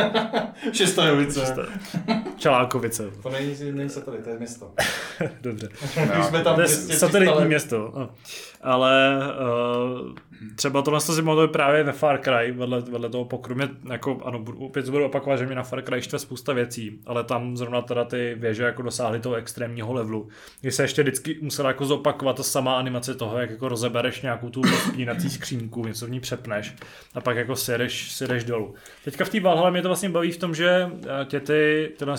Šestajovice, Čelákovice. To není, není satelit, to je město. Dobře. No, jsme tam to je satelitní město. No. Ale uh, třeba tohle si pamatuju právě ve Far Cry, vedle, vedle toho pokru. Mě, jako, ano, opět budu opakovat, že mě na Far Cry štve spousta věcí, ale tam zrovna teda ty věže jako dosáhly toho extrémního levelu, kdy se ještě vždycky musela jako zopakovat ta samá animace toho, jak jako rozebereš nějakou tu spínací skřínku, něco v ní přepneš a pak jako sjedeš, sjedeš dolů. Teďka v té Valhalle mě to vlastně baví v tom, že tě ty, tyhle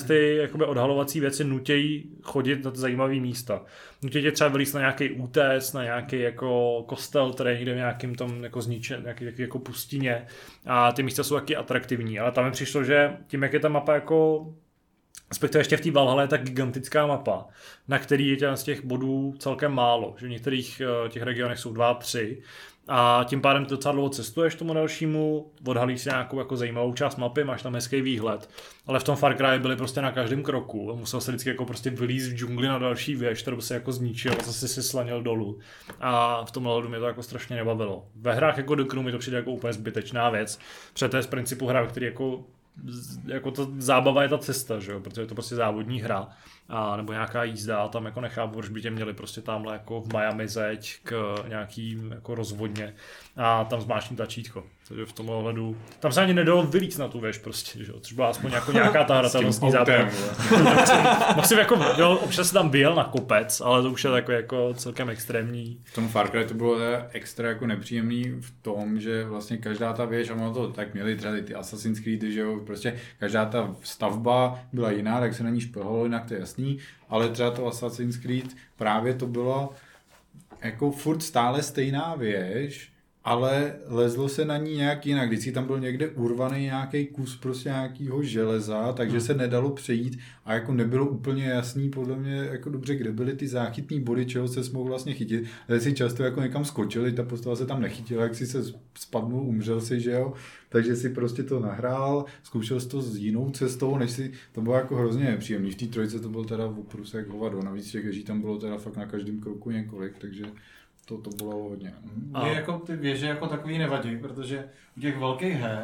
ty jakoby odhalovací věci nutějí chodit na zajímavé místa. Nutějí tě třeba vylíst na nějaký útes, na nějaký jako kostel, který je někde v nějakým tom jako zničen, nějaký, nějaký jako pustině a ty místa jsou taky atraktivní, ale tam mi přišlo, že tím, jak je ta mapa jako respektive ještě v té Valhalle je tak gigantická mapa, na který je z těch bodů celkem málo, že v některých těch regionech jsou dva, tři a tím pádem ty docela dlouho cestuješ tomu dalšímu, odhalíš si nějakou jako zajímavou část mapy, máš tam hezký výhled, ale v tom Far Cry byli prostě na každém kroku a musel se vždycky jako prostě vylízt v džungli na další věž, kterou se jako zničil a zase si slanil dolů a v tomhle hledu mě to jako strašně nebavilo. Ve hrách jako The Crew mi to přijde jako úplně zbytečná věc, protože to je z principu hra, který jako jako to zábava je ta cesta, že jo, protože je to prostě závodní hra a nebo nějaká jízda a tam jako nechápu, proč by tě měli prostě tamhle jako v Miami zeď k nějaký jako rozvodně a tam zmáčkni tlačítko. Takže v tomhle ohledu, tam se ani nedalo vylít na tu věž prostě, že jo, což byla aspoň jako nějaká ta hratelnostní zábava. Mohl si jako, jo, občas se tam vyjel na kopec, ale to už je takový jako celkem extrémní. V tom Far Cry to bylo extra jako nepříjemný v tom, že vlastně každá ta věž, a ono to tak měli třeba ty Assassin's Creed, že jo, prostě každá ta stavba byla jiná, tak se na ní šplhalo, jinak to je jasný, ale třeba to Assassin's Creed právě to bylo jako furt stále stejná věž, ale lezlo se na ní nějak jinak. Vždycky tam byl někde urvaný nějaký kus prostě nějakého železa, takže hmm. se nedalo přejít a jako nebylo úplně jasný podle mě jako dobře, kde byly ty záchytný body, čeho se mohl vlastně chytit. Ale si často jako někam skočili, ta postava se tam nechytila, jak si se spadnul, umřel si, že jo. Takže si prostě to nahrál, zkoušel jsi to s jinou cestou, než si, to bylo jako hrozně nepříjemný. V té trojce to bylo teda oprus jak hovado, navíc těch věží tam bylo teda fakt na každém kroku několik, takže to, to bylo hodně. A jako ty věže jako takový nevadí, protože u těch velkých her,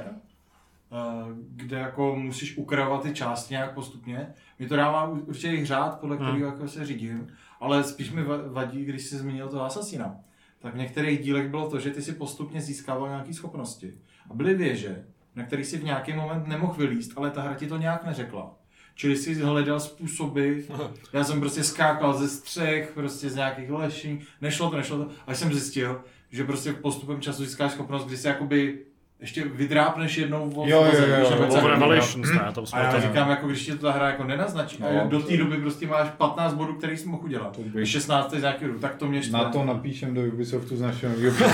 kde jako musíš ukravovat ty části nějak postupně, mi to dává určitě řád, podle kterého hmm. jako se řídím, ale spíš mi vadí, když jsi zmínil toho Assassina. Tak v některých dílech bylo to, že ty si postupně získával nějaké schopnosti. A byly věže, na kterých si v nějaký moment nemohl vylízt, ale ta hra ti to nějak neřekla. Čili si hledal způsoby, já jsem prostě skákal ze střech, prostě z nějakých leší, nešlo to, nešlo to, až jsem zjistil, že prostě postupem času získáš schopnost, kdy si jakoby ještě vydrápneš jednou v jo, jo, jo, a já říkám, jako když ti to ta hra jako nenaznačí, a do té doby prostě máš patnáct bodů, který jsi mohl udělat, šestnáct z nějaký dobu, tak to mě štve. Na to napíšem do Ubisoftu z našeho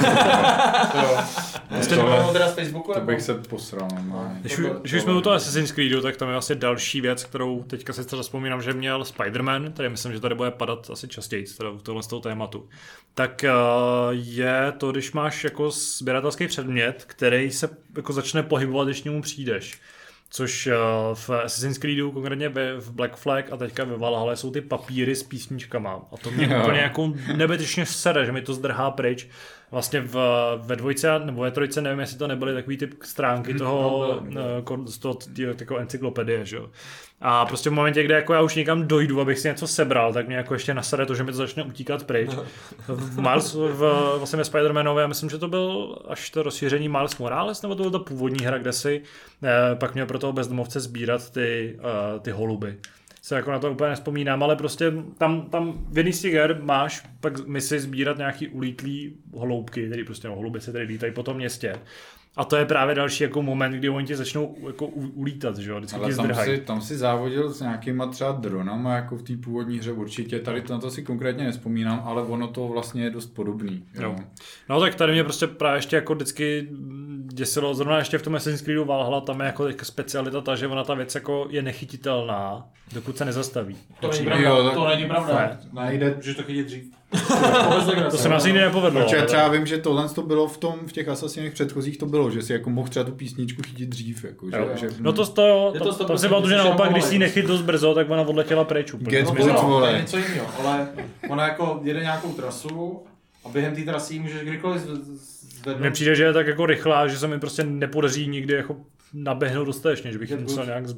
Jste to bylo teda z Facebooku? To bych se posral. Když, když jsme u toho Assassin's Creedu, tak tam je asi další věc, kterou teďka si třeba vzpomínám, že měl Spider-Man, tady myslím, že tady bude padat asi častěji v tohle z toho tématu. Tak je to, když máš jako sběratelský předmět, který se jako začne pohybovat, když k němu přijdeš. Což v Assassin's Creedu, konkrétně v Black Flag a teďka ve Valhalle jsou ty papíry s písničkama. A to mě úplně jako nebetyčně sere, že mi to zdrhá pryč. Vlastně v, ve dvojce nebo ve trojce, nevím, jestli to nebyly takový typ stránky toho, no, z toho jako encyklopedie, že jo. A prostě v momentě, kde jako já už někam dojdu, abych si něco sebral, tak mě jako ještě nasere to, že mi to začne utíkat pryč. V Miles, v, vlastně ve Spider-Manovi, já myslím, že to byl až to rozšíření Miles Morales, nebo to byla ta původní hra, kde si eh, pak měl pro toho bezdomovce sbírat ty, uh, ty holuby. Se jako na to úplně nespomínám, ale prostě tam, tam v jedný z těch her máš pak misi sbírat nějaký ulítlý holoubky, tedy prostě no, holuby se tady lítají po tom městě. A to je právě další jako moment, kdy oni ti začnou jako ulítat, že jo, vždycky ale ti tam zdrhají. si, tam si závodil s nějakýma třeba dronama, jako v té původní hře určitě, tady to, na to si konkrétně nespomínám, ale ono to vlastně je dost podobný. Jo. Jo. No tak tady mě prostě právě ještě jako vždycky děsilo, zrovna ještě v tom Assassin's Creedu Valhalla, tam je jako specialita ta, že ona ta věc jako je nechytitelná, dokud se nezastaví. To není pravda, jo, to není pravda, ne, nejde, že to chytit dřív. To se mi asi nikdy nepovedlo. Protože třeba vím, že tohle to bylo v tom, v těch Assassinech předchozích to bylo, že si jako mohl třeba tu písničku chytit dřív. Jako, že, že, no to to, to, to, to si pamatuju, že naopak, když si ji nechyt dost brzo, tak ona odletěla pryč úplně. No, no, to je něco jiného, ale ona jako jede nějakou trasu a během té trasy můžeš kdykoliv zvednout. Mně přijde, že je tak jako rychlá, že se mi prostě nepodaří nikdy jako naběhnout dostatečně, že bych jim musel nějak...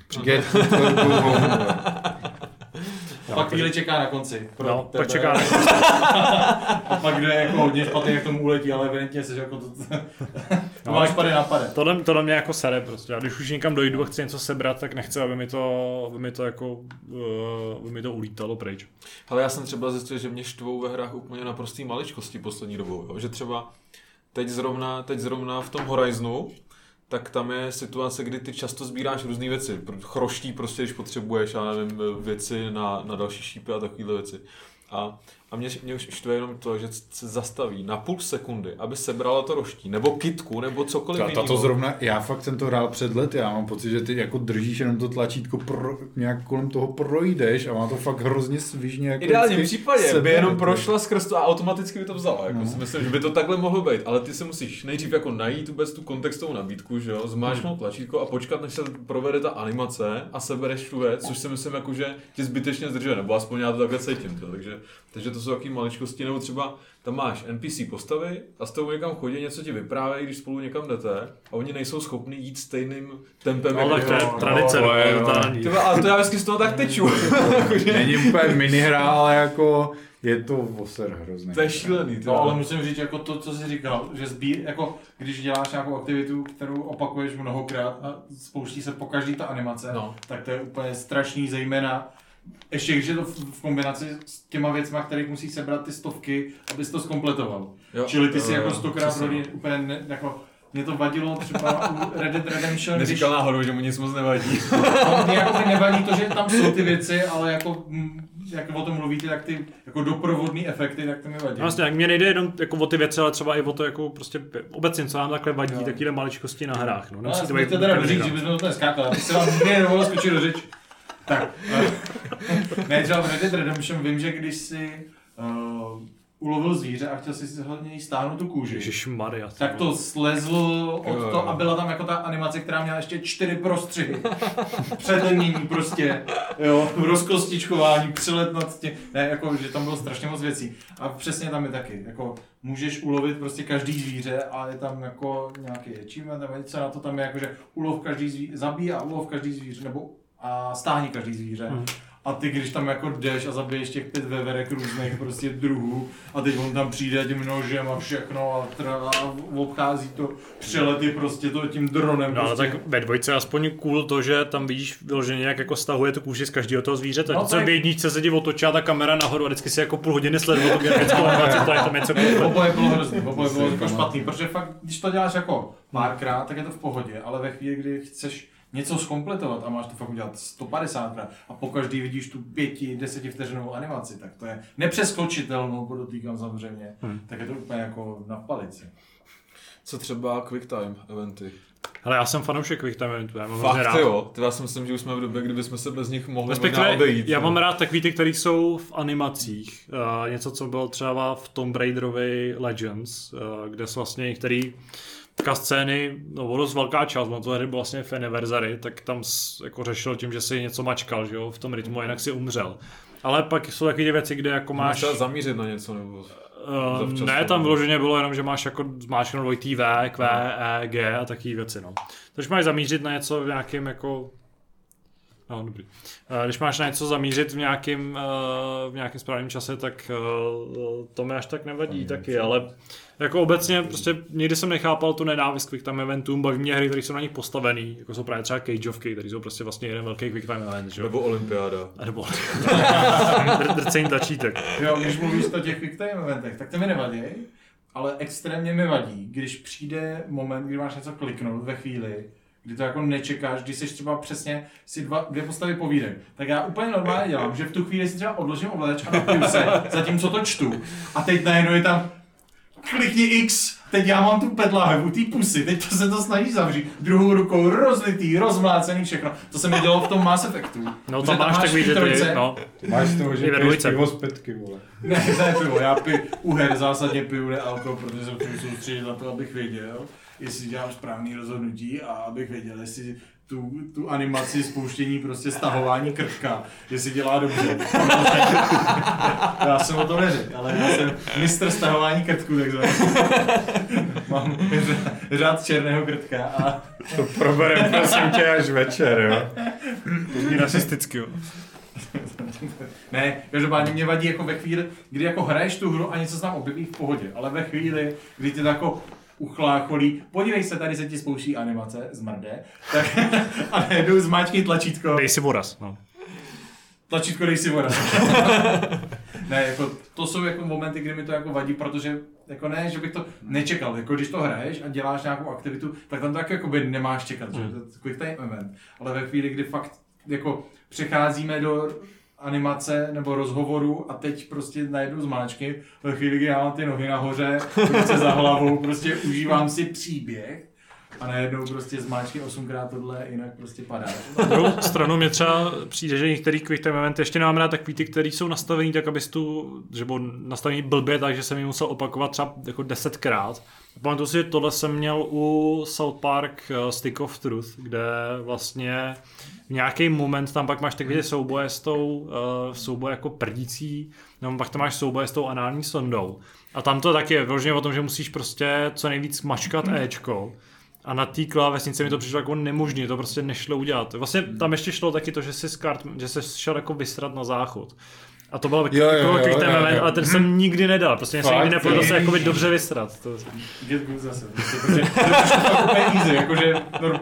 A pak chvíli čeká na konci. No, tebe. Pak čeká na konci. A pak jde jako hodně špatný, jak tomu uletí, ale evidentně se, že jako to, to máš pady na pade. To, to na mě jako sere prostě. A když už někam dojdu a chci něco sebrat, tak nechci, aby mi to, aby mi to jako, uh, aby mi to ulítalo pryč. Ale já jsem třeba zjistil, že mě štvou ve hrách úplně na prostý maličkosti poslední dobou, jo? Že třeba teď zrovna, teď zrovna v tom Horizonu, tak tam je situace, kdy ty často sbíráš různé věci. Chroští prostě, když potřebuješ, já nevím, věci na, na další šípy a takovéhle věci. A, a mě, mě už štve jenom to, že se zastaví na půl sekundy, aby sebrala to roští, nebo kytku, nebo cokoliv jiného. To zrovna, já fakt jsem to hrál před lety, já mám pocit, že ty jako držíš jenom to tlačítko, pro, nějak kolem toho projdeš a má to fakt hrozně svižně. Jako v ideálním případě sebe, by jenom prošla skrz to a automaticky by to vzala. Jako no. si myslím, že by to takhle mohlo být, ale ty si musíš nejdřív jako najít vůbec tu kontextovou nabídku, že jo, zmáčknout tlačítko a počkat, než se provede ta animace a sebereš tu věc, což si myslím, jako, že ti zbytečně zdržuje, nebo aspoň já to takhle cítím. To, takže, takže to jsou taky maličkosti, nebo třeba tam máš N P C postavy a s tou někam chodí, něco ti vyprávějí, když spolu někam jdete a oni nejsou schopni jít stejným tempem. Ale tak to je tradice. Ale to já vždycky z toho tak teču. Není úplně minihra, ale jako je to voser hrozný. To je šílený. No, ale musím říct, jako to, co jsi říkal, že sbír, jako když děláš nějakou aktivitu, kterou opakuješ mnohokrát a spouští se po každý ta animace, no. tak to je úplně strašný, zejména ještě když je to v kombinaci s těma věcma, kterých musíš sebrat ty stovky, abys to zkompletoval. Jo, Čili ty si jo, jako stokrát rodí úplně ne, jako mě to vadilo třeba u Red Dead Redemption. Neříkal když... náhodou, že mu nic moc nevadí. No, mě jako nevadí to, že tam jsou ty věci, ale jako jak o tom mluvíte, tak ty jako doprovodný efekty, tak to mi vadí. Vlastně, jak mě nejde jenom jako o ty věci, ale třeba i o to jako prostě obecně, co nám takhle vadí, no. takové maličkosti na hrách. No, no to bych to teda říct, že bychom to neskákali, aby se vám nikdy nedovolil skočit do řeči. Tak, ne, třeba v Red Dead Redemption vím, že když si uh, ulovil zvíře a chtěl si si hlavně stáhnout tu kůži, Ježišmarja, tak to slezlo od to a byla tam jako ta animace, která měla ještě čtyři prostřihy. Předlenění prostě, jo, rozkostičkování, přelet nad tím, ne, jako, že tam bylo strašně moc věcí. A přesně tam je taky, jako můžeš ulovit prostě každý zvíře a je tam jako nějaký achievement, nebo něco na to tam je, jako, že ulov každý zvíře, zabij a ulov každý zvíře, nebo a stáhni každý zvíře. Hmm. A ty, když tam jako jdeš a zabiješ těch pět veverek různých prostě druhů a teď on tam přijde tím nožem a všechno a, tra- a obchází to přelety prostě to tím dronem. No prostě. ale tak ve dvojce aspoň cool to, že tam vidíš vyloženě jak jako stahuje tu kůži z každého toho zvířete. No, co v jedničce se ti otočila ta kamera nahoru a vždycky si jako půl hodiny sledoval tu grafickou animaci, to je tam něco cool. Oboje bylo hrozný, oboje bylo jako špatný, protože fakt, když to děláš jako párkrát, tak je to v pohodě, ale ve chvíli, kdy chceš něco zkompletovat a máš to fakt udělat sto padesátkrát a pokaždý vidíš tu pěti, deseti vteřinovou animaci, tak to je nepřeskočitelnou, podotýkám samozřejmě, hmm. tak je to úplně jako na palici. Co třeba QuickTime eventy? Ale já jsem fanoušek QuickTime eventů, já mám Fakt rád. jo, já si myslím, že už jsme v době, kdybychom se bez nich mohli možná odejít. Já mám rád takový ty, který jsou v animacích. Uh, něco, co bylo třeba v Tomb Raiderovi Legends, uh, kde jsou vlastně některý Taka scény, no dost velká část, no to hry byl vlastně v Anniversary, tak tam jako řešil tím, že si něco mačkal, že jo, v tom rytmu, jinak si umřel. Ale pak jsou taky ty věci, kde jako máš... Máš zamířit na něco nebo... Uh, ne, tam vyloženě bylo jenom, že máš jako zmáčknout dvojitý V, Q, E, G a takové věci, no. Takže máš zamířit na něco v nějakém jako... No, dobrý. Když máš na něco zamířit v nějakém, v nějakém správném čase, tak to mi až tak nevadí taky, ale jako obecně prostě nikdy jsem nechápal tu nenávist QuickTime eventům, baví mě hry, které jsou na nich postavený, jako jsou právě třeba Cageovky, které jsou prostě vlastně jeden velký QuickTime event, že jo? Nebo Olympiáda. Nebo drcení tlačítek. Jo, když mluvíš o těch QuickTime eventech, tak to mi nevadí, ale extrémně mi vadí, když přijde moment, kdy máš něco kliknout ve chvíli, kdy to jako nečekáš, když jsi třeba přesně si dva, dvě postavy povídek, tak já úplně normálně dělám, že v tu chvíli si třeba odložím ovladač a napiju se, zatímco to čtu. A teď najednou je tam klikni X, teď já mám tu pedláhev u té pusy, teď to se to snaží zavřít, druhou rukou rozlitý, rozmlácený, všechno. To se mi dělo v tom Mass Effectu. No to máš takový, že ty, no. Máš z toho, že piješ pivo z petky, vole. Ne, to je pivo, já piju, u her zásadně piju nealko, protože se chci soustředit na to, abych věděl, jestli dělám správný rozhodnutí a abych věděl, jestli tu, tu animaci spouštění, prostě stahování krtka, jestli dělá dobře. Já jsem o tom neřekl, ale já jsem mistr stahování krtku, takzvaný. Mám řád černého krtka a... To proberem prosím tě až večer, jo. To zní rasisticky, jo. Ne, každopádně mě vadí jako ve chvíli, kdy jako hraješ tu hru a něco se tam objeví v pohodě, ale ve chvíli, kdy ty to jako uchlácholí, podívej se, tady se ti spouští animace, zmrde, tak a najednou zmáčkni tlačítko. Dej si voraz, no. Tlačítko dej si voraz. Ne, jako to jsou jako momenty, kdy mi to jako vadí, protože jako ne, že bych to nečekal, jako když to hraješ a děláš nějakou aktivitu, tak tam to taky jakoby nemáš čekat, že to je quick time event, ale ve chvíli, kdy fakt jako přecházíme do animace nebo rozhovoru a teď prostě najednou zmáčky, ve chvíli, kdy já mám ty nohy nahoře, ruce za hlavou, prostě užívám si příběh a najednou prostě zmáčky osmkrát tohle, jinak prostě padáš. Na druhou stranu mě třeba přijde, že některý quick time eventy ještě nemáme rád takový ty, který jsou nastavený tak, abys tu, že byl nastavený blbě, takže jsem ji musel opakovat třeba jako desetkrát. Pamatuju si, že tohle jsem měl u South Park Stick of Truth, kde vlastně v nějaký moment tam pak máš takové souboje s tou, uh, souboje jako prdící, nebo pak tam máš souboje s tou anální sondou. A tam to taky je vyloženě o tom, že musíš prostě co nejvíc mačkat Ečko. A na té klávesnici mi to přišlo jako nemožné, to prostě nešlo udělat. Vlastně tam ještě šlo taky to, že jsi, kart, že jsi šel jako vysrat na záchod. A to byl jo, jo, quick time event, ale ten jsem hmm. nikdy nedal. Prostě mě se nikdy nepovedlo se jakoby dobře vysrat. To... Get good zase. Protože to je fakt úplně easy, jakože... No,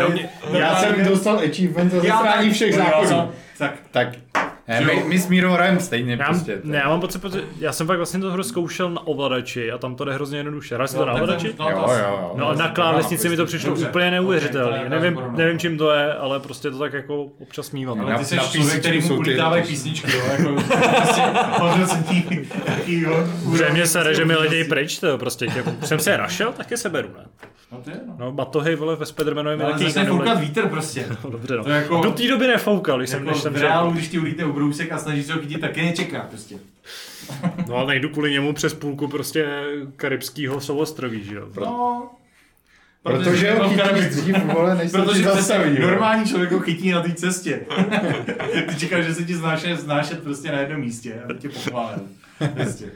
já jsem dostal achievement za zasrání všech zákonů. Tak. tak. Ne, my, my s Mírou hrajeme stejně já, prostě. Ne, já mám pocit, protože já jsem fakt vlastně to hru zkoušel na ovladači a tam to jde hrozně jednoduše. Hrál jsi to na ovladači? No, jo, jo, jo. No a na klávesnici mi to přišlo Dobře. úplně neuvěřitelné. Okay, nevím, nevím, čím to je, ale prostě to tak jako občas mívám. Ale Na- ty jsi na člověk, který mu jsou ty- ulítávají písničky, jo, jako prostě hodnocení jakýho... Že mě sere, že mi ledějí pryč, to prostě. Tě, jsem se je našel, tak je seberu, ne? No to je, no. No, batohy, vole, ve Spidermanovi mi Ale taky začne nikdo foukat neuletí. vítr prostě. No, dobře, no. To je jako- Do té doby nefoukal, když jsem, Jako než jsem v šel. reálu, když ti ulíte ubrousek a snažíš se ho chytit, tak je nečeká prostě. No ale nejdu kvůli němu přes půlku prostě karibského souostroví, že jo? No... Protože ho chytíš dřív, vole, než se ti Protože zastaví. jo. normální člověk ho chytí na té cestě. Ty čekáš, že se ti znáše znášet prostě na jednom místě a tě pochválil. Prostě.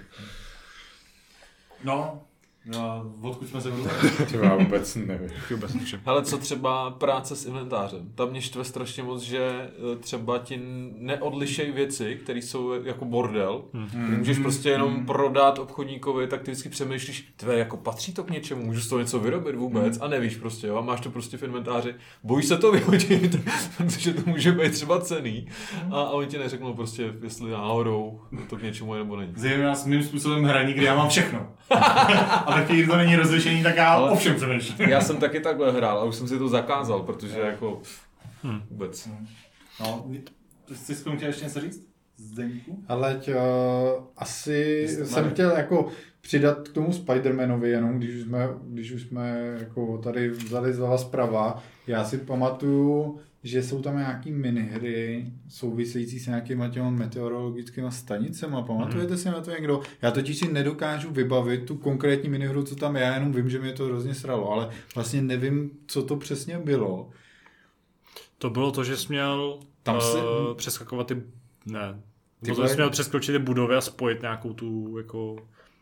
No, no, odkud jsme se vrátili? Třeba vůbec nevím. Vůbec nevím. Ale co třeba práce s inventářem? Tam mě štve strašně moc, že eh, třeba ti neodlišej věci, které jsou jako bordel. Hmm. Můžeš prostě jenom hmm. prodat obchodníkovi, tak ty vždycky přemýšlíš, tvé jako patří to k něčemu, můžu z toho něco vyrobit vůbec hmm. a nevíš prostě, jo, a máš to prostě v inventáři. Bojíš se to vyhodit, protože to může být třeba cenný a, a oni ti neřeknou prostě, jestli náhodou to k něčemu je nebo není. Zejména s mým způsobem hraní, kde já mám všechno. A taky, když to není rozlišení, tak já Ale- o všem přemýšlím. Já jsem taky takhle hrál a už jsem si to zakázal, protože jako hmm. vůbec. No, ty jsi s tomu chtěl ještě něco říct? Zdeníku? Ale tě, uh, asi Jste jsem mali. chtěl jako přidat k tomu Spider-Manovi jenom, když už jsme, když už jsme jako tady vzali zleva zprava. Já si pamatuju, že jsou tam nějaký minihry související s nějakýma těma meteorologickými stanicema. Pamatujete si na to někdo? Já totiž si nedokážu vybavit tu konkrétní minihru, co tam je, já jenom vím, že mě to hrozně sralo, ale vlastně nevím, co to přesně bylo. To bylo to, že jsi měl Tam uh, se- přeskakovat ty... Ne. Ty To, že jsi vole- měl přeskočit ty budovy a spojit nějakou tu jako...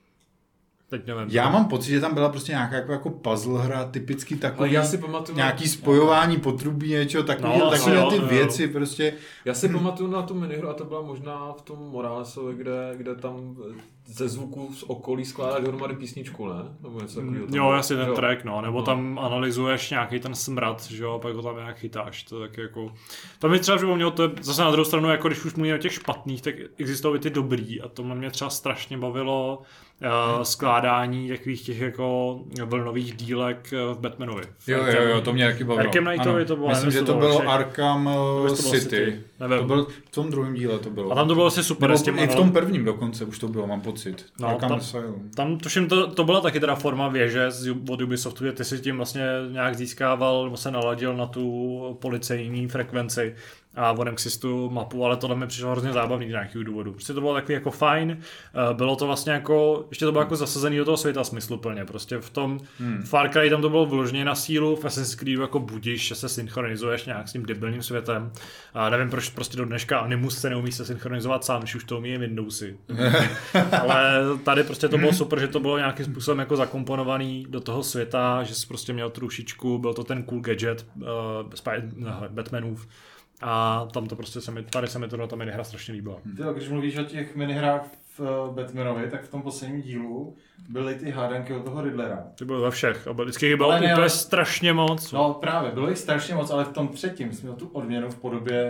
Teď nevím. Já mám pocit, že tam byla prostě nějaká jako, jako puzzle hra, typicky takový, Ale já si pamatuju... nějaký spojování potrubí, něčeho, takový, No, takové no, ty no. věci prostě. Já si pamatuju na tu minihru a to byla možná v tom Moralesovi, kde, kde tam ze zvuku z okolí skládáš dohromady písničku, ne? Nebo něco takového. Jo, asi ten Jo. track, no, nebo No. tam analyzuješ nějaký ten smrad, že jo, a pak ho tam nějak chytáš, to tak jako... To mi třeba připomnělo, to je zase na druhou stranu, jako když už mluvíme o těch špatných, tak existují i ty dobrý a to mě třeba strašně bavilo uh, skládání takových těch jako vlnových dílek v Batmanovi. V Jo, Arkham- jo, jo, to mě taky bavilo. Arkham Knightovi to bylo, Myslím, nevím, že jestli to to bylo bylo Arkham Nevím, uh, jestli to bylo City. City. Nevím. To byl, v tom druhém díle to bylo. A tam to bylo asi super Nebo s tím i v anal- tom prvním dokonce už to bylo, mám pocit. No, Arkham tam- Asylum. Tam tuším, to, to byla taky teda forma věže z, od Ubisoftu, že ty si tím vlastně nějak získával, nebo se naladil na tu policejní frekvenci a on si tu mapu, ale tohle mi přišlo hrozně zábavný z nějakého důvodu. Prostě to bylo takový jako fajn, bylo to vlastně jako, ještě to bylo jako zasazený do toho světa smysluplně, prostě v tom hmm. Far Cry tam to bylo vloženě na sílu, v Assassin's Creedu jako budíš, že se synchronizuješ nějak s tím debilním světem a nevím proč prostě do dneška Animus se neumí se synchronizovat sám, když už to umí Windowsy. Ale tady prostě to bylo super, že to bylo nějakým způsobem jako zakomponovaný do toho světa, že jsi prostě měl tu rušičku, byl to ten cool gadget uh, Spy- uh, Batmanův. A tam to prostě se mi, tady se mi to ta minihra strašně líbila. Ty, když mluvíš o těch minihrách v uh, Batmanovi, tak v tom posledním dílu byly ty hádanky od toho Riddlera. Ty bylo ve všech, a vždycky jich bylo Ale ne, úplně ale- strašně moc. No právě, bylo jich strašně moc, ale v tom předtím jsi měl tu odměnu v podobě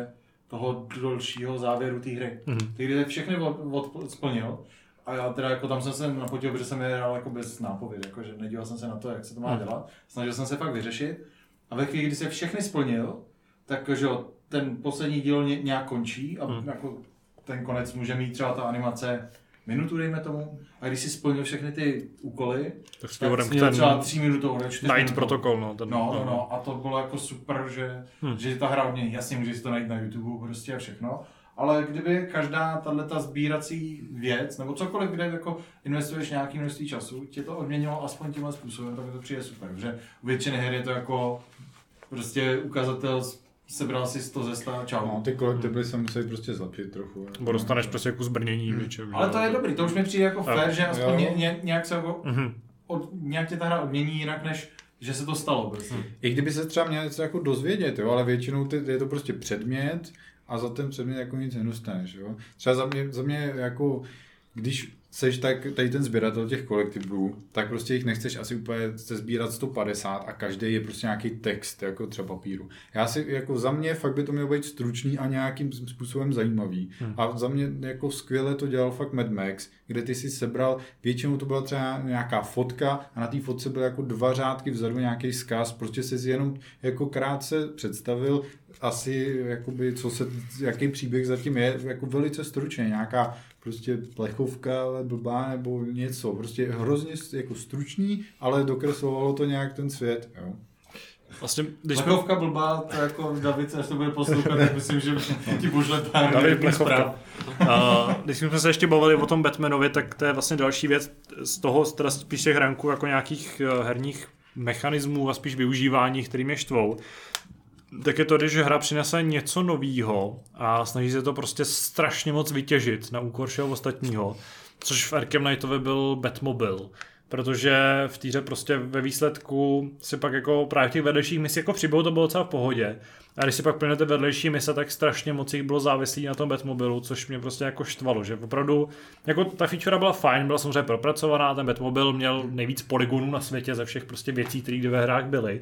toho dalšího závěru té hry. Mm-hmm. Ty hry všechny od, od, splnil a já teda jako tam jsem se napotil, protože jsem je hrál jako bez nápověd, jako, že nedíval jsem se na to, jak se to má dělat. Snažil jsem se fakt vyřešit a ve chvíli, kdy se všechny splnil, tak že ten poslední díl nějak končí a mm. jako ten konec může mít třeba ta animace minutu, dejme tomu, a když si splnil všechny ty úkoly, tak, tak jsi měl třeba tři minutou, ne čtyři Night protokol, no. Ten, no, no, no, a to bylo jako super, že, hmm. že ta hra hodně, jasně může si to najít na YouTube prostě a všechno, ale kdyby každá tato sbírací věc, nebo cokoliv, kde jako investuješ nějaký množství času, tě to odměnilo aspoň tímhle způsobem, tak mi to přijde super, že u většiny her je to jako prostě ukazatel sebral si sto ze sta, čau. No, ty kolektivy se musí prostě zlepšit trochu. Bo dostaneš prostě jako zbrnění, hmm. většinou. Ale to je dobrý, to už mi přijde jako fair, že aspoň ně, ně, nějak se jako, mm-hmm. od, nějak tě ta hra odmění jinak, než že se to stalo. Prostě. Hmm. I kdyby se třeba měl něco jako dozvědět, jo, ale většinou ty, je to prostě předmět a za ten předmět jako nic nedostaneš, jo. Třeba za mě, za mě jako, když seš tak, tady ten sběratel těch kolektivů, tak prostě jich nechceš asi úplně sbírat sto padesát a každý je prostě nějaký text, jako třeba papíru. Já si, jako za mě fakt by to mělo být stručný a nějakým způsobem zajímavý. Hmm. A za mě jako skvěle to dělal fakt Mad Max, kde ty si sebral, většinou to byla třeba nějaká fotka a na té fotce byly jako dva řádky vzadu nějaký vzkaz, prostě si jenom jako krátce představil asi, jakoby, co se, jaký příběh zatím je, jako velice stručně, nějaká prostě plechovka, ale blbá nebo něco, prostě hrozně jako stručný, ale dokreslovalo to nějak ten svět, jo. Vlastně, když plechovka jsme... blbá, to jako David, až to bude poslouchat, tak myslím, že ti pošle pár David plechovka. Uh, když jsme se ještě bavili o tom Batmanovi, tak to je vlastně další věc z toho, teda spíš těch ranků jako nějakých herních mechanismů a spíš využívání, který mě štvou. Tak je to, když hra přinese něco novýho a snaží se to prostě strašně moc vytěžit na úkor všeho ostatního, což v Arkham Knightovi byl Batmobile, protože v týře prostě ve výsledku si pak jako právě těch vedlejších misí jako přibou to bylo docela v pohodě. A když si pak plynete vedlejší mise, tak strašně moc jich bylo závislý na tom Batmobilu, což mě prostě jako štvalo, že opravdu jako ta feature byla fajn, byla samozřejmě propracovaná, ten Batmobil měl nejvíc polygonů na světě ze všech prostě věcí, které ve hrách byly,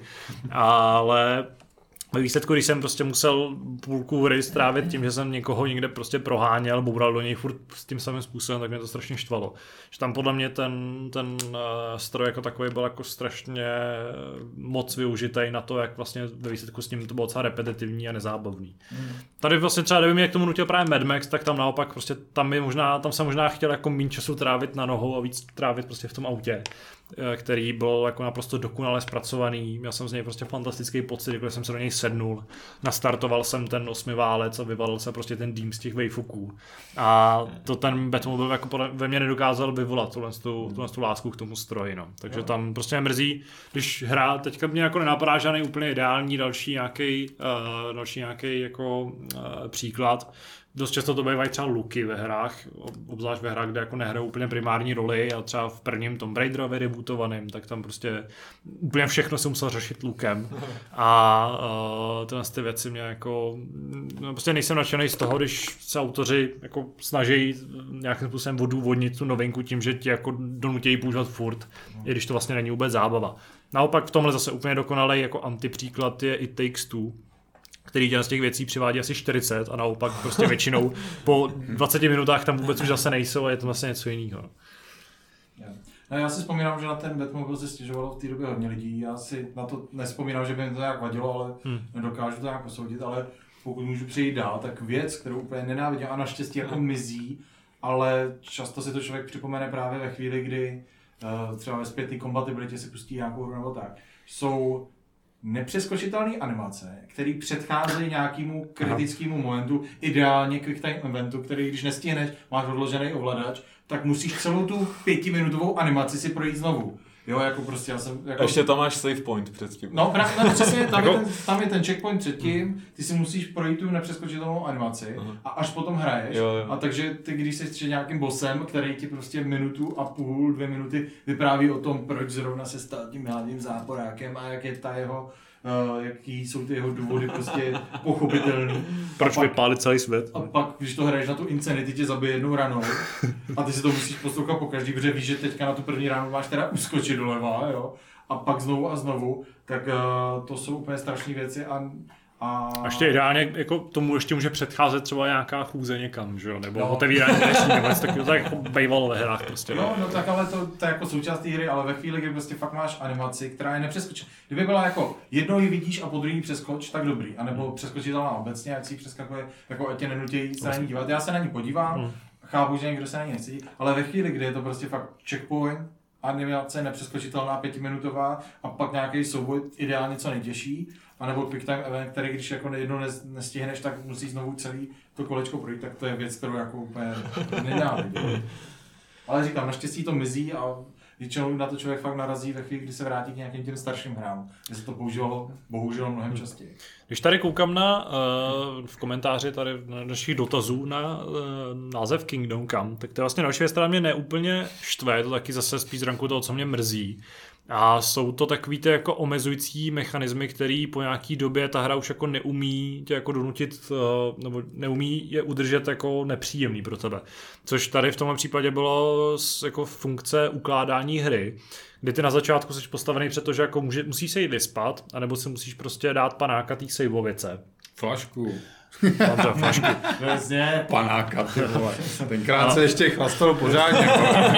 ale ve výsledku, když jsem prostě musel půlku hry strávit tím, že jsem někoho někde prostě proháněl, boural do něj furt s tím samým způsobem, tak mě to strašně štvalo. Že tam podle mě ten, ten uh, stroj jako takový byl jako strašně moc využitý na to, jak vlastně ve výsledku s ním to bylo docela repetitivní a nezábavný. Mm. Tady vlastně třeba, kdyby mě k tomu nutil právě Mad Max, tak tam naopak prostě tam, je možná, tam jsem možná chtěl jako méně času trávit na nohou a víc trávit prostě v tom autě, který byl jako naprosto dokonale zpracovaný. Měl jsem z něj prostě fantastický pocit, když jsem se do něj sednul. Nastartoval jsem ten osmiválec a vyvalil se prostě ten dým z těch vejfuků. A to ten Batmobil jako ve mně nedokázal vyvolat tuhle tu, tuhle tu lásku k tomu stroji. No. Takže tam prostě mě mrzí, když hra, teďka mě jako nenapadá žádný úplně ideální další nějaký uh, další nějaký jako uh, příklad. Dost často to bývají třeba luky ve hrách, obzvlášť ve hrách, kde jako nehrajou úplně primární roli a třeba v prvním Tomb Raiderovi rebootovaným, tak tam prostě úplně všechno se musel řešit lukem a uh, tyhle ty věci mě jako, no prostě nejsem nadšený z toho, když se autoři jako snaží nějakým způsobem odůvodnit tu novinku tím, že ti jako donutějí používat furt, i když to vlastně není vůbec zábava. Naopak v tomhle zase úplně dokonalej jako antipříklad je It Takes Two, který dělá z těch věcí přivádí asi čtyřicet a naopak prostě většinou po dvaceti minutách tam vůbec už zase nejsou a je to vlastně něco jiného. No, já si vzpomínám, že na ten Batmobil se stěžovalo v té době hodně lidí. Já si na to nespomínám, že by mi to nějak vadilo, ale hmm. nedokážu to nějak posoudit, ale pokud můžu přejít dál, tak věc, kterou úplně nenávidím a naštěstí jako mizí, ale často si to člověk připomene právě ve chvíli, kdy uh, třeba ve zpětné kompatibilitě si pustí nějakou hru nebo tak, jsou nepřeskočitelné animace, které předcházejí nějakému kritickému momentu, ideálně quick time eventu, který když nestihneš, máš odložený ovladač, tak musíš celou tu pětiminutovou animaci si projít znovu. Jo, jako prostě já jsem... Jako... Ještě tam máš save point předtím. No, právě, no, přesně, tam, je ten, tam je ten checkpoint předtím, ty si musíš projít tu nepřeskočitelnou animaci uh-huh. a až potom hraješ. Jo, jo. A takže ty, když jsi třeba nějakým bossem, který ti prostě minutu a půl, dvě minuty vypráví o tom, proč zrovna se stal tím hlavním záporákem a jak je ta jeho... Uh, jaký jsou ty jeho důvody prostě pochopitelný. Proč vypálit celý svět? A pak, když to hraješ na tu Insanity, tě zabije jednou ranou a ty si to musíš poslouchat po každý, protože víš, že teďka na tu první ránu máš teda uskočit doleva, jo? A pak znovu a znovu, tak uh, to jsou úplně strašné věci a A... a ještě ideálně jako tomu ještě může předcházet třeba nějaká chůze někam, že jo, nebo no. otevírání dveří, nebo něco takového, tak jako bývalo ve hrách prostě. No, no tak ale to, to je jako součást té hry, ale ve chvíli, kdy prostě fakt máš animaci, která je nepřeskočitelná. Kdyby byla jako jednou ji vidíš a po druhý přeskoč, tak dobrý, anebo přeskočitelná obecně, ať si ji přeskakuje, jako ať tě nenutí se na ní dívat. Já se na ní podívám, hmm. chápu, že někdo se na ní nechce dít, ale ve chvíli, kdy je to prostě fakt checkpoint, animace nepřeskočitelná pětiminutová a pak nějaký souboj ideálně co nejtěžší, anebo quick time event, který když jako jednou nestihneš, tak musíš znovu celý to kolečko projít, tak to je věc, kterou jako úplně nenávidím. Ale říkám, naštěstí to mizí a většinou na to člověk fakt narazí ve chvíli, kdy se vrátí k nějakým těm starším hrám, kde se to používalo bohužel mnohem častěji. Když tady koukám na uh, v komentáři tady na našich dotazů na uh, název Kingdom Come, tak to je vlastně další věc, která mě neúplně štve, to taky zase spíš z ranku toho, co mě mrzí. A jsou to takový ty jako omezující mechanismy, který po nějaký době ta hra už jako neumí tě jako donutit, nebo neumí je udržet jako nepříjemný pro tebe. Což tady v tomhle případě bylo jako funkce ukládání hry, kdy ty na začátku jsi postavený před to, že jako může, musíš se jít vyspat, anebo si musíš prostě dát panáka té saveovice. Flašku. Mám to flašku. Vlastně. Panáka, ty vole. Tenkrát se ještě chlastalo pořádně.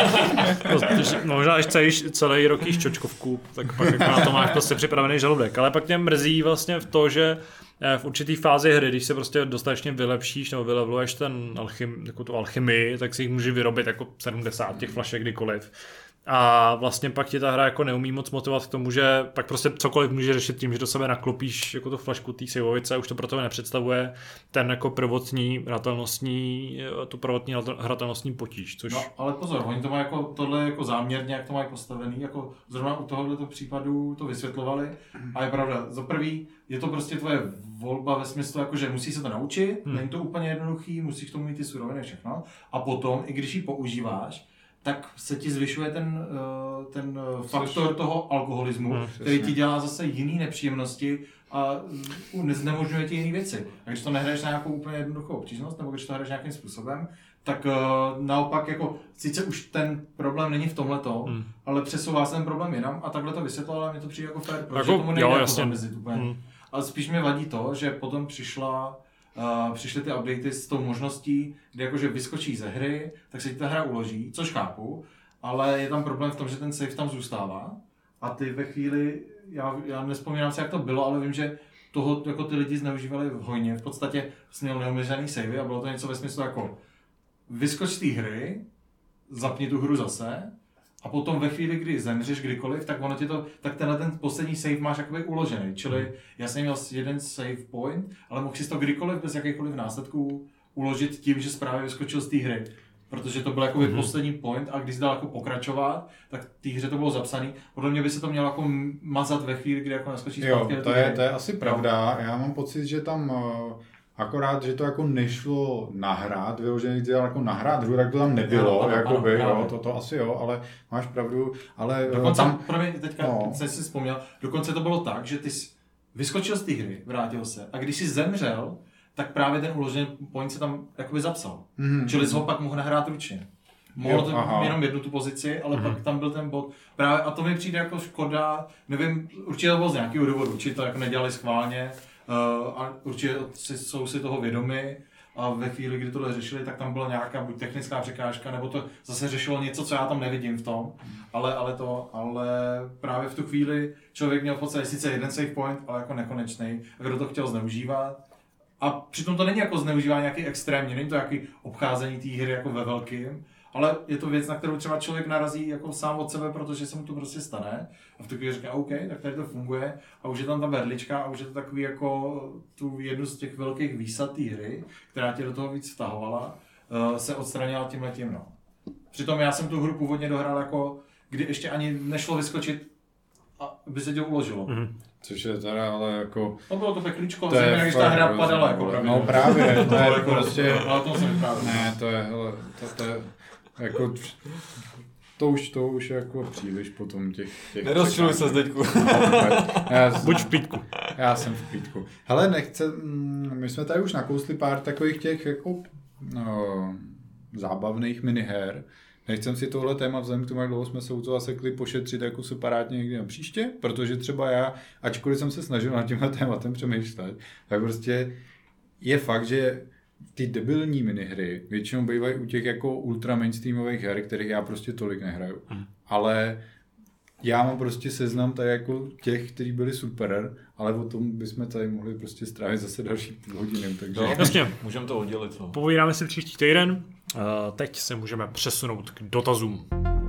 Možná až celý, celý rok jíš čočkovku, tak pak jako na to máš prostě připravený žaludek. Ale pak mě mrzí vlastně v to, že v určitý fázi hry, když se prostě dostatečně vylepšíš nebo vyleveluješ ten alchym, jako tu alchymii, tak si jich může vyrobit jako sedmdesát těch flašek kdykoliv. A vlastně pak ti ta hra jako neumí moc motivovat k tomu, že pak prostě cokoliv může řešit tím, že do sebe naklopíš jako tu flašku té saveovice a už to pro tebe nepředstavuje ten jako prvotní hratelnostní, tu prvotní hratelnostní potíž, což... No, ale pozor, oni to mají jako tohle jako záměrně, jak to mají postavený, jako zrovna u tohoto případu to vysvětlovali a je pravda, za prvý je to prostě tvoje volba ve smyslu, jako, že musíš se to naučit, hmm. není to úplně jednoduchý, musíš k tomu mít ty suroviny všechno a potom, i když ji používáš, tak se ti zvyšuje ten, ten faktor toho alkoholismu, hmm, který ti dělá zase jiný nepříjemnosti a znemožňuje ti jiné věci. A když to nehraješ na nějakou úplně jednoduchou obtížnost, nebo když to hraješ nějakým způsobem, tak naopak jako, sice už ten problém není v tomhleto, hmm. ale přesouvá se ten problém jinam a takhle to vysvětlilo, ale mi to přijde jako fair, protože jako, tomu nejde jako zamezit úplně. Hmm. Ale spíš mě vadí to, že potom přišla Uh, přišly ty updaty s tou možností, kdy jakože vyskočí ze hry, tak se ti ta hra uloží, což chápu, ale je tam problém v tom, že ten save tam zůstává a ty ve chvíli, já, já nespomínám si, jak to bylo, ale vím, že toho jako ty lidi zneužívali hojně, v podstatě jsi měl neomezený savey a bylo to něco ve smyslu jako vyskoč z té hry, zapni tu hru zase a potom ve chvíli, kdy zemřeš kdykoliv, tak ono ti to, tak tenhle ten poslední save máš jakoby uložený. Čili já jsem měl jeden save point, ale mohl si to kdykoliv bez jakýchkoliv následků uložit tím, že právě vyskočil z té hry. Protože to byl jakoby mm-hmm. poslední point a když jsi dal jako pokračovat, tak v té hře to bylo zapsané. Podle mě by se to mělo jako mazat ve chvíli, kdy jako naskočí zpátky. Jo, to je, to je asi pravda. Já mám pocit, že tam akorát, že to jako nešlo nahrát, vyloženě dělal jako nahrát hru, tak to tam nebylo, ano, jakoby, ano, jo, to, to asi jo, ale máš pravdu, ale dokonce, tam... Pro mě teďka no. jsem si vzpomněl, dokonce to bylo tak, že ty jsi vyskočil z té hry, vrátil se a když jsi zemřel, tak právě ten uložený point se tam jakoby zapsal. Mm-hmm. Čili jsi ho pak mohl nahrát ručně. Mohl to aha. jenom jednu tu pozici, ale mm-hmm. pak tam byl ten bod. Právě, a to mi přijde jako škoda, nevím, určitě to bylo z nějakého důvodu, určitě to jako nedělali schválně, uh, a určitě si, jsou si toho vědomi a ve chvíli, kdy tohle řešili, tak tam byla nějaká buď technická překážka, nebo to zase řešilo něco, co já tam nevidím v tom, ale, ale to, ale právě v tu chvíli člověk měl v podstatě sice jeden save point, ale jako nekonečný, a kdo to chtěl zneužívat. A přitom to není jako zneužívání nějaký extrémní, není to nějaký obcházení té hry jako ve velkým, ale je to věc, na kterou třeba člověk narazí jako sám od sebe, protože se mu to prostě stane. A v tu chvíli říká, OK, tak tady to funguje a už je tam ta berlička a už je to takový jako tu jednu z těch velkých výsad té hry, která tě do toho víc vtahovala, se odstranila tímhletím, no. Přitom já jsem tu hru původně dohrál jako, kdy ještě ani nešlo vyskočit, aby se tě uložilo. Mm-hmm. Což je teda ale jako... No bylo to peklíčko, zejména když ta hra padala jako právě. No právě, to je jako prostě... Ale to jsem vyprávěl. Ne, to je, hele, to, to je jako... To už, to už je jako příliš potom těch... těch Nerozčiluj se, Zdeňku. No, buď v pítku. Já jsem v pítku. Hele, nechce... My jsme tady už nakousli pár takových těch jako... No, zábavných miniher. Nechcem si tohle téma vzhledem k tomu, jak dlouho jsme se u toho zasekli, pošetřit jako separátně někdy na příště, protože třeba já, ačkoliv jsem se snažil nad tímhle tématem přemýšlet, tak prostě je fakt, že ty debilní minihry většinou bývají u těch jako ultra mainstreamových her, kterých já prostě tolik nehraju. Hmm. Ale já mám prostě seznam tady jako těch, kteří byli super, ale o tom bychom tady mohli prostě strávit zase další půl hodiny. Takže... No, jasně. Můžeme to oddělit. No. Povídáme si příští týden. Teď se můžeme přesunout k dotazům.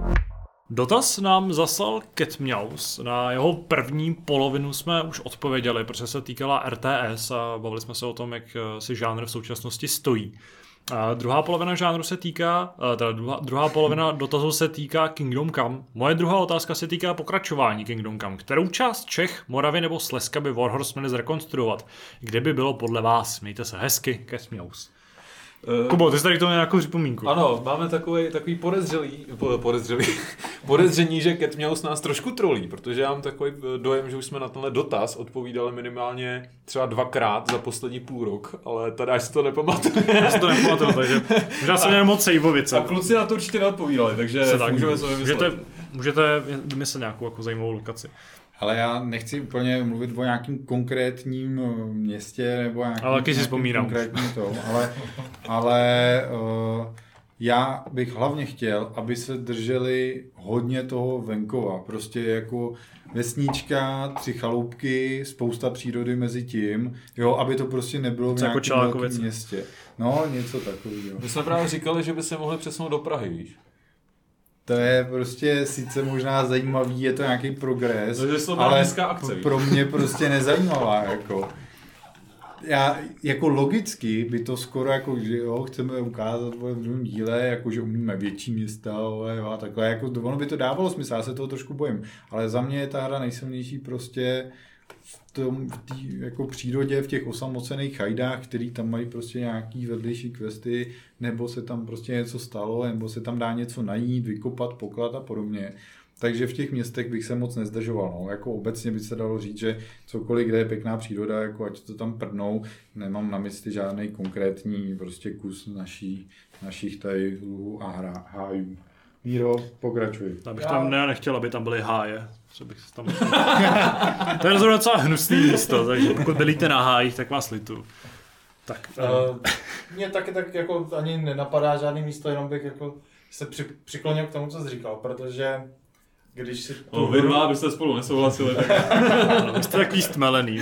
Dotaz nám zaslal Catmeows. Na jeho první polovinu jsme už odpověděli, protože se týkala R T S a bavili jsme se o tom, jak si žánr v současnosti stojí. A druhá polovina žánru se týká, teda druhá, druhá polovina dotazu se týká Kingdom Come. Moje druhá otázka se týká pokračování Kingdom Come. Kterou část Čech, Moravy nebo Slezska by Warhorse měli zrekonstruovat? Kde by bylo podle vás? Mějte se hezky, Catmeows. Uh, Kubo, ty jsi tady k tomu nějakou připomínku. Ano, máme takový, takový podezřelý, podezřelý, podezření, že Catmeows nás trošku trolí, protože já mám takový dojem, že už jsme na tenhle dotaz odpovídali minimálně třeba dvakrát za poslední půl rok, ale tady až si to nepamatuje. Já si to nepamatuju, takže možná jsem měl moc sejvovit. A kluci na to určitě neodpovídali, takže tak, můžeme to vymyslet. Můžete, můžete vymyslet nějakou jako zajímavou lokaci. Ale já nechci úplně mluvit o nějakým konkrétním městě nebo nějakým, ale taky si vzpomínám konkrétním tom, ale, ale uh, já bych hlavně chtěl, aby se drželi hodně toho venkova, prostě jako vesnička, tři chaloupky, spousta přírody mezi tím, jo, aby to prostě nebylo v nějakém jako velkém městě. No, něco takového. My jsme právě říkali, že by se mohli přesunout do Prahy, víš? To je prostě sice možná zajímavý, je to nějaký progres, to ale akce, pro mě prostě nezajímavá, jako. Já, jako logicky by to skoro jako, že jo, chceme ukázat v druhém díle, jako, že umíme větší města, jo, a takhle, jako, ono by to dávalo smysl, já se toho trošku bojím, ale za mě je ta hra nejsilnější prostě v tom, v tý, jako přírodě, v těch osamocených chajdách, který tam mají prostě nějaký vedlejší questy, nebo se tam prostě něco stalo, nebo se tam dá něco najít, vykopat, poklad a podobně. Takže v těch městech bych se moc nezdržoval. No. Jako obecně by se dalo říct, že cokoliv, kde je pěkná příroda, jako ať to tam prdnou, nemám na mysli žádný konkrétní prostě kus naší, našich tady luhů a hra, hájů. Míro, pokračuj. Já bych tam ne, nechtěl, aby tam byly háje. Bych se tam... to je rozhodně docela hnusný místo, takže pokud bylíte na hájích, tak vás litu. Tak, uh, mě taky tak jako ani nenapadá žádný místo, jenom bych jako se při, přiklonil k tomu, co jsi říkal, protože když si... No, vy dva byste spolu nesouhlasili. Tak... no, jste takový stmelený.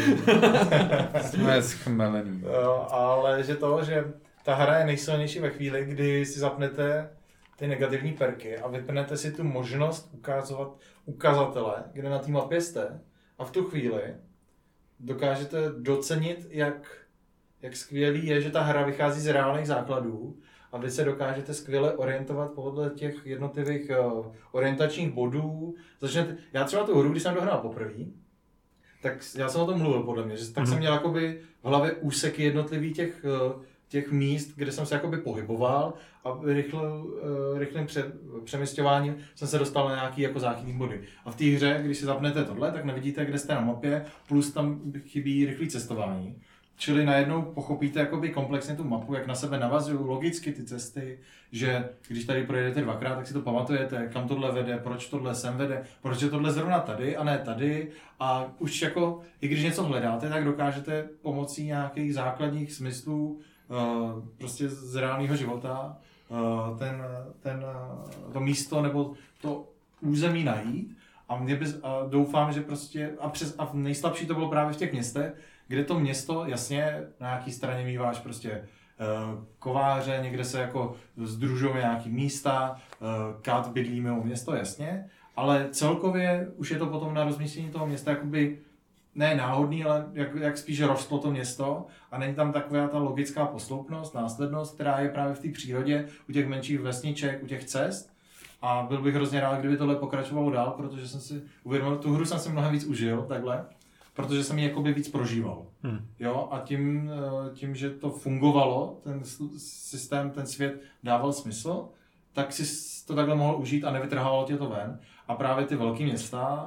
Jsme schmelený. Uh, ale že to, že ta hra je nejsilnější ve chvíli, kdy si zapnete ty negativní perky a vypnete si tu možnost ukazovat ukazatele, kde na té mapě jste a v tu chvíli dokážete docenit, jak, jak skvělý je, že ta hra vychází z reálných základů a vy se dokážete skvěle orientovat podle těch jednotlivých uh, orientačních bodů. Začnete, já třeba tu hru, když jsem dohrál poprvé, tak já jsem o tom mluvil podle mě, že tak mm-hmm. jsem měl jakoby v hlavě úseky jednotlivých těch uh, těch míst, kde jsem se jakoby pohyboval a rychle, rychlým pře, přemysťováním jsem se dostal na nějaký jako záchytný body. A v té hře, když si zapnete tohle, tak nevidíte, kde jste na mapě, plus tam chybí rychlé cestování. Čili najednou pochopíte jakoby komplexně tu mapu, jak na sebe navazují logicky ty cesty, že když tady projedete dvakrát, tak si to pamatujete, kam tohle vede, proč tohle sem vede, proč je tohle zrovna tady a ne tady. A už jako, i když něco hledáte, tak dokážete pomocí nějakých základních smyslů Uh, prostě z reálného života uh, ten, ten, uh, to místo nebo to území najít a, mě by, a doufám, že prostě a, přes, a nejslabší to bylo právě v těch městech, kde to město, jasně, na nějaký straně míváš prostě uh, kováře, někde se jako sdružují nějaký místa, uh, kat bydlí mimo město, jasně, ale celkově už je to potom na rozmístění toho města jakoby ne náhodný, ale jak, jak spíš rostlo to město a není tam taková ta logická posloupnost, následnost, která je právě v té přírodě, u těch menších vesniček, u těch cest. A byl bych hrozně rád, kdyby tohle pokračovalo dál, protože jsem si uvědomil, tu hru jsem si mnohem víc užil, takhle, protože jsem ji jakoby víc prožíval. Hmm. Jo, a tím, tím, že to fungovalo, ten systém, ten svět dával smysl, tak si to takhle mohl užít a nevytrhávalo tě to ven. A právě ty velké města,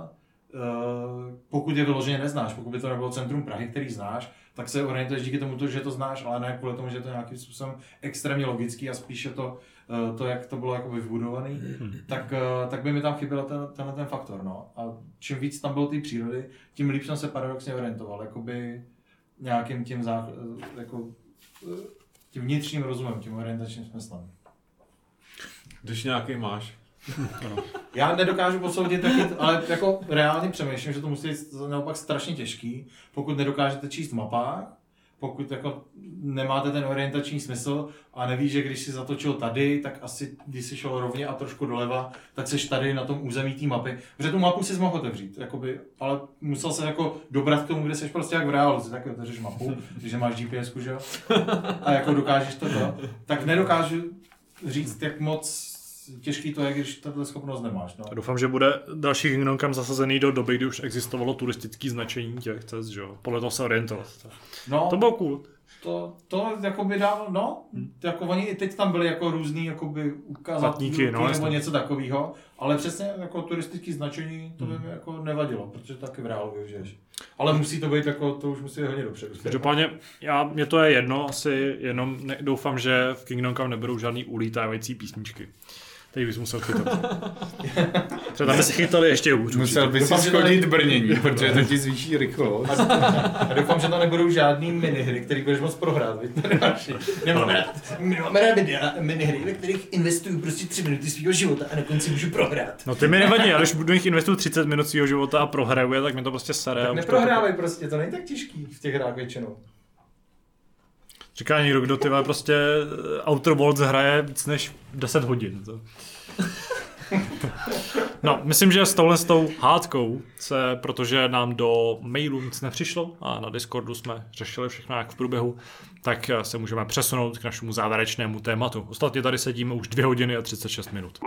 pokud je vyloženě neznáš, pokud by to nebylo centrum Prahy, který znáš, tak se orientuješ díky tomu, že to znáš, ale ne kvůli tomu, že to je nějakým způsobem extrémně logický a spíše to, to jak to bylo jakoby vbudovaný, hmm. tak, tak by mi tam chyběl ten, tenhle ten faktor. No. A čím víc tam bylo té přírody, tím líp jsem se paradoxně orientoval, jakoby nějakým tím, zá, jako, tím vnitřním rozumem, tím orientačním smyslem. Když nějaký máš. Já nedokážu posoudit taky, ale jako reálně přemýšlím, že to musí být naopak strašně těžký, pokud nedokážete číst v mapách, pokud jako nemáte ten orientační smysl a nevíš, že když si zatočil tady, tak asi když si šel rovně a trošku doleva, tak seš tady na tom území té mapy. Protože tu mapu si mohl otevřít, jakoby, ale musel se jako dobrat k tomu, kde seš prostě jak v reálu, si taky otevřeš mapu, když máš G P S ku, že jo, a jako dokážeš to, to, tak nedokážu říct, jak moc těžký to je, když tato schopnost nemáš. No. Doufám, že bude další Kingdom Come zasazený do doby, kdy už existovalo turistické značení těch cest, že jo? Podle toho se orientovat. No, to bylo cool. To, to jako by dávalo, no, hmm. jako oni i teď tam byli jako různý jakoby ukazatníky no, nebo něco takového, ale přesně jako turistické značení to by hmm. mi jako nevadilo, protože to taky v reálu využiješ. Ale musí to být jako, to už musí být hodně dopředu. Každopádně, já, mě to je jedno, asi jenom ne, doufám, že v Kingdom Come nebudou žádný ulítávající písničky. Teď bys musel chytat. Třeba by se chytali ještě hůř. Musel bys si schodit brnění, protože to ti zvýší rychlost. A doufám, že tam nebudou žádný minihry, který budeš moc prohrát. Nemám rád minihry, ve kterých investuju prostě tři minuty svého života a na konci můžu prohrát. No ty mi nevadí, ale když budu jich investuju třicet minut svého života a prohraju, tak mi to prostě sere. Tak neprohrávej prostě, to není tak těžký v těch hrách většinou. Říká někdo, kdo ty prostě Outer Worlds hraje víc než deset hodin. To. No, myslím, že s touhle s tou hádkou se, protože nám do mailu nic nepřišlo a na Discordu jsme řešili všechno jak v průběhu, tak se můžeme přesunout k našemu závěrečnému tématu. Ostatně tady sedíme už dvě hodiny a třicet šest minut.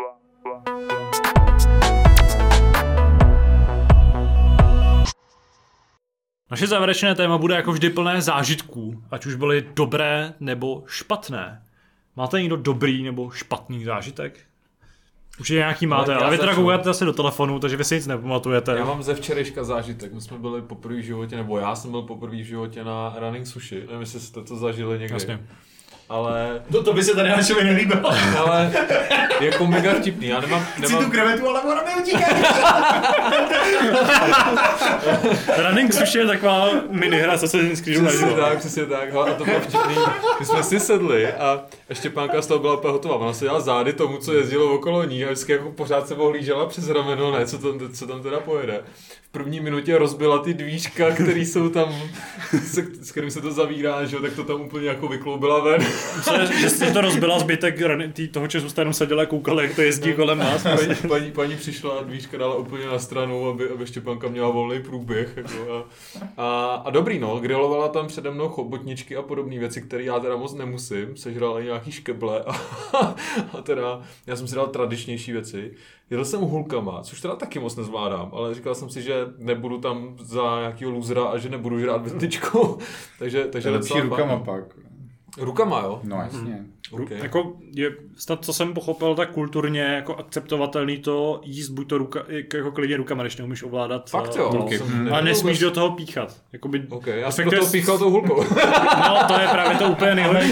Naše závěrečné téma bude jako vždy plné zážitků, ať už byly dobré nebo špatné. Máte někdo dobrý nebo špatný zážitek? Určitě nějaký máte, ale, ale vy teda koukáte zase do telefonu, takže vy si nic nepamatujete. Já mám ze včerejška zážitek, my jsme byli poprvé v životě, nebo já jsem byl poprvé v životě na Running Sushi, nevím, jestli jste to zažili někdy. Jasně. Ale... To, to by se tady naševi nelíbilo. Ale jako mega vtipný, já nemám... nemám... Chci tu krevetu, ale ona mi utíká. Running Sushi je taková minihra, co se vždycky žiju Přesně tak, přesně tak, a to bylo vtipný. My jsme si sedli a Štěpánka z toho byla úplně hotová. Ona se dělala zády tomu, co jezdilo okolo ní a vždycky jako pořád se ohlížela přes rameno, ne, co tam, co tam teda pojede. V první minutě rozbila ty dvířka, které jsou tam, se, s kterým se to zavírá, že jo, tak to tam úplně jako vykloubila ven. Že jsi to rozbila zbytek tý, toho času jste jenom seděli a koukali, jak to jezdí kolem nás. Paní, paní, paní přišla a dvířka dala úplně na stranu, aby, aby Štěpánka měla volný průběh. Jako a, a, a dobrý no, grilovala tam přede mnou chobotničky a podobné věci, které já teda moc nemusím. Sežrala nějaký škeble a, a teda já jsem si dal tradičnější věci. Jedl jsem hulkama, což teda taky moc nezvládám, ale říkal jsem si, že nebudu tam za nějakýho lůzra a že nebudu žrát větličkou. takže, takže lepší rukama pak. Rukama, jo? No jasně. Hmm. Okay. Jako je, snad co jsem pochopil, tak kulturně jako akceptovatelný to jíst buď to ruka, jako klidně rukama, když neumíš ovládat. Fakt jo? Hulky. Hmm. Ale nesmíš do toho píchat. Jakoby, okay, já jsem do toho píchal tou hulkou. No to je právě to úplně nejhorší.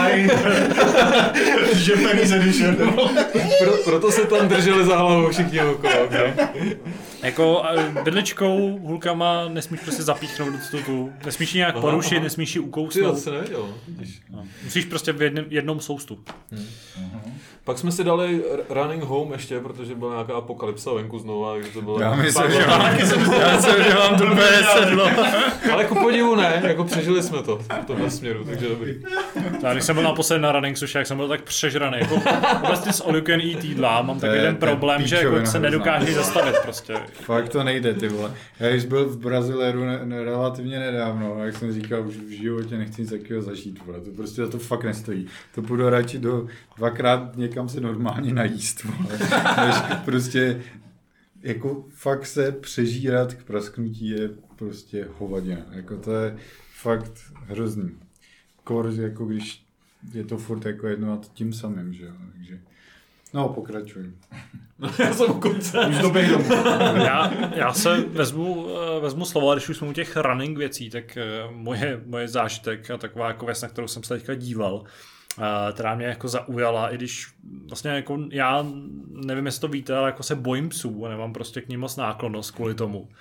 Japanese edition. Pro, proto se tam drželi za hlavou všichni okolo. Okay? Jako vidličkou, hulkama nesmíš prostě zapíchnout do stotu. Nesmíš ji nějak porušit, nesmíš ji ukousnout. Ty, to se nevěděl. No. Musíš prostě v jednom, jednom soustu. Hmm. Uh-huh. Pak jsme si dali Running Home ještě, protože byla nějaká apokalypsa venku znova. To bylo já myslím, že mám, já jsem, že mám to úplně sedlo. Ale ku podivu ne, jako přežili jsme to v tomhle směru, takže dobrý. Já, když jsem byl naposled na Running Sushi, jak jsem byl tak přežraný. Jako vlastně s all you can eat jídla mám takový ten problém, že jako se nedokážeš zastavit prostě. Fakt to nejde, ty vole. Já když byl v Braziléru ne, ne, relativně nedávno, jak jsem říkal, už v životě nechci nic takového zažít, vole. To prostě za to fakt nestojí. To půjdu radši do dvakrát někam se normálně najíst, vole. Než prostě jako fakt se přežírat k prasknutí je prostě hovadina. Jako to je fakt hrozný. Kor, jako když je to furt jako jedno a tím samým, že jo. Takže No, pokračuj. Já jsem u konce. Už doběh domů. Já, já se vezmu, vezmu slovo, a když už jsme u těch running věcí, tak moje, moje zážitek a taková jako věc, na kterou jsem se teďka díval, která mě jako zaujala, i když vlastně jako já nevím, jestli to víte, ale jako se bojím psů a nemám prostě k ním moc náklonnost kvůli tomu. Uh,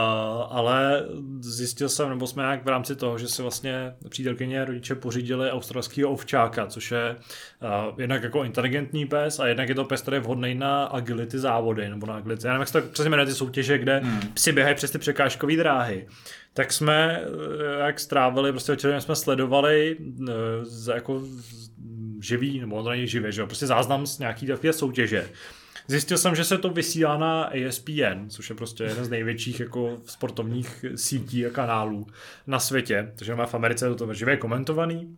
ale zjistil jsem, nebo jsme nějak v rámci toho, že si vlastně přítelkyně rodiče pořídili australského ovčáka, což je uh, jednak jako inteligentní pes a jednak je to pes, který je vhodný na agility závody, nebo na agility. Já nevím, jak se to přesně jmenuje ty soutěže, kde hmm. psi běhají přes ty překážkové dráhy. Tak jsme, jak strávili, prostě večer jsme sledovali z, jako živý, nebo to není živě, že jo, prostě záznam z nějaký takové soutěže. Zjistil jsem, že se to vysílá na E S P N, což je prostě jeden z největších jako sportovních sítí a kanálů na světě. Takže v Americe je to živě komentovaný.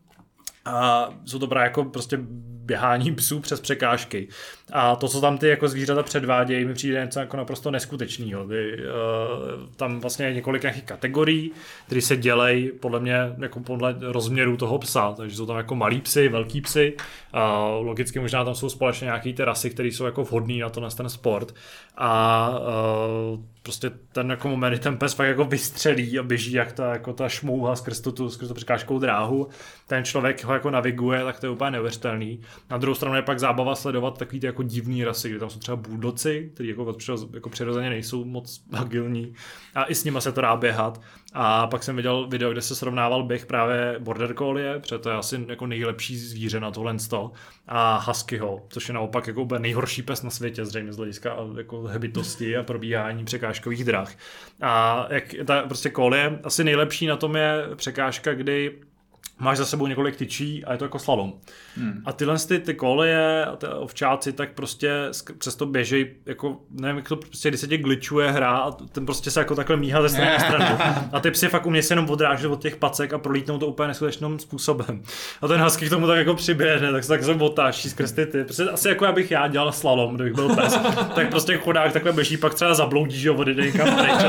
A jsou to právě jako prostě běhání psů přes překážky. A to, co tam ty jako zvířata předvádějí, mi přijde něco jako naprosto neskutečného. Ty, uh, tam vlastně je několik nějakých kategorií, které se dělají podle mě jako podle rozměru toho psa. Takže jsou tam jako malí psy, velký psy. Uh, logicky možná tam jsou společně nějaké ty rasy, které jsou jako vhodné na to na ten sport. A uh, prostě ten jako moment, kdy ten pes fakt jako vystřelí a běží jak ta, jako ta šmouha skrz tu, skrz tu překážkovou dráhu. Ten člověk ho jako naviguje, tak to je úplně neuvěřitelný. Na druhou stranu je pak zábava sledovat takový ty jako divný rasy, kde tam jsou třeba bulldoci, kteří jako, jako přirozeně nejsou moc agilní a i s nima se to dá běhat. A pak jsem viděl video, kde se srovnával běh právě border collie, protože to je asi jako nejlepší zvíře na tohle sto, a huskyho, což je naopak jako nejhorší pes na světě, zřejmě z hlediska jako hbitosti a probíhání překážkových drah. A jak ta prostě collie, asi nejlepší na tom je překážka, kdy máš za sebou několik tyčí a je to jako slalom. Hmm. A tyhle ty, ty koleje a ty ovčáci tak prostě přesto běžej, jako nevím, jak to prostě, když se tě glitchuje hra a ten prostě se jako takhle míhá ze strany na stranu. A ty psi fakt umějí se jenom odrážet od těch pacek a prolítnou to úplně neskutečným způsobem. A ten husky k tomu tak jako přiběhne, tak se tak se otáčí skrz ty ty. Prostě asi jako abych já dělal slalom, kdybych byl pes. Tak prostě chodák takhle běží, pak třeba zabloudí, že odjde někam pryč.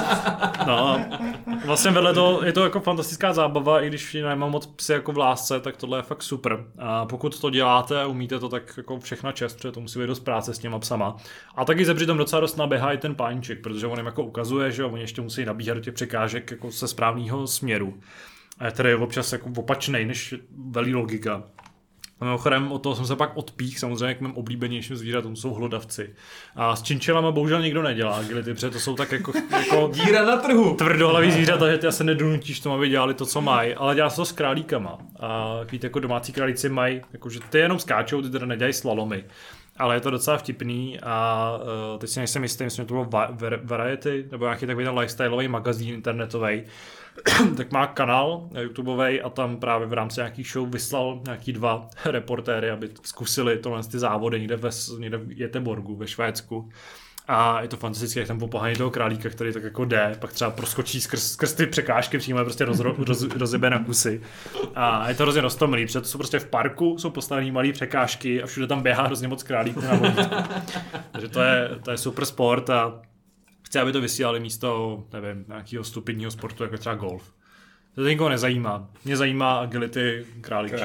No, vlastně vedle toho je to jako fantastická zábava, i když nemám moc psy jako v lásce, tak tohle je fakt super. A pokud to děláte a umíte to, tak jako všechna čest, protože to musí být dost práce s těma psama. A taky se přitom docela dost naběhá i ten páníček, protože on jim jako ukazuje, že oni ještě musí nabíhat do těch překážek jako se správného směru. A který je občas jako opačnej, než velí logika. A mimochodem, od toho jsem se pak odpích, samozřejmě k mým oblíbenějším zvířatům jsou hlodavci. A s činčilama bohužel nikdo nedělá agility, protože to jsou tak jako, jako díra na trhu. Tvrdohlaví zvířata, že ty asi nedonutíš tomu, aby dělali to, co mají, ale dělá se to s králíkama. A víte, jako domácí králíci mají, jakože ty jenom skáčou, ty teda nedělají slalomy. Ale je to docela vtipný a uh, teď si nejsem jistý, myslím, že to bylo Variety, nebo nějaký takový ten lifestyleový magazín internetový, tak má kanál YouTubeovej a tam právě v rámci nějakých show vyslal nějaký dva reportéry, aby zkusili tohle ty závody někde, ve, někde v Göteborgu ve Švédsku. A je to fantastické, jak tam popohaní toho králíka, který tak jako jde, pak třeba proskočí skrz, skrz ty překážky, přímo je prostě roz, roz, rozjebe na kusy. A je to hrozně roztomilý, protože to jsou prostě v parku, jsou postavený malý překážky a všude tam běhá hrozně moc králíků na vodítku. Takže to je, to je super sport a chci, aby to vysílali místo, nevím, nějakého stupidního sportu, jako třeba golf. To nikoho nezajímá. Mě zajímá agility králíčů.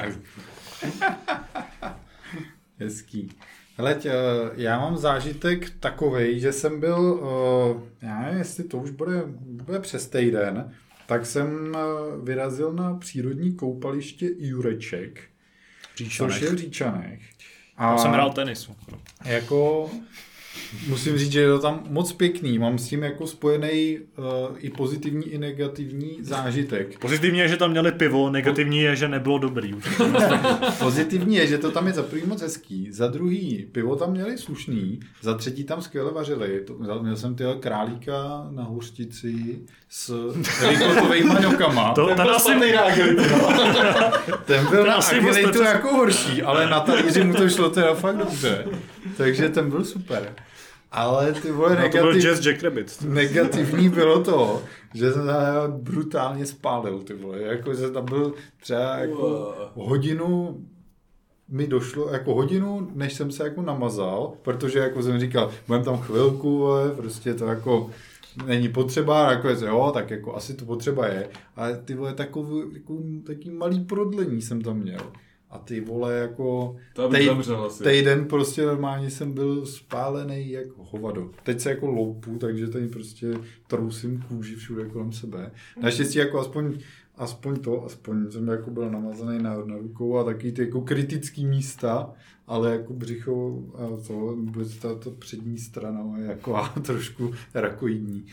Hezký. Hleď, já mám zážitek takovej, že jsem byl, já nevím, jestli to už bude, bude přes týden, tak jsem vyrazil na přírodní koupaliště Jureček, Říčanech. což je v Říčanech. A tam jsem hrál tenis. Jako, musím říct, že je to tam moc pěkný, mám s tím jako spojený uh, i pozitivní, i negativní zážitek. Pozitivní je, že tam měli pivo, negativní je, že nebylo dobrý. Pozitivní je, že to tam je za první moc hezký, za druhý pivo tam měli slušný, za třetí tam skvěle vařili. To, měl jsem tyhle králíka na hořčici s rikotovejma ňokama. To, ten byl asi nejde agilitu. Ten byl na agilitu jako horší, ale na talíři mu to šlo teda fakt dobře. Takže ten byl super. Ale ty vole, no, negativ... to byl Jazz Jack Rabbit. Negativní bylo to, že jsem tam brutálně spálil, ty vole. Jako, že tam byl třeba jako hodinu mi došlo, jako hodinu, než jsem se jako namazal, protože jako jsem říkal, budem tam chvilku, vole, prostě to jako není potřeba, jako je, jo, tak jako asi to potřeba je, ale ty vole, takový, jako, taký malý prodlení jsem tam měl. A ty vole, jako tej, týden prostě normálně jsem byl spálený jako hovado. Teď se jako loupu, takže tady prostě trousím kůži všude kolem sebe. Naštěstí jako aspoň, aspoň to, aspoň jsem jako byl namazaný na, na rukou a taky ty jako kritický místa, ale jako břicho a to, vůbec ta, ta přední strana je jako trošku rakoidní.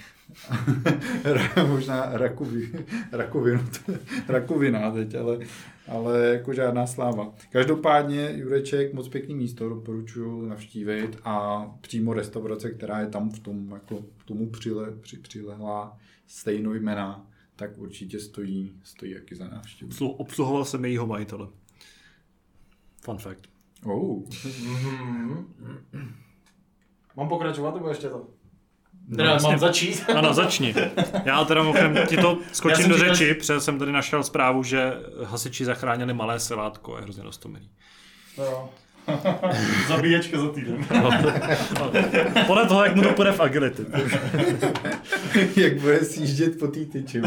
Možná rakovi, rakovinu, rakovina teď, ale, ale jako žádná sláva. Každopádně Jureček, moc pěkný místo, doporučuji navštívit a přímo restaurace, která je tam v tom, jako tomu přile, při, přilehlá stejnojmenná, tak určitě stojí, stojí jaký za návštěvu. Obsluhoval jsem jejího majitele. Fun fact. Oh. Mm-hmm. Mám pokračovat, nebo ještě to? No, teda vlastně, mám začít? Ano, začni. Já teda mohl ti to skočím do říkal, řeči, protože jsem tady našel zprávu, že hasiči zachránili malé selátko, je hrozně roztomilý. Jo. Zabíječka za týden. No, no. Podle toho, jak mu to půjde v agility. Jak bude sjíždět po té tyči.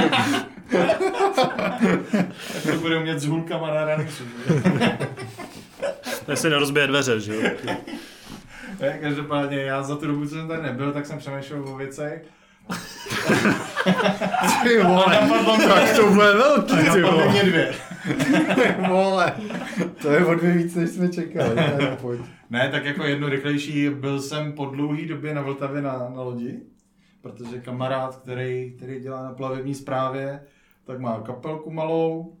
Tak to bude umět s hůlkama na raniču. To si nerozbije dveře, že jo? Ne, každopádně já za tu dobu, co jsem tady nebyl, tak jsem přemýšlel o věcech. Ty vole, tak to bude velký, ty vole. mě dvě. Vole, to je o dvě víc, než jsme čekali. Ne, ne, tak jako jedno rychlejší, byl jsem po dlouhý době na Vltavě na, na lodi, protože kamarád, který, který dělá na plavební správě, tak má kapelku malou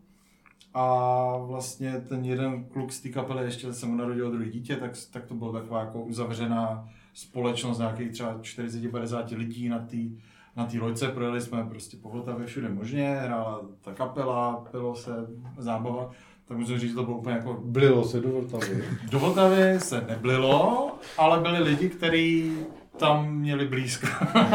a vlastně ten jeden kluk z té kapely, ještě se mu narodilo druhé dítě, tak, tak to byla taková jako uzavřená společnost nějakých třeba čtyřicet padesát lidí na té na té loďce, projeli jsme prostě po Vltavě všude možně, hrála ta kapela, pilo se, zábava, tak musím říct, že to bylo úplně jako... Blilo se do Vltavy. Do Vltavy se neblilo, ale byli lidi, kteří tam měli blízko.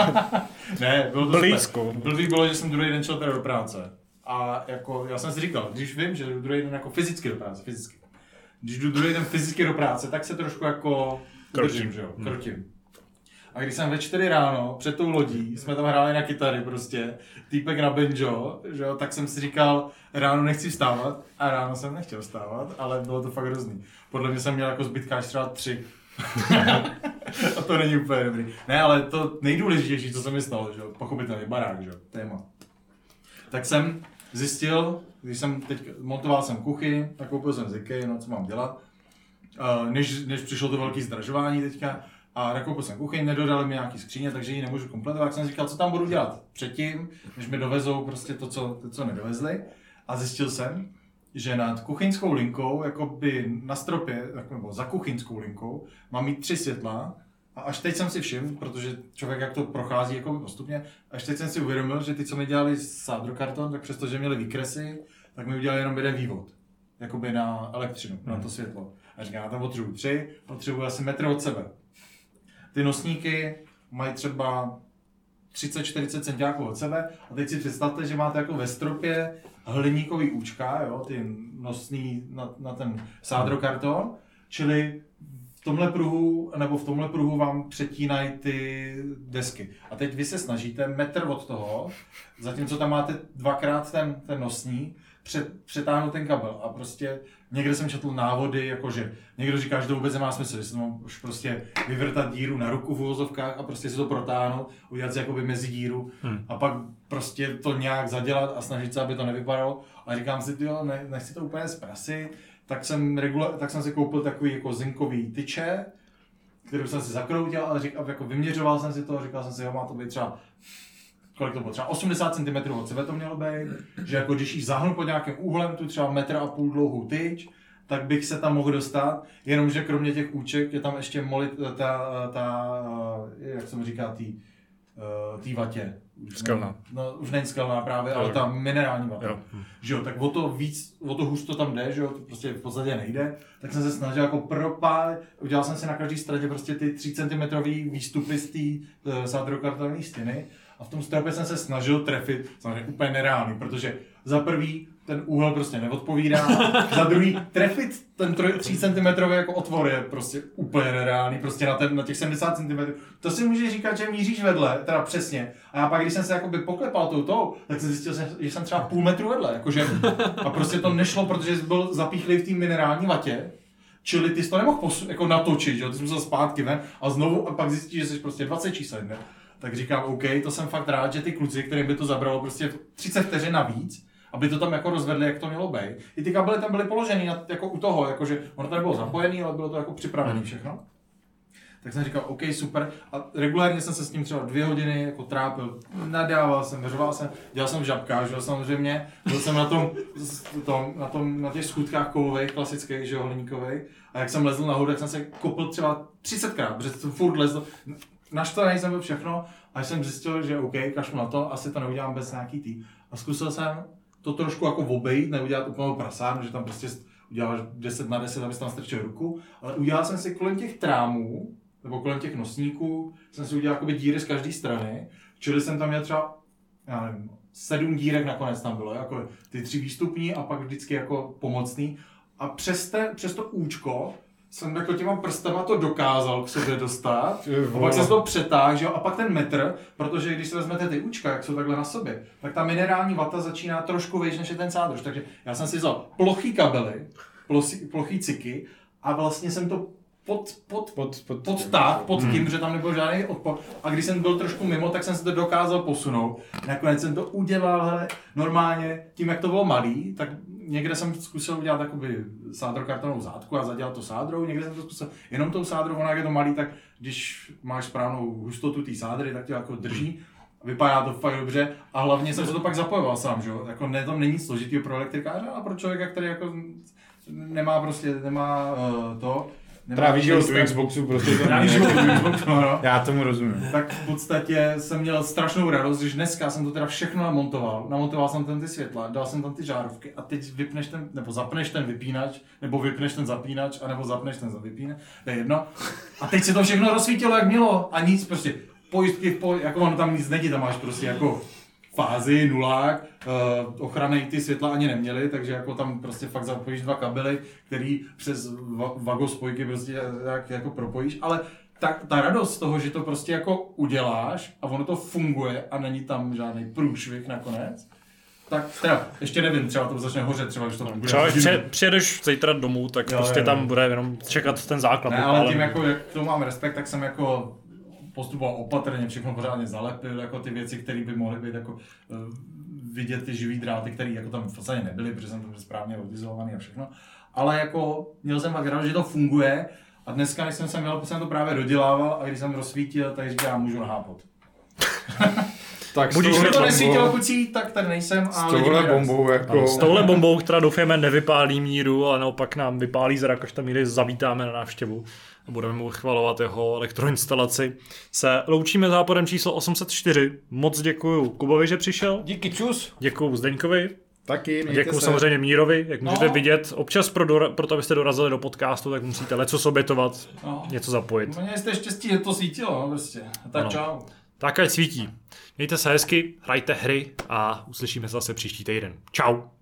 Ne, bylo to blízko. Super. Blbý bylo, že jsem druhý den šel teda do práce. A jako, já jsem si říkal, když vím, že jdu druhý den jako fyzicky do práce, fyzicky. Když jdu druhý den fyzicky do práce, tak se trošku jako krotím, že jo, krotím. A když jsem ve čtyři ráno před tou lodí, jsme tam hráli na kytary prostě, týpek na banjo, že jo, tak jsem si říkal, ráno nechci vstávat a ráno jsem nechtěl vstávat, ale bylo to fakt hrozný. Podle mě jsem měl jako zbytkáč třeba tři. A to není úplně dobrý. Ne, ale to nejdůležitější, co se mi stalo, že jo, pochopitelně barák, že jo, téma. Tak jsem zjistil, když jsem teď montoval jsem kuchyň, tak koupil jsem ziky, no co mám dělat, než, než přišlo to velké zdražování teďka, a nakoupil jsem kuchyň, nedodali mi nějaký skříně, takže ji nemůžu kompletovat, tak jsem říkal, co tam budu dělat předtím, než mi dovezou prostě to, co, to, co nedovezli. A zjistil jsem, že nad kuchyňskou linkou, jakoby na stropě, nebo za kuchyňskou linkou, mám mít tři světla. A až teď jsem si všiml, protože člověk jak to prochází jakoby postupně, až teď jsem si uvědomil, že ty, co mi dělali sádrokarton, tak přestože měli výkresy, tak mi udělali jenom jeden vývod. Jakoby na elektřinu, na to světlo. A říkám, já tam potřebuji tři, potřebuji asi metr od sebe. Ty nosníky mají třeba třicet čtyřicet centiáků od sebe a teď si představte, že máte jako ve stropě hliníkový účka, jo, ty nosný na, na ten sádrokarton, čili v tomhle pruhu, nebo v tomhle pruhu vám přetínají ty desky. A teď vy se snažíte metr od toho, zatímco tam máte dvakrát ten, ten nosník, před, přetáhnout ten kabel a prostě někde jsem četl návody, jakože někdo říká, že to vůbec nemá smysl, že se mám už prostě vyvrtat díru na ruku v uvozovkách a prostě si to protáhnout, udělat si jakoby mezi díru hmm. a pak prostě to nějak zadělat a snažit se, aby to nevypadalo. A říkám si, jo, ne, nechci to úplně zprasy, tak jsem, regula- tak jsem si koupil takový jako zinkový tyče, který jsem si zakroutil a řík, jako vyměřoval jsem si to a říkal jsem si, jo, má to být třeba kolik to bylo, třeba osmdesát centimetrů od sebe to mělo být, že jako když ji zahnu pod nějakým úhlem, tu třeba metr a půl dlouhou tyč, tak bych se tam mohl dostat, jenomže kromě těch úček je tam ještě molit, ta, ta jak se mu říká, tý, tý vatě. Skalná. No, už není skalná právě, ale ta minerální vata. Jo. Že jo, tak o to víc, o to hůř to tam jde, že jo, to prostě v podstatě nejde, tak jsem se snažil jako propálit, udělal jsem si na každé straně prostě ty tři centimetrové výstupy z té sádrokartonové stěny A v tom stropě jsem se snažil trefit, samozřejmě úplně nereálný, protože za prvý ten úhel prostě neodpovídá, za druhý trefit ten tři centimetrový jako otvor je prostě úplně nereálný, prostě na, ten, na těch sedmdesát centimetrů. To si můžeš říkat, že míříš vedle, teda přesně. A já pak, když jsem se jakoby poklepal tou tou, tak jsem zjistil, že jsem třeba půl metru vedle, jakože, a prostě to nešlo, protože jsi byl zapíchlý v té minerální vatě. Čili ty jsi to nemohl posu- jako natočit, že? Ty jsi musel zpátky ven a znovu a pak zjistíš, že jsi prostě dvacet čísel, ne? Tak říkám, OK, to jsem fakt rád, že ty kluci, kterým by to zabralo prostě třicet vteřin navíc, aby to tam jako rozvedli, jak to mělo být. I ty kabely tam byly položený na, jako u toho, jakože ono tady bylo zapojený, ale bylo to jako připravené všechno. Tak jsem říkal, OK, super. A regulárně jsem se s tím třeba dvě hodiny jako trápil, nadával jsem, řval jsem, dělal jsem v žabkách, že jo, samozřejmě. Byl jsem na tom, tom, na, tom, na těch schůdkách kovových, klasických, že jo, hliníkových. A jak jsem lezl nahoru, tak jsem se kopl třeba třicetkrát, protože jsem furt lezl. Naštvaný jsem byl všechno a jsem zjistil, že OK, kašlu na to, asi to neudělám bez nějaký tý. A zkusil jsem to trošku jako obejít, neudělat úplnou prasárnu, že tam prostě uděláš deset na deset, aby tam strčil ruku, ale udělal jsem si kolem těch trámů, nebo kolem těch nosníků, jsem si udělal jakoby díry z každé strany, čili jsem tam měl třeba, já nevím, sedm dírek nakonec tam bylo, jako ty tři výstupní a pak vždycky jako pomocný. A přes, te, přes to účko jsem jako těma prstama to dokázal k sobě dostat, a pak se to přetáhl, že jo, a pak ten metr, protože když si vezmete ty účka, jak jsou takhle na sobě, tak ta minerální vata začíná trošku vejš, než je ten sádrož, takže já jsem si vzal plochý kabely, plochý, plochý ciky a vlastně jsem to pod, pod, pod, pod, pod táh, pod tím, hmm. že tam nebyl žádný odpor. A když jsem byl trošku mimo, tak jsem se to dokázal posunout. Nakonec jsem to udělal, hele, normálně, tím jak to bylo malý, tak někde jsem zkusil udělat takový sádrokartonovou zátku a zadělat to sádrou, někde jsem to zkusil jenom tou sádrou, ona jak je to malý, tak když máš správnou hustotu té sádry, tak tě jako drží. Vypadá to fakt dobře a hlavně jsem se to pak zapojoval sám, že jo? Jako ne, tam není složitý pro elektrikáře a pro člověka, který jako nemá prostě, nemá uh, to. Tráví život u Xboxu, prostě to Tráví život u Xboxu, no. Já tomu rozumím. Tak v podstatě jsem měl strašnou radost, když dneska jsem to teda všechno namontoval. Namontoval jsem tam ty světla, dal jsem tam ty žárovky a teď vypneš ten, nebo zapneš ten vypínač, nebo vypneš ten zapínač, anebo zapneš ten vypínač, to je jedno. A teď se to všechno rozsvítilo jak mělo a nic prostě, pojistky, poj, jako ono tam nic není, tam máš prostě jako fázi, nulák, uh, ochrany ty světla ani neměly, takže jako tam prostě fakt zapojíš dva kabely, který přes va- vagospojky prostě jak, jako propojíš, ale ta, ta radost z toho, že to prostě jako uděláš a ono to funguje a není tam žádný průšvih nakonec, tak teda, ještě nevím, třeba to začne hořet, třeba když to bude. Třeba když přijedeš zítra domů, tak jo, prostě jo, tam bude jenom čekat ten základ. Ne, ale tím jako, jak k tomu mám respekt, tak jsem jako postupoval opatrně, všechno pořádně zalepil, jako ty věci, které by mohly být jako uh, vidět ty živý dráty, které jako tam v podstatě nebyly, protože jsem to byl správně odizolovaný a všechno. Ale jako měl jsem fakt rád, že to funguje a dneska, když jsem sem měl, jsem to právě dodělával a když jsem rozsvítil, tak říkám, můžu nahápat. Tak když to nesvítilo kucí, tak tady nejsem. S touhle bombou jako... S touhle bombou, která doufujeme nevypálí Míru, ale naopak nám vypálí zrak, až tam Míry zavítáme na návštěvu a budeme mu chvalovat jeho elektroinstalaci. Se loučíme záporem číslo osm set čtyři. Moc děkuju Kubovi, že přišel. Díky, čus. Děkuju Zdeňkovi. Taky, děkuju samozřejmě Mírovi, jak můžete no. vidět. Občas pro, dora- pro to, abyste dorazili do podcastu, tak musíte lecos obětovat, no. něco zapojit. Měli jste štěstí, že to svítilo, no prostě. Tak no. Čau. Tak ať svítí. Mějte se hezky, hrajte hry a uslyšíme se zase příští týden. Čau.